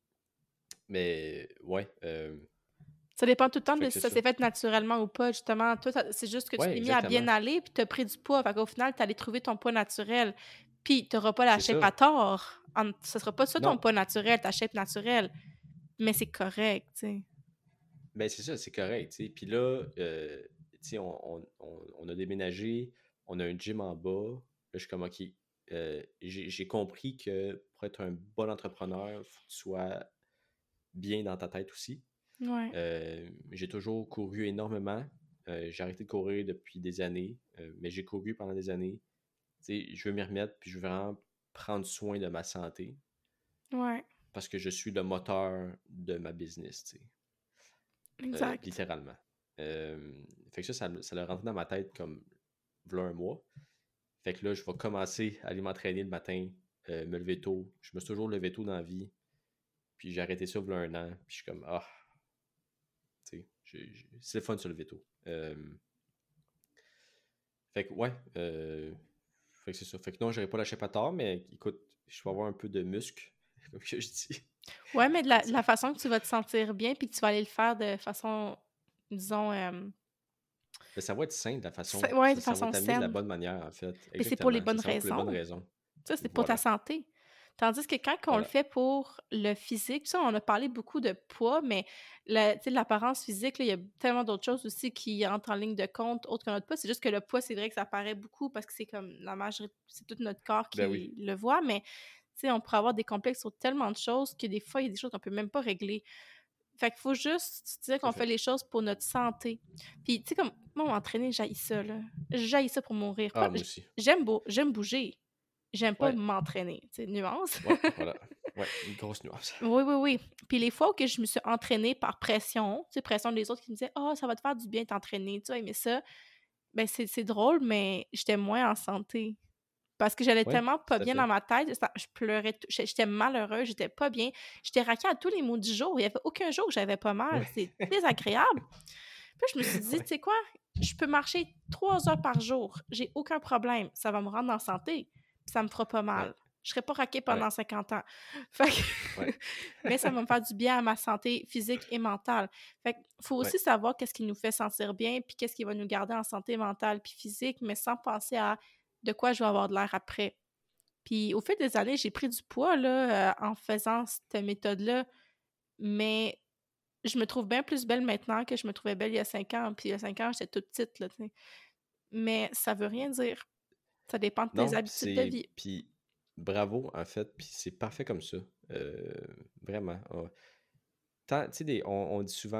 mais, ouais, Ça dépend tout le temps fait de que si c'est ça ça. s'est fait naturellement ou pas, justement. Toi, c'est juste que tu Ouais, t'es mis à bien exactement. aller, puis t'as pris du poids. Fait qu'au final, t'es allé trouver ton poids naturel. Puis t'auras pas la C'est shape ça. à tort. Ce sera pas ça ton Non, poids naturel, ta shape naturelle. Mais c'est correct, tu sais. mais c'est ça, c'est correct, tu sais. Puis là, tu sais, on a déménagé, on a un gym en bas. Là, je suis comme, OK, j'ai compris que pour être un bon entrepreneur, il faut que tu sois bien dans ta tête aussi. Ouais. J'ai toujours couru énormément. J'ai arrêté de courir depuis des années, mais j'ai couru pendant des années. Tu sais, je veux m'y remettre, puis je veux vraiment prendre soin de ma santé Ouais. parce que je suis le moteur de ma business, tu sais. Exact. Littéralement. Fait que ça l'a rentré dans ma tête comme v'là un mois. Fait que là, je vais commencer à aller m'entraîner le matin, me lever tôt. Je me suis toujours levé tôt dans la vie. Puis j'ai arrêté ça v'là un an. Puis je suis comme, ah, tu sais, c'est le fun de se lever tôt. Fait que, ouais, fait que c'est ça. Fait que non, j'aurais pas lâché pas tard, mais écoute, je vais avoir un peu de muscle, comme que je dis. Ouais, mais Tu de sais. la façon que tu vas te sentir bien, puis que tu vas aller le faire de façon, disons, Mais ça va être sain de la façon. ouais, de Ça va façon t'amener de la saine. bonne manière, en fait. Mais c'est pour les Exactement. bonnes Ça va pour les bonnes raisons. raisons. Ça, c'est pour ta Voilà. santé. Tandis que quand on le Voilà. fait pour le physique, ça, on a parlé beaucoup de poids, mais tu sais, l'apparence physique, là, il y a tellement d'autres choses aussi qui entrent en ligne de compte autre que notre poids. C'est juste que le poids, c'est vrai que ça paraît beaucoup parce que c'est comme la majorité, c'est tout notre corps Ben oui. qui le voit, mais tu sais, on pourrait avoir des complexes sur tellement de choses que des fois, il y a des choses qu'on peut même pas régler. Fait qu'il faut juste se dire Tout à qu'on fait fait. les choses pour notre santé. Puis, tu sais, comme moi, m'entraîner, j'haïs ça, là. J'haïs ça pour mourir. Ah, moi aussi. J'aime bouger. J'aime pas Ouais. m'entraîner, tu sais, nuance. Ouais, voilà. Ouais, une grosse nuance. Oui, oui, oui. Puis les fois où que je me suis entraînée par pression, tu sais, pression des autres qui me disaient: «Ah, ça va te faire du bien t'entraîner, tu vas aimer ça». Ben, c'est drôle, mais j'étais moins en santé. Parce que j'allais Ouais, tellement pas tout à bien dans fait. ma tête, je pleurais, j'étais malheureuse, j'étais pas bien. J'étais raquée à tous les maux du jour. Il y avait aucun jour où j'avais pas mal. Ouais. C'est désagréable. Puis je me suis dit: «Tu Ouais. sais quoi? Je peux marcher 3 heures par jour. J'ai aucun problème. Ça va me rendre en santé, puis ça me fera pas Ouais. mal. Je serai pas raquée Ouais. pendant 50 ans». Fait que Ouais. mais ça va me faire du bien à ma santé physique et mentale. Fait que faut Ouais. aussi savoir qu'est-ce qui nous fait sentir bien, puis qu'est-ce qui va nous garder en santé mentale puis physique, mais sans penser à de quoi je vais avoir de l'air après. Puis au fil des années, j'ai pris du poids là, en faisant cette méthode-là, mais je me trouve bien plus belle maintenant que je me trouvais belle il y a 5 ans. Puis il y a 5 ans, j'étais toute petite, là, tu sais. Mais ça veut rien dire. Ça dépend de tes Non, habitudes de vie. puis bravo, en fait, puis c'est parfait comme ça. Vraiment. Ah. Tu sais, on dit souvent,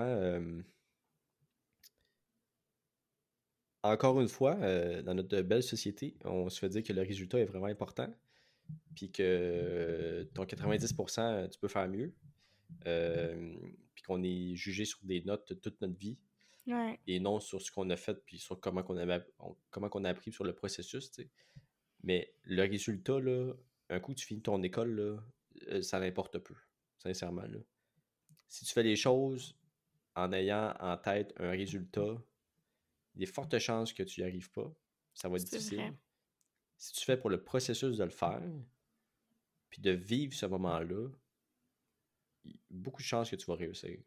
encore une fois, dans notre belle société, on se fait dire que le résultat est vraiment important, puis que ton 90%, tu peux faire mieux, puis qu'on est jugé sur des notes toute notre vie, Ouais. et non sur ce qu'on a fait, puis sur comment qu'on a appris sur le processus, tu sais. Mais le résultat, là, un coup que tu finis ton école, là, ça n'importe peu, sincèrement, là. Si tu fais les choses en ayant en tête un résultat, il y a de fortes chances que tu n'y arrives pas. Ça va être C'est vrai. difficile. Si tu fais pour le processus de le faire, puis de vivre ce moment-là, il y a beaucoup de chances que tu vas réussir.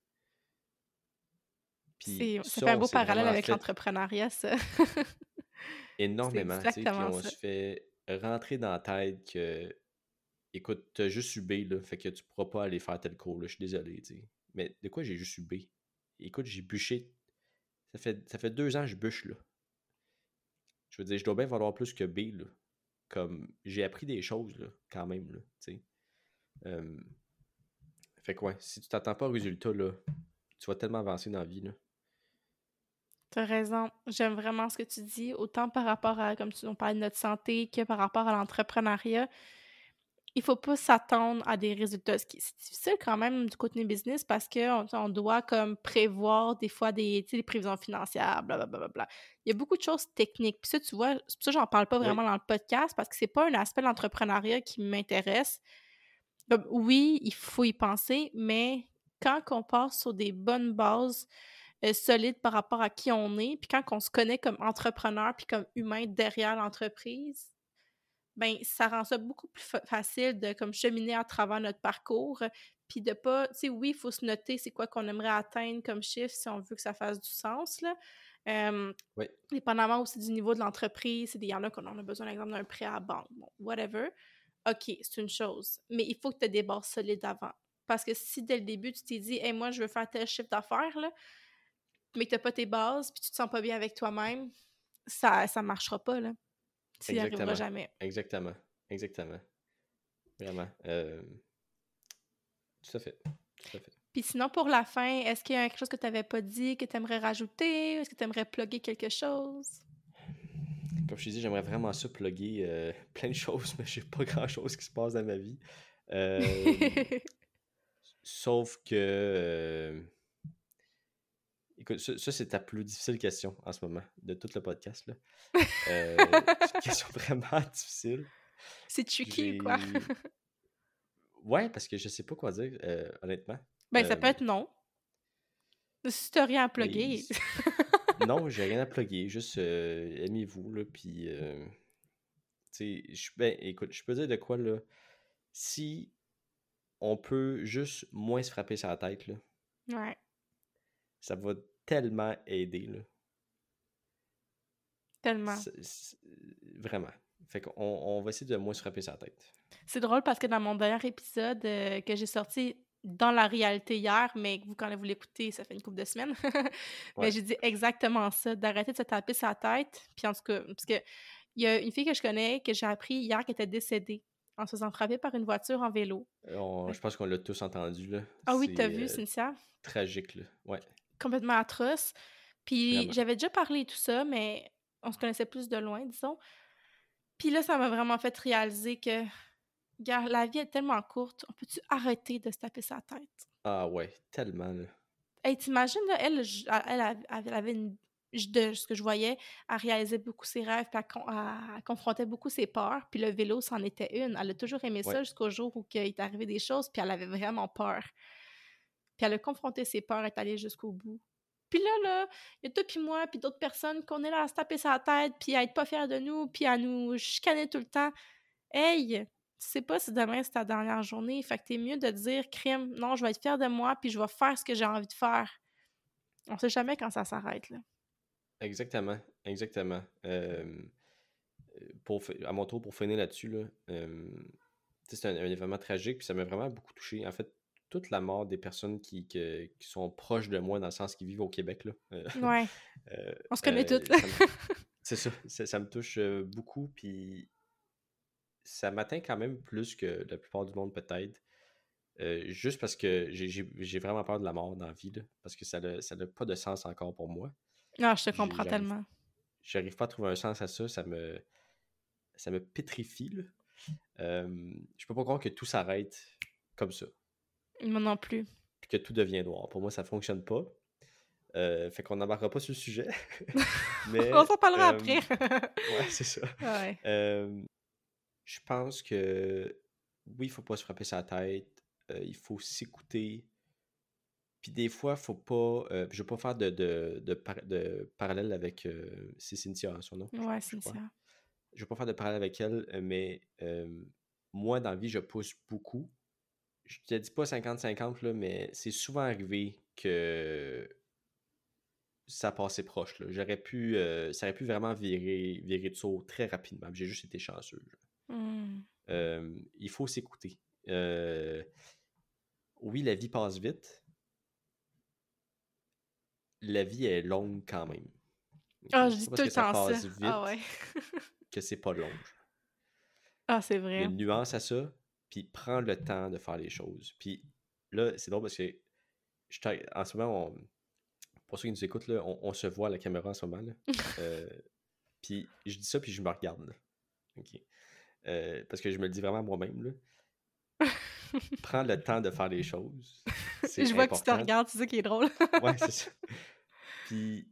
Puis Ça ça, fait un on beau s'est parallèle vraiment avec fait l'entrepreneuriat, ça. C'est énormément, tu sais, puis exactement on ça. se fait rentrer dans la tête que, écoute, t'as juste eu B, là, fait que tu pourras pas aller faire tel cours, là, je suis désolé, tu sais. Mais de quoi j'ai juste eu B? Écoute, j'ai bûché. Ça fait 2 ans que je bûche, là. Je veux dire, je dois bien valoir plus que B, là. Comme, j'ai appris des choses, là, quand même, là, tu sais. Euh, Fait que ouais, si tu t'attends pas au résultat, là, tu vas tellement avancer dans la vie, là. T'as raison. J'aime vraiment ce que tu dis, autant par rapport à, comme tu nous parlais de notre santé, que par rapport à l'entrepreneuriat. Il faut pas s'attendre à des résultats. C'est difficile quand même du côté business parce qu'on doit comme prévoir des fois tu sais, des prévisions financières, blablabla. Il y a beaucoup de choses techniques. Puis ça, tu vois, c'est pour ça que j'en parle pas Oui, vraiment dans le podcast parce que c'est pas un aspect de l'entrepreneuriat qui m'intéresse. Comme, oui, il faut y penser, mais quand on part sur des bonnes bases solides par rapport à qui on est, puis quand on se connaît comme entrepreneur puis comme humain derrière l'entreprise, ben ça rend ça beaucoup plus facile de comme cheminer à travers notre parcours, puis de pas, tu sais, oui, il faut se noter c'est quoi qu'on aimerait atteindre comme chiffre si on veut que ça fasse du sens, là. oui, Dépendamment aussi du niveau de l'entreprise, il y en a qu'on en a besoin, par exemple, d'un prêt à la banque, bon, whatever. OK, c'est une chose, mais il faut que tu aies des bases solides avant. Parce que si dès le début, tu t'es dit « Hey, moi, je veux faire tel chiffre d'affaires », là, mais que tu n'as pas tes bases, puis tu te sens pas bien avec toi-même, ça marchera pas, là. Tu n'y arriveras exactement. jamais. Exactement. Exactement. Vraiment. Tout à fait. Tout à fait. Puis sinon, pour la fin, est-ce qu'il y a quelque chose que tu n'avais pas dit, que tu aimerais rajouter? Est-ce que tu aimerais plugger quelque chose? Comme je t'ai dit, j'aimerais vraiment ça plugger plein de choses, mais j'ai pas grand-chose qui se passe dans ma vie. Sauf que... écoute, ça, c'est ta plus difficile question en ce moment, de tout le podcast, là. C'est une question vraiment difficile. C'est tricky ou quoi? J'ai... Ouais, parce que je sais pas quoi dire, honnêtement. Ben, ça peut Euh, être non. Si t'as rien à mais plugger. non, j'ai rien à plugger, juste aimez-vous, là, puis... tu sais, ben, écoute, je peux dire de quoi, là. Si on peut juste moins se frapper sur la tête, là, Ouais, ça va tellement aider, là. tellement. Vraiment. Fait qu'on on va essayer de moins se frapper sur la tête. C'est drôle parce que dans mon dernier épisode que j'ai sorti dans la réalité hier, mais que vous, quand vous l'écoutez, ça fait une couple de semaines, mais Ouais. j'ai dit exactement ça, d'arrêter de se taper sa tête. Puis en tout cas, parce que il y a une fille que je connais, que j'ai appris hier, qui était décédée en se faisant frapper par une voiture en vélo. Je pense qu'on l'a tous entendu, là. Ah oui, t'as C'est vu, Cynthia? tragique, là. Ouais, Complètement atroce. Puis vraiment. j'avais déjà parlé de tout ça, mais on se connaissait plus de loin, disons. Puis là, ça m'a vraiment fait réaliser que, gars, la vie est tellement courte, on peut-tu arrêter de se taper sa tête? Ah ouais, tellement, là. Hey, t'imagines, là, elle avait de ce que je voyais, elle réalisait beaucoup ses rêves, puis elle confrontait beaucoup ses peurs, puis le vélo, c'en était une. Elle a toujours aimé Ouais, ça jusqu'au jour où il est arrivé des choses, puis elle avait vraiment peur. Puis elle a confronté ses peurs, elle est allée jusqu'au bout. Puis là, il y a toi puis moi, puis d'autres personnes qu'on est là à se taper sa tête, puis à être pas fiers de nous, puis à nous chicaner tout le temps. Hey, tu sais pas si demain c'est ta dernière journée, fait que t'es mieux de dire crime, non, je vais être fière de moi, puis je vais faire ce que j'ai envie de faire. On sait jamais quand ça s'arrête, là. exactement. Exactement. À mon tour, pour finir là-dessus, là, tu sais, c'est un événement tragique, puis ça m'a vraiment beaucoup touché. En fait, toute la mort des personnes qui sont proches de moi, dans le sens qu'ils vivent au Québec, là. Ouais, Euh, on se connaît toutes. c'est ça, ça me touche beaucoup, puis ça m'atteint quand même plus que la plupart du monde, peut-être. Juste parce que j'ai vraiment peur de la mort dans la vie, là, parce que ça n'a pas de sens encore pour moi. Ah, je te J'ai- comprends J'arrive tellement. j'arrive pas à trouver un sens à ça, ça me pétrifie, là. Je peux pas croire que tout s'arrête comme ça, Moi non plus. puis que tout devient noir. Pour moi, ça fonctionne pas. Fait qu'on n'embarquera pas sur le sujet. On Mais, s'en parlera après. ouais, c'est ça. Ouais. Je pense que oui, il faut pas se frapper sa tête. Il faut s'écouter. Puis des fois, faut pas. Je vais pas faire de parallèle avec. C'est Cynthia, son nom, Ouais, je crois. Cynthia. Je vais pas faire de parallèle avec elle, mais moi, dans la vie, je pousse beaucoup. Je te dis pas 50-50, là, mais c'est souvent arrivé que ça passait proche, là. Ça aurait pu vraiment virer de saut très rapidement. J'ai juste été chanceux, là. Hmm. Il faut s'écouter. Oui, la vie passe vite. La vie est longue quand même. Ok? Ah, je C'est dis pas tout parce le que ça temps ça. passe Ah vite ouais. que c'est pas long. Ah, c'est Il y a vrai. une nuance à ça, puis prends le temps de faire les choses. Puis là, c'est drôle parce que en ce moment, pour ceux qui nous écoutent, là, on se voit à la caméra en ce moment. Là. Puis je dis ça, puis je me regarde. Là. Ok. Parce que je me le dis vraiment moi-même. Là. Prends le temps de faire les choses. C'est Je vois que tu te important. regardes, c'est ça qui est drôle. Ouais, c'est ça. Puis,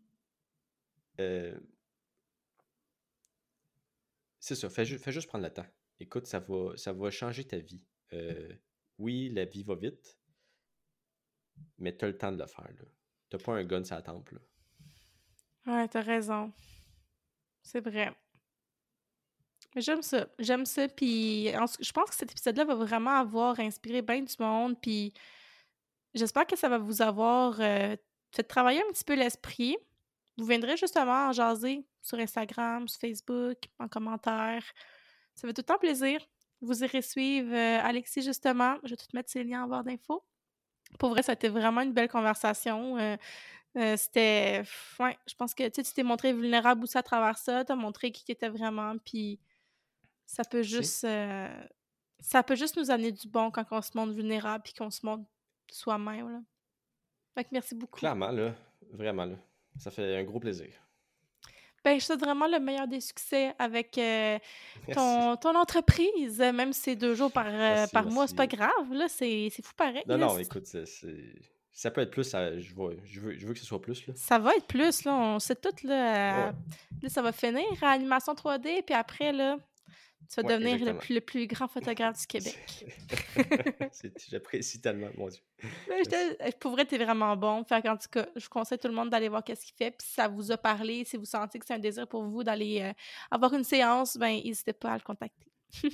c'est ça. Fais juste prendre le temps. Écoute, ça va changer ta vie. Oui, la vie va vite, mais tu as le temps de le faire. Tu n'as pas un gun sur la tempe. Là. Ouais, t'as raison. C'est vrai. Mais j'aime ça. J'aime ça. Puis je pense que cet épisode-là va vraiment avoir inspiré bien du monde. Puis j'espère que ça va vous avoir fait travailler un petit peu l'esprit. Vous viendrez justement en jaser sur Instagram, sur Facebook, en commentaire. Ça fait tout le temps plaisir. Vous irez suivre Alexis, justement. Je vais tout mettre ses liens en barre d'infos. Pour vrai, ça a été vraiment une belle conversation. Ouais, je pense que tu t'es montré vulnérable aussi à travers ça. Tu as montré qui tu étais vraiment. Puis ça peut Merci. juste, ça peut juste nous amener du bon quand on se montre vulnérable puis qu'on se montre soi-même. Là. Fait que merci beaucoup. Clairement, là, vraiment, là, ça fait un gros plaisir. Ben, je souhaite vraiment le meilleur des succès avec Merci. ton entreprise. Même si c'est 2 jours Merci, par mois, c'est pas merci. grave. Là, c'est fou pareil. Non, Là. non, écoute, ça peut être plus. Je veux que ce soit plus. Là. Ça va être plus, là. On sait tout, Ouais, là. ouais, Là, ça va finir à animation 3D, puis après, là, tu vas ouais, devenir exactement. le plus grand photographe du C'est- Québec. J'apprécie tellement, mon Dieu. Mais Merci. pour vrai, t'es vraiment bon. Fait qu'en tout cas, je vous conseille tout le monde d'aller voir qu'est-ce qu'il fait. Puis si ça vous a parlé, si vous sentez que c'est un désir pour vous d'aller avoir une séance, ben n'hésitez pas à le contacter.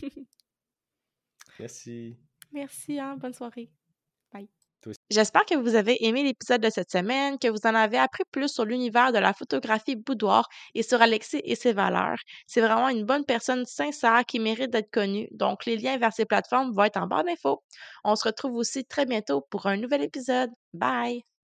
Merci. Merci, hein. Bonne soirée. Bye. Toi aussi. J'espère que vous avez aimé l'épisode de cette semaine, que vous en avez appris plus sur l'univers de la photographie boudoir et sur Alexis et ses valeurs. C'est vraiment une bonne personne sincère qui mérite d'être connue, donc les liens vers ses plateformes vont être en barre d'infos. On se retrouve aussi très bientôt pour un nouvel épisode. Bye!